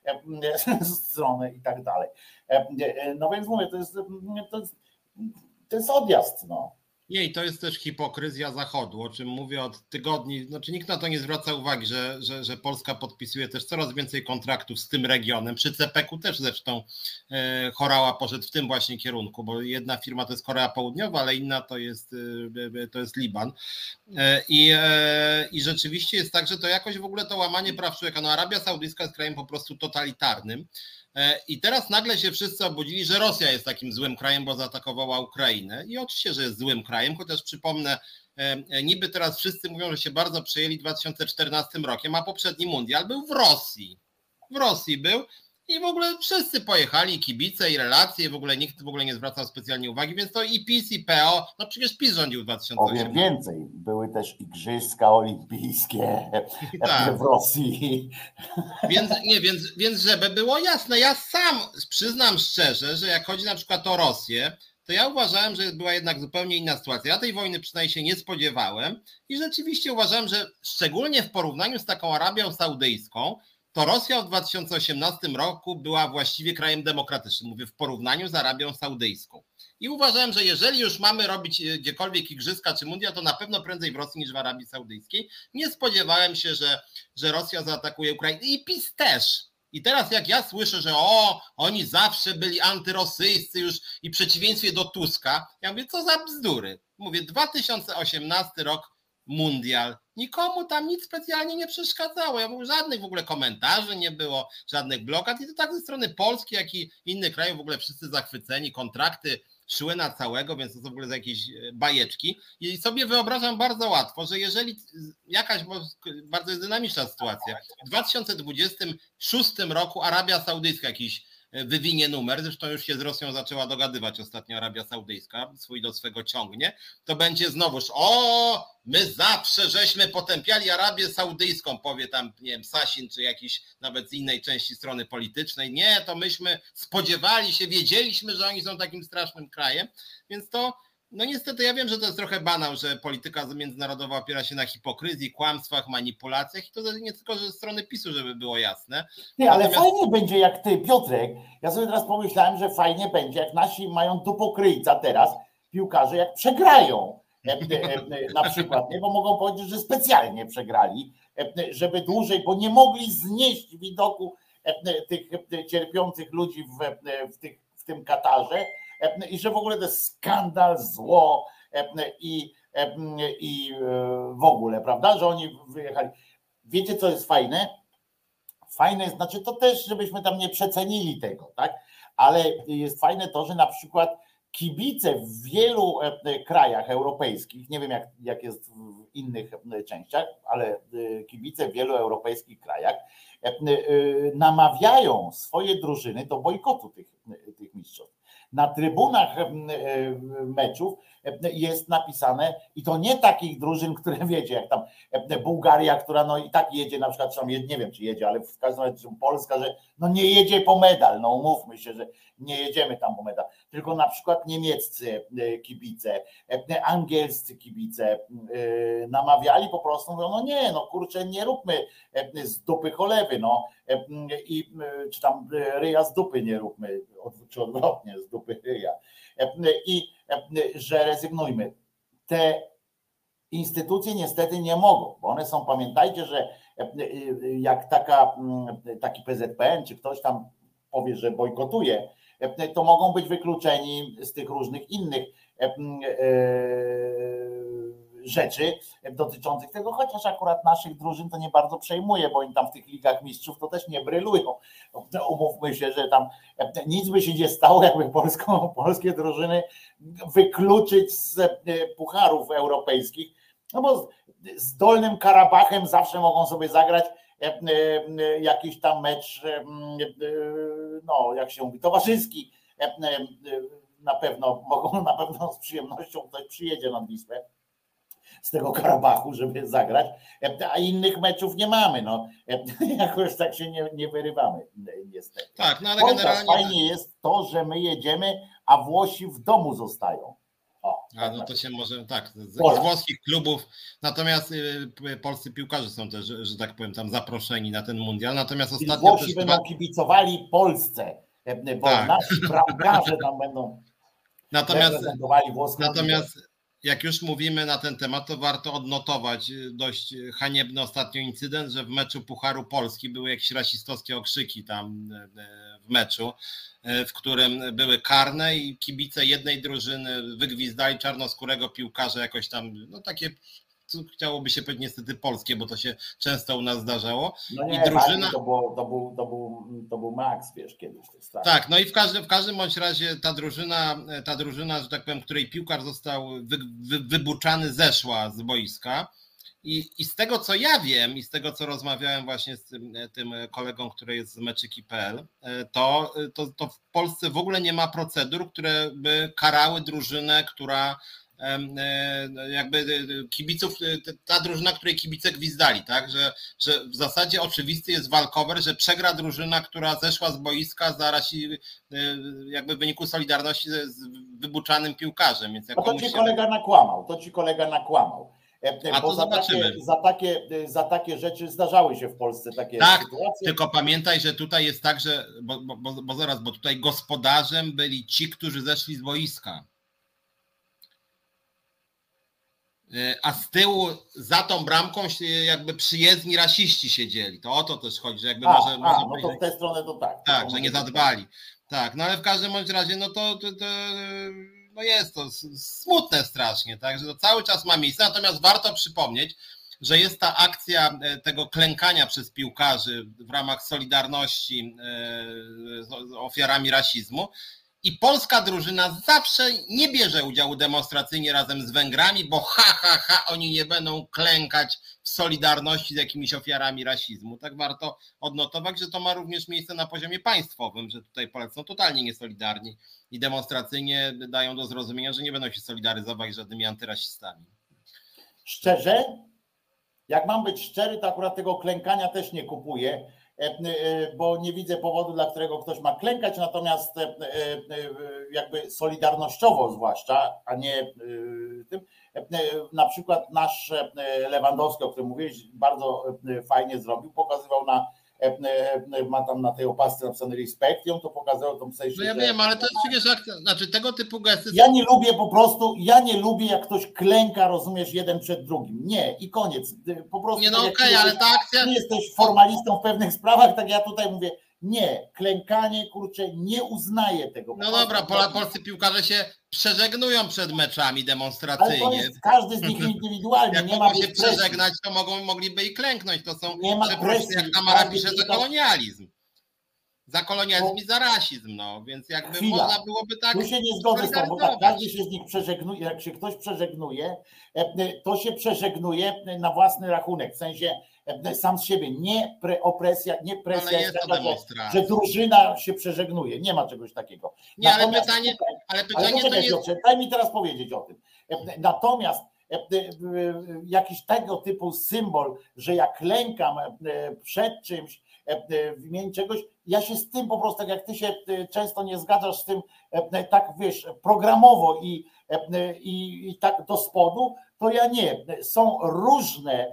strony i tak dalej. No więc mówię, to jest, to jest, to jest odjazd, no. Nie, i to jest też hipokryzja Zachodu, o czym mówię od tygodni. Znaczy nikt na to nie zwraca uwagi, że, że, że Polska podpisuje też coraz więcej kontraktów z tym regionem. Przy C P K u też zresztą e, Horała poszedł w tym właśnie kierunku, bo jedna firma to jest Korea Południowa, ale inna to jest, e, to jest Liban. E, i, e, I rzeczywiście jest tak, że to jakoś w ogóle to łamanie praw człowieka. No Arabia Saudyjska jest krajem po prostu totalitarnym. I teraz nagle się wszyscy obudzili, że Rosja jest takim złym krajem, bo zaatakowała Ukrainę. I oczywiście, że jest złym krajem, chociaż przypomnę, niby teraz wszyscy mówią, że się bardzo przejęli dwa tysiące czternastym rokiem, a poprzedni mundial był w Rosji. W Rosji był i w ogóle wszyscy pojechali, kibice i relacje, w ogóle nikt w ogóle nie zwracał specjalnie uwagi, więc to i PiS, i P O, no przecież PiS rządził w dwa tysiące osiemnastym. Powiem więcej, były też igrzyska olimpijskie tak. w Rosji. Więc, nie, więc, więc żeby było jasne, ja sam przyznam szczerze, że jak chodzi na przykład o Rosję, to ja uważałem, że była jednak zupełnie inna sytuacja. Ja tej wojny przynajmniej się nie spodziewałem i rzeczywiście uważałem, że szczególnie w porównaniu z taką Arabią Saudyjską, to Rosja w dwa tysiące osiemnastym roku była właściwie krajem demokratycznym, mówię w porównaniu z Arabią Saudyjską. I uważałem, że jeżeli już mamy robić gdziekolwiek igrzyska czy mundial, to na pewno prędzej w Rosji niż w Arabii Saudyjskiej. Nie spodziewałem się, że, że Rosja zaatakuje Ukrainę i PiS też. I teraz jak ja słyszę, że o, oni zawsze byli antyrosyjscy już i przeciwieństwie do Tuska, ja mówię, co za bzdury. Mówię, dwa tysiące osiemnasty rok, mundial, nikomu tam nic specjalnie nie przeszkadzało. Ja mówię, żadnych w ogóle komentarzy nie było, żadnych blokad i to tak ze strony Polski, jak i innych krajów w ogóle wszyscy zachwyceni, kontrakty szły na całego, więc to są w ogóle za jakieś bajeczki. I sobie wyobrażam bardzo łatwo, że jeżeli jakaś bardzo jest dynamiczna sytuacja, w dwa tysiące dwudziestym szóstym roku Arabia Saudyjska jakiś wywinie numer, zresztą już się z Rosją zaczęła dogadywać ostatnio Arabia Saudyjska, swój do swego ciągnie, to będzie znowuż, o, my zawsze żeśmy potępiali Arabię Saudyjską, powie tam, nie wiem, Sasin, czy jakiś nawet z innej części strony politycznej, nie, to myśmy spodziewali się, wiedzieliśmy, że oni są takim strasznym krajem, więc to, no niestety ja wiem, że to jest trochę banał, że polityka międzynarodowa opiera się na hipokryzji, kłamstwach, manipulacjach i to nie tylko ze strony PiSu, żeby było jasne. Nie, ale Natomiast... fajnie będzie jak ty, Piotrek, ja sobie teraz pomyślałem, że fajnie będzie jak nasi mają dupokryjca teraz, piłkarze, jak przegrają na przykład, nie, bo mogą powiedzieć, że specjalnie przegrali, żeby dłużej, bo nie mogli znieść widoku tych cierpiących ludzi w, w, tych, w tym Katarze, i że w ogóle to jest skandal, zło i, i w ogóle, prawda, że oni wyjechali. Wiecie, co jest fajne? Fajne jest, znaczy to też, żebyśmy tam nie przecenili tego, tak? Ale jest fajne to, że na przykład kibice w wielu krajach europejskich, nie wiem jak, jak jest w innych częściach, ale kibice w wielu europejskich krajach namawiają swoje drużyny do bojkotu tych, tych mistrzostw. Na trybunach meczów jest napisane, i to nie takich drużyn, które wiecie, jak tam Bułgaria, która no i tak jedzie, na przykład, nie wiem czy jedzie, ale w każdym razie Polska, że no nie jedzie po medal, no umówmy się, że nie jedziemy tam po medal, tylko na przykład niemieccy kibice, angielscy kibice namawiali po prostu, mówią, no nie, no kurczę, nie róbmy z dupy cholewy, no i czy tam ryja z dupy nie róbmy, czy odwrotnie, z dupy ryja. I że rezygnujmy. Te instytucje niestety nie mogą, bo one są, pamiętajcie, że jak taka, taki P Z P N czy ktoś tam powie, że bojkotuje, to mogą być wykluczeni z tych różnych innych rzeczy dotyczących tego, chociaż akurat naszych drużyn to nie bardzo przejmuje, bo oni tam w tych ligach mistrzów to też nie brylują. Umówmy się, że tam nic by się nie stało, jakby polską, polskie drużyny wykluczyć z pucharów europejskich, no bo z Dolnym Karabachem zawsze mogą sobie zagrać jakiś tam mecz, no jak się mówi, towarzyski. Na pewno mogą, na pewno z przyjemnością ktoś przyjedzie na Wisłę z tego Karabachu, żeby zagrać, a innych meczów nie mamy, no jakoś tak się nie, nie wyrywamy niestety. Tak, no ale Chociaż generalnie fajnie jest to, że my jedziemy, a Włosi w domu zostają. O, a no to się może, tak, z, z Polak. włoskich klubów, natomiast y, polscy piłkarze są też, że, że tak powiem, tam zaproszeni na ten mundial, natomiast I ostatnio Włosi też będą dwa... kibicowali Polsce, bo Tak. nasi bramkarze tam będą natomiast, reprezentowali włoską. natomiast jak już mówimy na ten temat, to warto odnotować dość haniebny ostatnio incydent, że w meczu Pucharu Polski były jakieś rasistowskie okrzyki tam w meczu, w którym były karne i kibice jednej drużyny wygwizdali czarnoskórego piłkarza jakoś tam, no takie, co chciałoby się powiedzieć niestety polskie, bo to się często u nas zdarzało. No nie, I drużyna... to, było, to, był, to, był, to był Max, wiesz, kiedyś. To jest tak. tak, no i w każdym, w każdym bądź razie ta drużyna, ta drużyna, że tak powiem, której piłkarz został wy, wy, wybuczany, zeszła z boiska. I, I z tego, co ja wiem i z tego, co rozmawiałem właśnie z tym, tym kolegą, który jest z meczyki kropka pe el, to, to, to w Polsce w ogóle nie ma procedur, które by karały drużynę, która jakby kibiców, ta drużyna, której kibice gwizdali, tak, że, że w zasadzie oczywisty jest walkover, że przegra drużyna, która zeszła z boiska za rasi, jakby w wyniku solidarności z wybuczanym piłkarzem. Więc jak no to ci kolega nakłamał, to ci kolega nakłamał. A bo to za zobaczymy. takie, za, takie, za takie rzeczy zdarzały się w Polsce takie tak, sytuacje. Tylko pamiętaj, że tutaj jest tak, że bo, bo, bo zaraz, bo tutaj gospodarzem byli ci, którzy zeszli z boiska. A z tyłu za tą bramką się jakby przyjezdni rasiści siedzieli. To o to też chodzi, że jakby a, może, a, może no to w tę stronę to tak. Tak, to że nie być zadbali. Tak, no ale w każdym bądź razie, no to, to, to no jest to smutne strasznie, tak, że to cały czas ma miejsce, natomiast warto przypomnieć, że jest ta akcja tego klękania przez piłkarzy w ramach solidarności z ofiarami rasizmu i polska drużyna zawsze nie bierze udziału demonstracyjnie razem z Węgrami, bo ha, ha, ha, oni nie będą klękać w solidarności z jakimiś ofiarami rasizmu. Tak warto odnotować, że to ma również miejsce na poziomie państwowym, że tutaj Polacy są totalnie niesolidarni i demonstracyjnie dają do zrozumienia, że nie będą się solidaryzować z żadnymi antyrasistami. Szczerze? Jak mam być szczery, to akurat tego klękania też nie kupuję, bo nie widzę powodu, dla którego ktoś ma klękać, natomiast jakby solidarnościowo zwłaszcza, a nie tym, na przykład nasz Lewandowski, o którym mówiłeś, bardzo fajnie zrobił, pokazywał na ma tam na tej opasce napisane respect, ją to pokazało tą sensie. No ja wiem, ale to jest przecież akcja, znaczy tego typu gesty. Ja nie lubię po prostu, ja nie lubię jak ktoś klęka, rozumiesz, jeden przed drugim. Nie, i koniec. Po prostu. Nie, no tak okej, okay, ale ta akcja. Ty jesteś formalistą w pewnych sprawach, tak ja tutaj mówię, nie, klękanie, kurczę, nie uznaję tego. No dobra, pola, polscy piłkarze się przeżegnują przed meczami demonstracyjnie. Ale to jest każdy z nich indywidualnie. Jak nie mogą ma się presji. przeżegnać, to mogą, mogliby i klęknąć. To są nie ma presji. Jak Tamara Każdy pisze, za piłkarz... kolonializm. Za kolonializm i za rasizm, no. Więc jakby Chwila. można byłoby tak. Tu się nie zgodzę z tobą, bo tak, każdy się z nich przeżegnuje. Jak się ktoś przeżegnuje, to się przeżegnuje na własny rachunek. W sensie sam z siebie, nie pre, opresja, nie presja, ale jest taka, że, że drużyna się przeżegnuje. Nie ma czegoś takiego. Nie, ale Natomiast pytanie, tutaj, ale pytanie ale poczekaj, to jest... Piotrze, daj mi teraz powiedzieć o tym. Natomiast jakiś tego typu symbol, że ja klękam przed czymś w imieniu czegoś, ja się z tym po prostu, tak jak ty się często nie zgadzasz z tym, tak wiesz, programowo i, i, i tak do spodu, to ja nie. Są różne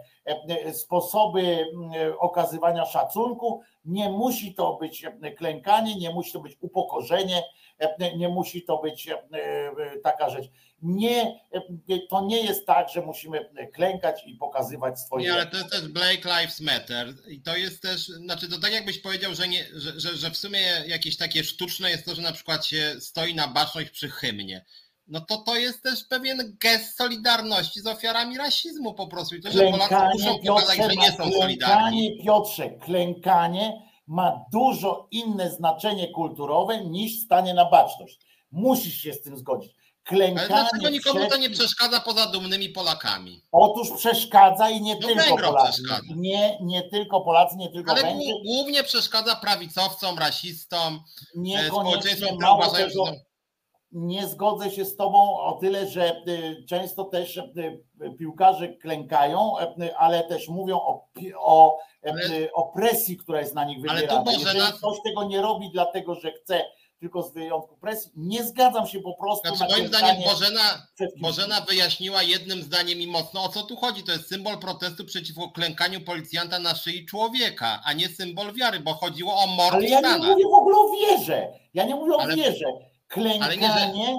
sposoby okazywania szacunku, nie musi to być klękanie, nie musi to być upokorzenie, nie musi to być taka rzecz. Nie, to nie jest tak, że musimy klękać i pokazywać swoje... Nie, ale to jest też Black Lives Matter i to jest też, znaczy to tak jakbyś powiedział, że, nie, że, że, że w sumie jakieś takie sztuczne jest to, że na przykład się stoi na baczność przy hymnie. No to to jest też pewien gest solidarności z ofiarami rasizmu po prostu. I to, że Polacy muszą pokazać, że nie są solidarni. Klękanie, Piotrze, klękanie ma dużo inne znaczenie kulturowe niż stanie na baczność. Musisz się z tym zgodzić. Klękanie. Ale dlaczego nikomu przed... to nie przeszkadza poza dumnymi Polakami? Otóż przeszkadza i nie no tylko Węgrom Polacy. Przeszkadza. Nie, nie tylko Polacy, nie tylko Ale Węgrzy. głównie przeszkadza prawicowcom, rasistom, społeczeństwom, które uważają, że... Nie zgodzę się z tobą o tyle, że często też piłkarze klękają, ale też mówią o, o ale... opresji, która jest na nich wywierana. Jeżeli nas... ktoś tego nie robi dlatego, że chce, tylko z wyjątku presji, nie zgadzam się po prostu. Znaczy, moim zdaniem Bożena, Bożena wyjaśniła jednym zdaniem i mocno, o co tu chodzi. To jest symbol protestu przeciwko klękaniu policjanta na szyi człowieka, a nie symbol wiary, bo chodziło o mord. Ale ja nie mówię w ogóle o wierze. Ja nie mówię o ale... wierze. Klękanie, nie, że...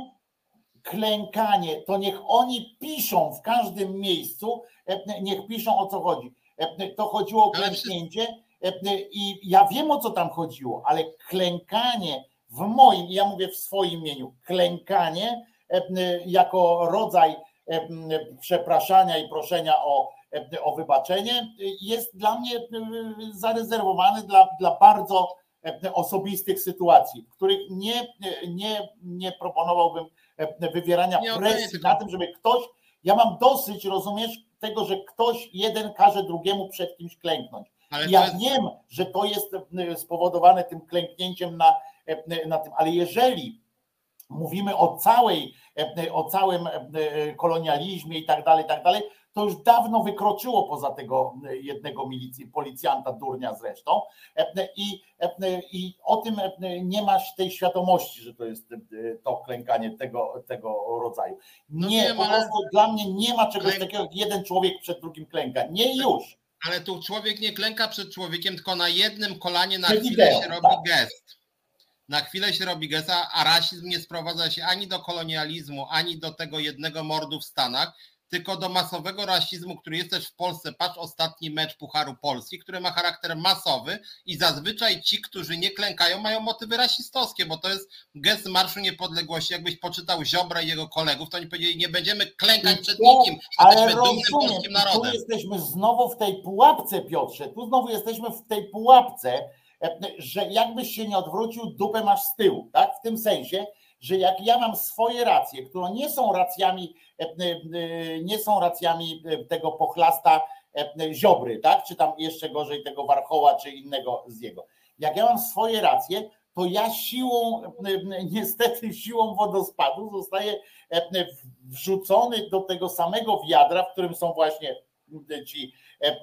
klękanie, to niech oni piszą w każdym miejscu, niech piszą o co chodzi. To chodziło o klęknięcie i ja wiem o co tam chodziło, ale klękanie w moim, ja mówię w swoim imieniu, klękanie jako rodzaj przepraszania i proszenia o, o wybaczenie jest dla mnie zarezerwowany dla, dla bardzo osobistych sytuacji, w których nie, nie, nie proponowałbym wywierania nie, presji okay, na tym, żeby ktoś, ja mam dosyć, rozumiesz, tego, że ktoś jeden każe drugiemu przed kimś klęknąć. Ale ja jest... wiem, że to jest spowodowane tym klęknięciem na, na tym, ale jeżeli mówimy o całej, o całym kolonializmie i tak dalej, i tak dalej, to już dawno wykroczyło poza tego jednego milicji, policjanta durnia zresztą i, i o tym nie masz tej świadomości, że to jest to klękanie tego, tego rodzaju. Nie, no wiem, po prostu ale... dla mnie nie ma czegoś ale... takiego, jak jeden człowiek przed drugim klęka. Nie już. Ale tu człowiek nie klęka przed człowiekiem, tylko na jednym kolanie na chwilę się robi tak. gest. Na chwilę się robi gest, a rasizm nie sprowadza się ani do kolonializmu, ani do tego jednego mordu w Stanach, tylko do masowego rasizmu, który jest też w Polsce. Patrz ostatni mecz Pucharu Polski, który ma charakter masowy i zazwyczaj ci, którzy nie klękają, mają motywy rasistowskie, bo to jest gest Marszu Niepodległości. Jakbyś poczytał Ziobra i jego kolegów, to oni powiedzieli, nie będziemy klękać przed nikim, jesteśmy dumnym polskim narodem. Tu jesteśmy znowu w tej pułapce, Piotrze, tu znowu jesteśmy w tej pułapce, że jakbyś się nie odwrócił, dupę masz z tyłu, tak? W tym sensie, że jak ja mam swoje racje, które nie są racjami, nie są racjami tego pochlasta Ziobry, tak? Czy tam jeszcze gorzej tego Warchoła, czy innego z jego. Jak ja mam swoje racje, to ja siłą, niestety siłą wodospadu zostaję wrzucony do tego samego wiadra, w którym są właśnie ci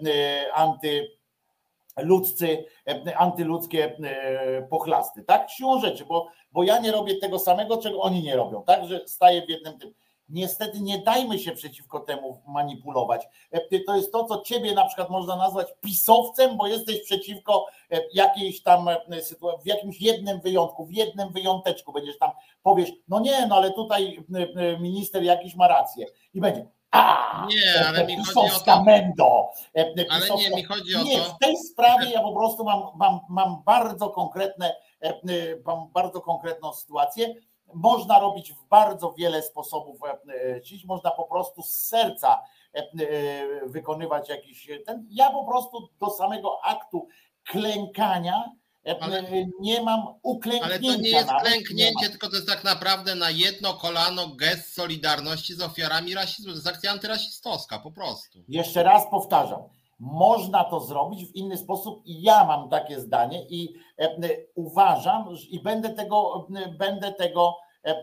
anty ludzcy, antyludzkie pochlasty, tak? Siłą rzeczy, bo, bo ja nie robię tego samego, czego oni nie robią, tak? Że staję w jednym tym. Niestety nie dajmy się przeciwko temu manipulować. To jest to, co ciebie na przykład można nazwać pisowcem, bo jesteś przeciwko jakiejś tam sytuacji, w jakimś jednym wyjątku, w jednym wyjąteczku będziesz tam, powiesz, no nie, no ale tutaj minister jakiś ma rację i będzie. A, nie, ale mi chodzi o to. Mendo, ale nie, mi chodzi o nie, to. W tej sprawie ja po prostu mam, mam, mam bardzo konkretne, mam bardzo konkretną sytuację. Można robić w bardzo wiele sposobów. Można po prostu z serca wykonywać jakiś ten. Ja po prostu do samego aktu klękania. Ale, nie mam uklęknięcia. Ale to nie jest klęknięcie, tylko to jest tak naprawdę na jedno kolano gest solidarności z ofiarami rasizmu. To jest akcja antyrasistowska po prostu. Jeszcze raz powtarzam, można to zrobić w inny sposób i ja mam takie zdanie i uważam i będę tego, będę tego,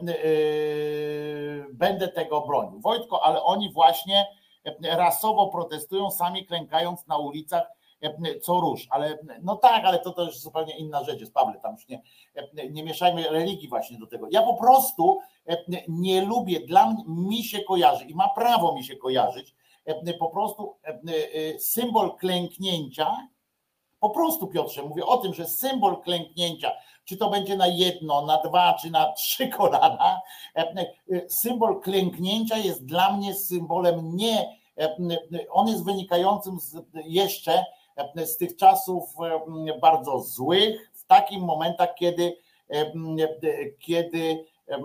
będę tego bronił. Wojtko, ale oni właśnie rasowo protestują, sami klękając na ulicach co rusz, ale no tak, ale to, to już zupełnie inna rzecz jest, Pawle, tam już nie, nie mieszajmy religii właśnie do tego. Ja po prostu nie lubię, dla mnie mi się kojarzy i ma prawo mi się kojarzyć po prostu symbol klęknięcia, po prostu, Piotrze, mówię o tym, że symbol klęknięcia, czy to będzie na jedno, na dwa, czy na trzy kolana, symbol klęknięcia jest dla mnie symbolem nie, on jest wynikającym z jeszcze z tych czasów bardzo złych, w takich momentach, kiedy, kiedy,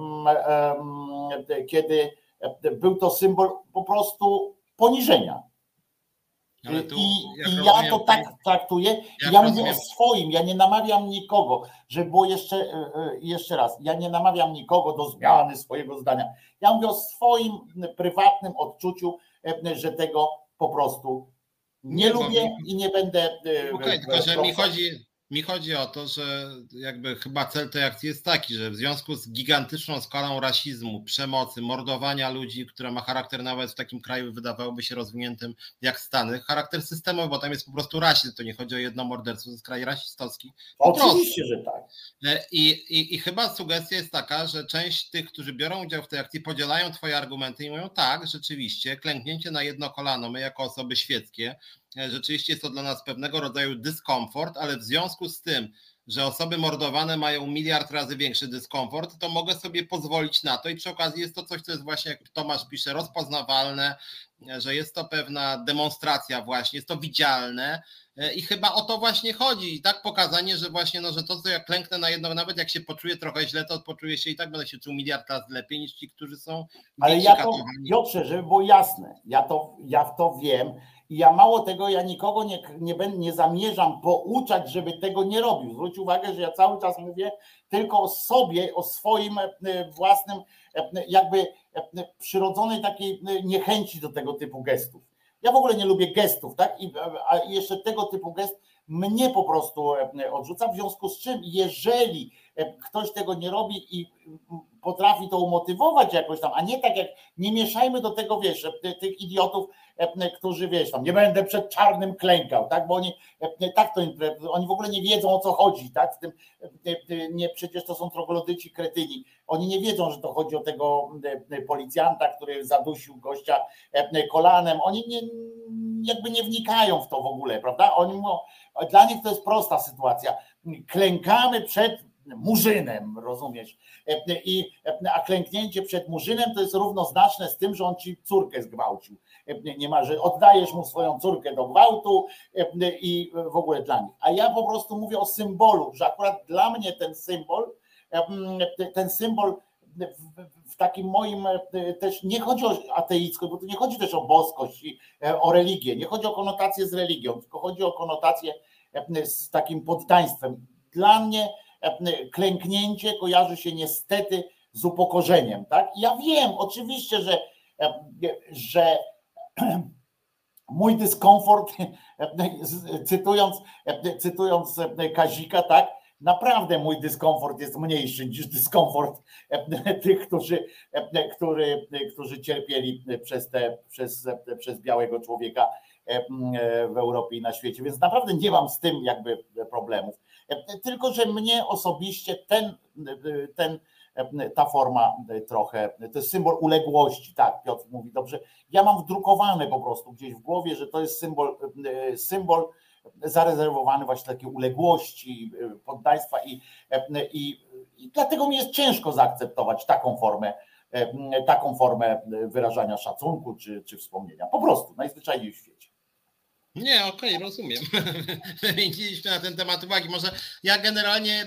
kiedy był to symbol po prostu poniżenia. Tu, I, i rozumiem, ja to tak traktuję. Ja mówię o swoim, ja nie namawiam nikogo, żeby było jeszcze, jeszcze raz, ja nie namawiam nikogo do zmiany swojego zdania. Ja mówię o swoim prywatnym odczuciu, że tego po prostu nie, nie lubię mi, i nie będę. Okej, okay, tylko że mi chodzi, mi chodzi o to, że jakby chyba cel tej akcji jest taki, że w związku z gigantyczną skalą rasizmu, przemocy, mordowania ludzi, która ma charakter nawet w takim kraju wydawałoby się rozwiniętym jak Stany, charakter systemowy, bo tam jest po prostu rasizm, to nie chodzi o jedno morderstwo, to jest kraj rasistowski. Oczywiście, że tak. I, i, I chyba sugestia jest taka, że część tych, którzy biorą udział w tej akcji, podzielają twoje argumenty i mówią tak, rzeczywiście, klęknięcie na jedno kolano, my jako osoby świeckie, rzeczywiście jest to dla nas pewnego rodzaju dyskomfort, ale w związku z tym, że osoby mordowane mają miliard razy większy dyskomfort, to mogę sobie pozwolić na to i przy okazji jest to coś, co jest właśnie, jak Tomasz pisze, rozpoznawalne, że jest to pewna demonstracja właśnie, jest to widzialne i chyba o to właśnie chodzi. I tak pokazanie, że właśnie, no, że to, co ja klęknę na jedno, nawet jak się poczuję trochę źle, to poczuję się i tak będę się czuł miliard razy lepiej niż ci, którzy są. Ale ja to, Piotrze, żeby było jasne, ja to, ja w to wiem. I ja mało tego, ja nikogo nie, nie, nie zamierzam pouczać, żeby tego nie robił. Zwróć uwagę, że ja cały czas mówię tylko o sobie, o swoim własnym jakby przyrodzonej takiej niechęci do tego typu gestów. Ja w ogóle nie lubię gestów, tak? I, a jeszcze tego typu gest mnie po prostu odrzuca, w związku z czym jeżeli ktoś tego nie robi i potrafi to umotywować jakoś tam, a nie tak jak, nie mieszajmy do tego, wiesz, tych idiotów, którzy, wiesz, tam nie będę przed czarnym klękał, tak, bo oni tak to, oni w ogóle nie wiedzą, o co chodzi, tak, w tym, nie, przecież to są troglodyci kretyni, oni nie wiedzą, że to chodzi o tego policjanta, który zadusił gościa kolanem, oni nie, jakby nie wnikają w to w ogóle, prawda, oni mówią, dla nich to jest prosta sytuacja, klękamy przed murzynem, rozumiesz? I, a klęknięcie przed murzynem to jest równoznaczne z tym, że on ci córkę zgwałcił. Nie ma, że oddajesz mu swoją córkę do gwałtu i w ogóle dla nich. A ja po prostu mówię o symbolu, że akurat dla mnie ten symbol, ten symbol w takim moim też nie chodzi o ateickość, bo tu nie chodzi też o boskość i o religię, nie chodzi o konotację z religią, tylko chodzi o konotację z takim poddaństwem. Dla mnie klęknięcie kojarzy się niestety z upokorzeniem, tak? Ja wiem, oczywiście, że, że mój dyskomfort, cytując, cytując Kazika, tak? Naprawdę mój dyskomfort jest mniejszy niż dyskomfort tych, którzy, który, którzy cierpieli przez, te, przez, przez białego człowieka w Europie i na świecie, więc naprawdę nie mam z tym jakby problemów. Tylko że mnie osobiście ten, ten, ta forma trochę, to jest symbol uległości, tak, Piotr mówi dobrze, ja mam wdrukowane po prostu gdzieś w głowie, że to jest symbol, symbol zarezerwowany właśnie takiej uległości, poddaństwa i, i, i dlatego mi jest ciężko zaakceptować taką formę, taką formę wyrażania szacunku czy, czy wspomnienia, po prostu najzwyczajniej w świecie. Nie, okej, okay, rozumiem. Wymieniliśmy na ten temat uwagi. Może ja generalnie...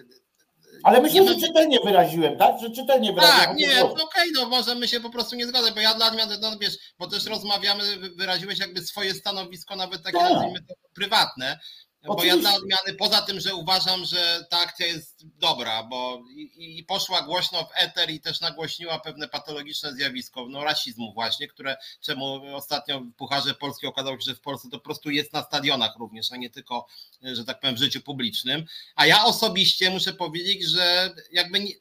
Ale myślę, że czytelnie wyraziłem, tak? Że czytelnie wyraziłem. Tak, nie, okej, okay, no możemy się po prostu nie zgadzać, bo ja dla mnie, no wiesz, bo też rozmawiamy, wyraziłeś jakby swoje stanowisko, nawet takie, tak, nazwijmy to prywatne. Bo oczywiście. Ja dla odmiany, poza tym, że uważam, że ta akcja jest dobra, bo i, i poszła głośno w eter i też nagłośniła pewne patologiczne zjawisko, no rasizmu właśnie, które czemu ostatnio w Pucharze Polski okazało się, że w Polsce to po prostu jest na stadionach również, a nie tylko, że tak powiem, w życiu publicznym. A ja osobiście muszę powiedzieć, że jakby nie,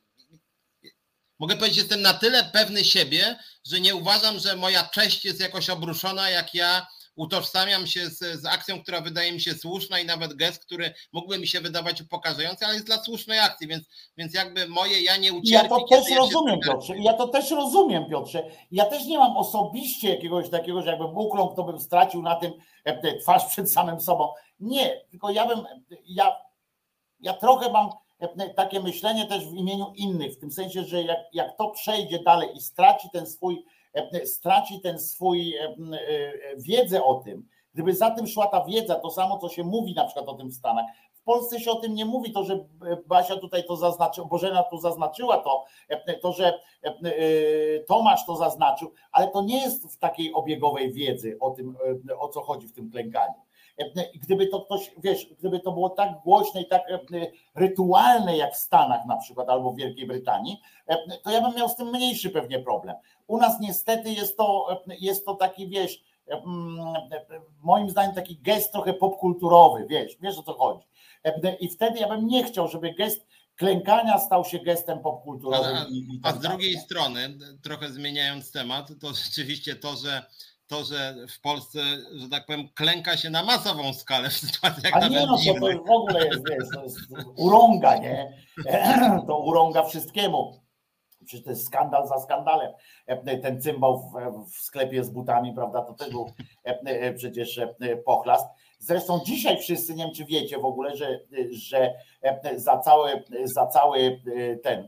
mogę powiedzieć, że jestem na tyle pewny siebie, że nie uważam, że moja cześć jest jakoś obruszona, jak ja utożsamiam się z, z akcją, która wydaje mi się słuszna i nawet gest, który mógłby mi się wydawać upokarzający, ale jest dla słusznej akcji, więc, więc jakby moje ja nie ucierpię. Ja to też ja rozumiem, się... Piotrze, ja to też rozumiem, Piotrze. Ja też nie mam osobiście jakiegoś takiego, że jakbym ukląkł, to bym stracił na tym twarz przed samym sobą. Nie, tylko ja bym, ja, ja trochę mam takie myślenie też w imieniu innych, w tym sensie, że jak, jak to przejdzie dalej i straci ten swój straci ten swój wiedzę o tym, gdyby za tym szła ta wiedza, to samo co się mówi na przykład o tym w Stanach, w Polsce się o tym nie mówi, to że Basia tutaj to zaznaczyła, Bożena tu zaznaczyła to, to że Tomasz to zaznaczył, ale to nie jest w takiej obiegowej wiedzy o tym, o co chodzi w tym klękaniu. I gdyby to ktoś, wiesz, gdyby to było tak głośne i tak rytualne jak w Stanach na przykład albo w Wielkiej Brytanii, to ja bym miał z tym mniejszy pewnie problem. U nas niestety jest to, jest to taki, wiesz, moim zdaniem taki gest trochę popkulturowy, wiesz, wiesz o co chodzi. I wtedy ja bym nie chciał, żeby gest klękania stał się gestem popkulturowym. A, i, i a tak z drugiej dalej. strony, trochę zmieniając temat, to rzeczywiście to, że to, że w Polsce, że tak powiem, klęka się na masową skalę w sytuacjach A nie, no to, to już w ogóle jest, wiesz, to jest urąga, nie? To urąga wszystkiemu. Przecież to jest skandal za skandalem. Ten cymbał w, w sklepie z butami, prawda, to też był przecież pochlast. Zresztą dzisiaj wszyscy, nie wiem czy wiecie w ogóle, że, że za, cały, za cały ten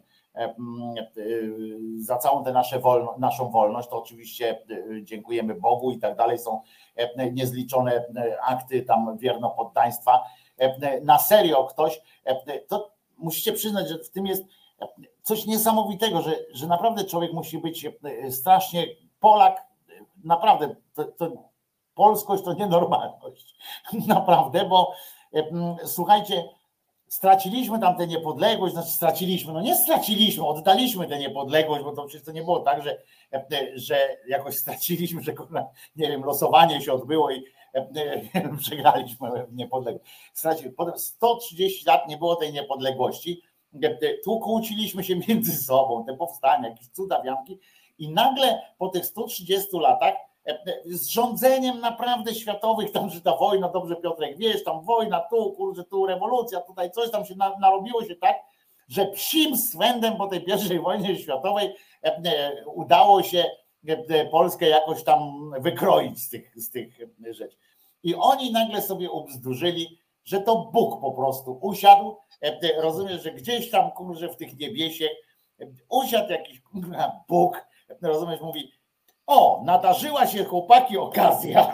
za całą tę nasze wolno, naszą wolność, to oczywiście dziękujemy Bogu i tak dalej, są niezliczone akty tam wiernopoddaństwa. Na serio ktoś, to musicie przyznać, że w tym jest coś niesamowitego, że, że naprawdę człowiek musi być strasznie Polak, naprawdę to, to polskość to nienormalność, naprawdę, bo słuchajcie, straciliśmy tam tę niepodległość, znaczy straciliśmy, no nie straciliśmy, oddaliśmy tę niepodległość, bo to przecież to nie było tak, że, że jakoś straciliśmy, że nie wiem, losowanie się odbyło i, przegraliśmy niepodległość. Słuchajcie, potem sto trzydzieści lat nie było tej niepodległości, tu kłóciliśmy się między sobą, te powstania, jakieś cudawianki i nagle po tych stu trzydziestu latach z rządzeniem naprawdę światowych, tam, że ta wojna, dobrze Piotrek, wiesz, tam wojna, tu, kurczę, tu rewolucja, tutaj coś tam się narobiło się tak, że psim swędem po tej pierwszej wojnie światowej udało się Polskę jakoś tam wykroić z tych, z tych rzeczy. I oni nagle sobie ubzdurzyli, że to Bóg po prostu usiadł, rozumiesz, że gdzieś tam, kurczę, w tych niebiesie usiadł jakiś Bóg, rozumiesz, mówi, o, nadarzyła się chłopaki okazja.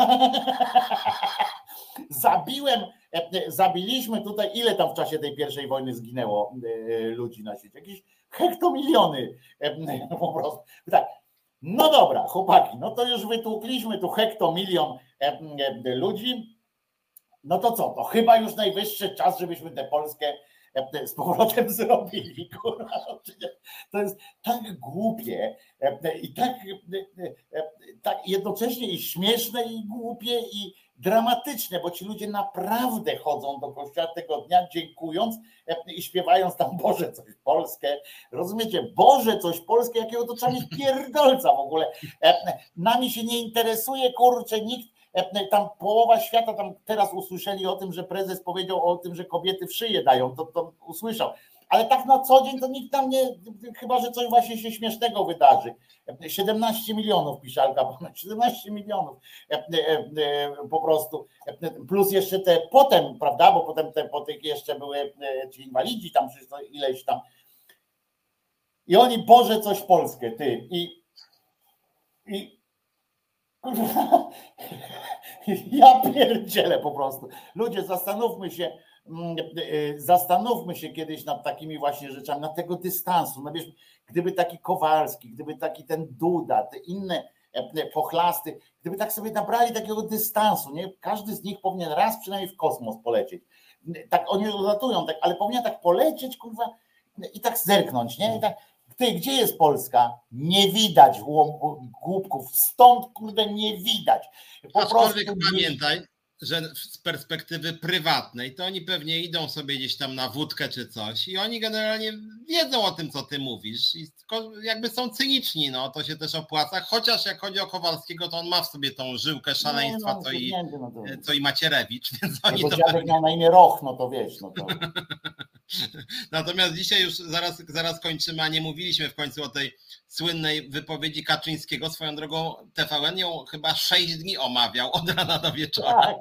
Zabiłem, zabiliśmy tutaj, ile tam w czasie tej pierwszej wojny zginęło ludzi na świecie? Jakieś hektomiliony po prostu. Tak, no dobra, chłopaki, no to już wytłukliśmy tu hektomilion ludzi, no to co, to chyba już najwyższy czas, żebyśmy tę Polskę z powrotem zrobili. Kurwa. To jest tak głupie i tak, tak jednocześnie i śmieszne i głupie i dramatyczne, bo ci ludzie naprawdę chodzą do kościoła tego dnia dziękując i śpiewając tam Boże coś Polskę. Rozumiecie? Boże coś Polskę, jakiego to trzeba mieć pierdolca w ogóle. Nami się nie interesuje, kurczę, nikt. Tam połowa świata tam teraz usłyszeli o tym, że prezes powiedział o tym, że kobiety w szyję dają, to, to usłyszał. Ale tak na co dzień to nikt tam nie, chyba że coś właśnie się śmiesznego wydarzy. siedemnaście milionów piszalka, siedemnaście milionów po prostu. Plus jeszcze te potem, prawda, bo potem te po tych jeszcze były ci inwalidzi, tam przecież to ileś tam. I oni, Boże, coś Polskę, ty. I, i ja pierdzielę po prostu. Ludzie, zastanówmy się, zastanówmy się kiedyś nad takimi właśnie rzeczami, nad tego dystansu. No wiesz, gdyby taki Kowalski, gdyby taki ten Duda, te inne pochlasty, gdyby tak sobie nabrali takiego dystansu, nie? Każdy z nich powinien raz przynajmniej w kosmos polecieć. Tak oni latują, tak, ale powinien tak polecieć, kurwa, i tak zerknąć, nie? I tak, ty, gdzie jest Polska? Nie widać głupków, stąd, kurde, nie widać. Po Aczkolwiek prostu pamiętaj, że z perspektywy prywatnej to oni pewnie idą sobie gdzieś tam na wódkę czy coś i oni generalnie wiedzą o tym, co ty mówisz i jakby są cyniczni, no to się też opłaca, chociaż jak chodzi o Kowalskiego, to on ma w sobie tą żyłkę szaleństwa, no, co, i, no to... co i Macierewicz, więc oni to dziadek miał na imię Roch, no to wiesz, no to... Natomiast dzisiaj już zaraz, zaraz kończymy, a nie mówiliśmy w końcu o tej słynnej wypowiedzi Kaczyńskiego. Swoją drogą T V N ją chyba sześć dni omawiał od rana do wieczora. Tak.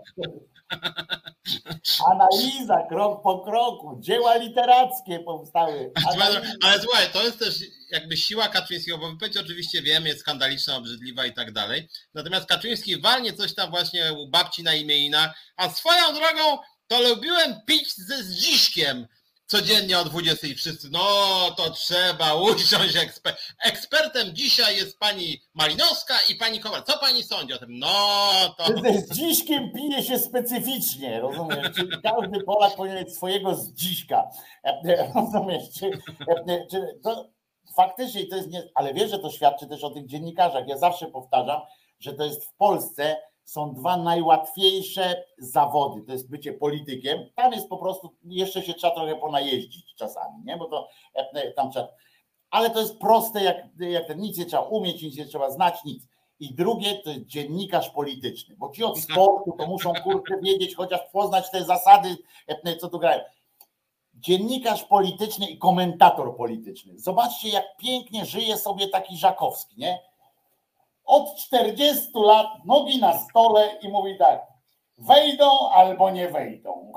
Analiza krok po kroku, dzieła literackie powstały. Ale, ale słuchaj, to jest też jakby siła Kaczyńskiego, bo wypowiedź oczywiście wiemy, jest skandaliczna, obrzydliwa i tak dalej. Natomiast Kaczyński walnie coś tam właśnie u babci na imieninach, a swoją drogą to lubiłem pić ze Zdziszkiem codziennie o dwudziestej. Wszyscy, no to trzeba usiąść. Eksper- ekspertem dzisiaj jest pani Malinowska i pani Kowal. Co pani sądzi o tym? No to... Ze Zdziszkiem pije się specyficznie, rozumiesz? Czyli każdy Polak powinien mieć swojego Zdziszka. Rozumiesz? Czy, czy to faktycznie to jest nie... Ale wiesz, że to świadczy też o tych dziennikarzach. Ja zawsze powtarzam, że to jest w Polsce są dwa najłatwiejsze zawody, to jest bycie politykiem, tam jest po prostu, jeszcze się trzeba trochę ponajeździć czasami, nie, bo to tam trzeba, ale to jest proste, jak, jak ten, nic nie trzeba umieć, nic nie trzeba znać, nic. I drugie to jest dziennikarz polityczny, bo ci od sportu to muszą kurczę wiedzieć, chociaż poznać te zasady, co tu grają. Dziennikarz polityczny i komentator polityczny. Zobaczcie, jak pięknie żyje sobie taki Żakowski, nie? Od czterdziestu lat nogi na stole i mówi tak, wejdą albo nie wejdą.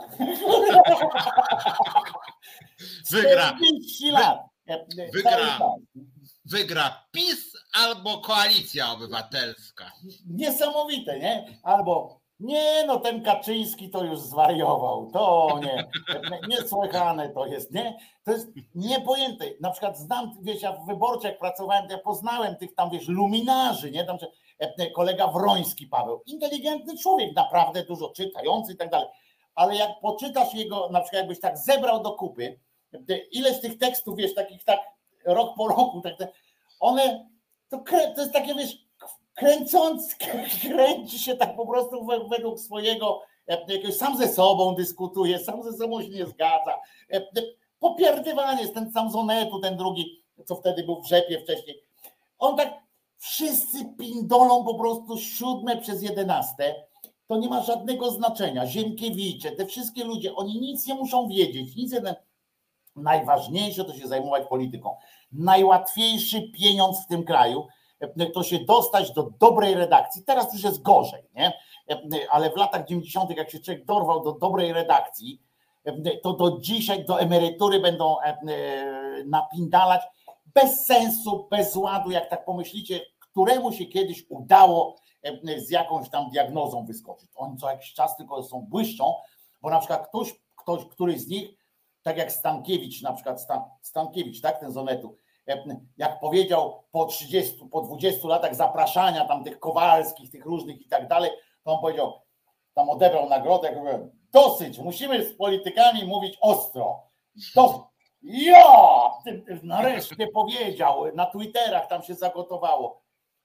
Wygra. czterdzieści lat. Wygra. Wygra PiS albo Koalicja Obywatelska. Niesamowite, nie? Albo nie, no ten Kaczyński to już zwariował, to nie, niesłychane to jest, nie? To jest niepojęte. Na przykład znam, wiesz, ja w Wyborczej jak pracowałem, to ja poznałem tych tam, wiesz, luminarzy, nie? Tam kolega Wroński Paweł, inteligentny człowiek, naprawdę dużo czytający i tak dalej, ale jak poczytasz jego, na przykład jakbyś tak zebrał do kupy, ileś tych tekstów, wiesz, takich tak rok po roku, tak, one, to, to jest takie, wiesz, kręcąc, kręci się tak po prostu według swojego, jakiegoś, sam ze sobą dyskutuje, sam ze sobą się nie zgadza. Popierdywanie jest ten sam z Onetu, ten drugi, co wtedy był w Rzepie wcześniej. On tak, wszyscy pindolą po prostu siódme przez jedenaste. To nie ma żadnego znaczenia. Ziemkiewicze, te wszystkie ludzie, oni nic nie muszą wiedzieć. Nic jeden. Najważniejsze to się zajmować polityką. Najłatwiejszy pieniądz w tym kraju to się dostać do dobrej redakcji. Teraz już jest gorzej, nie? Ale w latach dziewięćdziesiątych, jak się człowiek dorwał do dobrej redakcji, to do dzisiaj, do emerytury będą napindalać bez sensu, bez ładu, jak tak pomyślicie, któremu się kiedyś udało z jakąś tam diagnozą wyskoczyć. Oni co jakiś czas tylko są błyszczą, bo na przykład ktoś, ktoś, któryś z nich, tak jak Stankiewicz, na przykład Stan, Stankiewicz, tak, ten z Onetu, jak powiedział po trzydziestu, po dwudziestu latach zapraszania tam tych Kowalskich, tych różnych i tak dalej, to on powiedział, tam odebrał nagrodę, jak dosyć, musimy z politykami mówić ostro. Dosyć. Ja! Nareszcie powiedział, na Twitterach tam się zagotowało.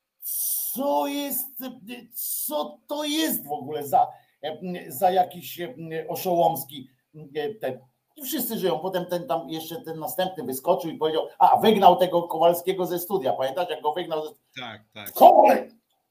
Co jest, co to jest w ogóle za, za jakiś oszołomski ten. I wszyscy żyją. Potem ten tam jeszcze ten następny wyskoczył i powiedział, a wygnał tego Kowalskiego ze studia. Pamiętasz, jak go wygnał? Ze... Tak, tak. Kowal!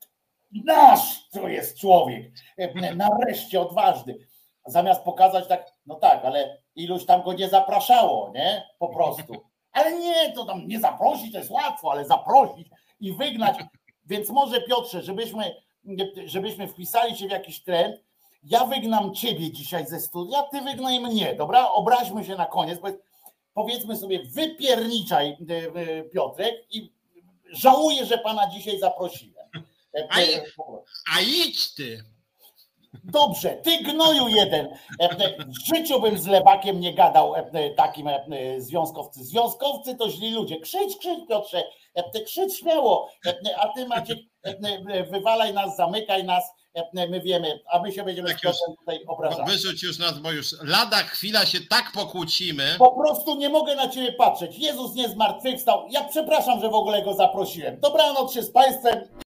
Nasz to jest człowiek. Nareszcie odważny. Zamiast pokazać tak, no tak, ale iluś tam go nie zapraszało, nie? Po prostu. Ale nie, to tam nie zaprosić, to jest łatwo, ale zaprosić i wygnać. Więc może Piotrze, żebyśmy, żebyśmy wpisali się w jakiś trend, ja wygnam ciebie dzisiaj ze studia, ty wygnaj mnie, dobra? Obraźmy się na koniec, powiedzmy sobie, wypierniczaj, Piotrek, i żałuję, że pana dzisiaj zaprosiłem. A, i, a idź ty. Dobrze, ty gnoju jeden. W życiu bym z lewakiem nie gadał takim związkowcy. Związkowcy to źli ludzie. Krzycz, krzycz, Piotrze, krzycz śmiało, a ty, Maciek, wywalaj nas, zamykaj nas, my wiemy, a my się będziemy tak już, tutaj obrażać. Wyrzuć już nas, bo już lada chwila się tak pokłócimy. Po prostu nie mogę na ciebie patrzeć. Jezus nie zmartwychwstał. Ja przepraszam, że w ogóle go zaprosiłem. Dobranoc się z państwem.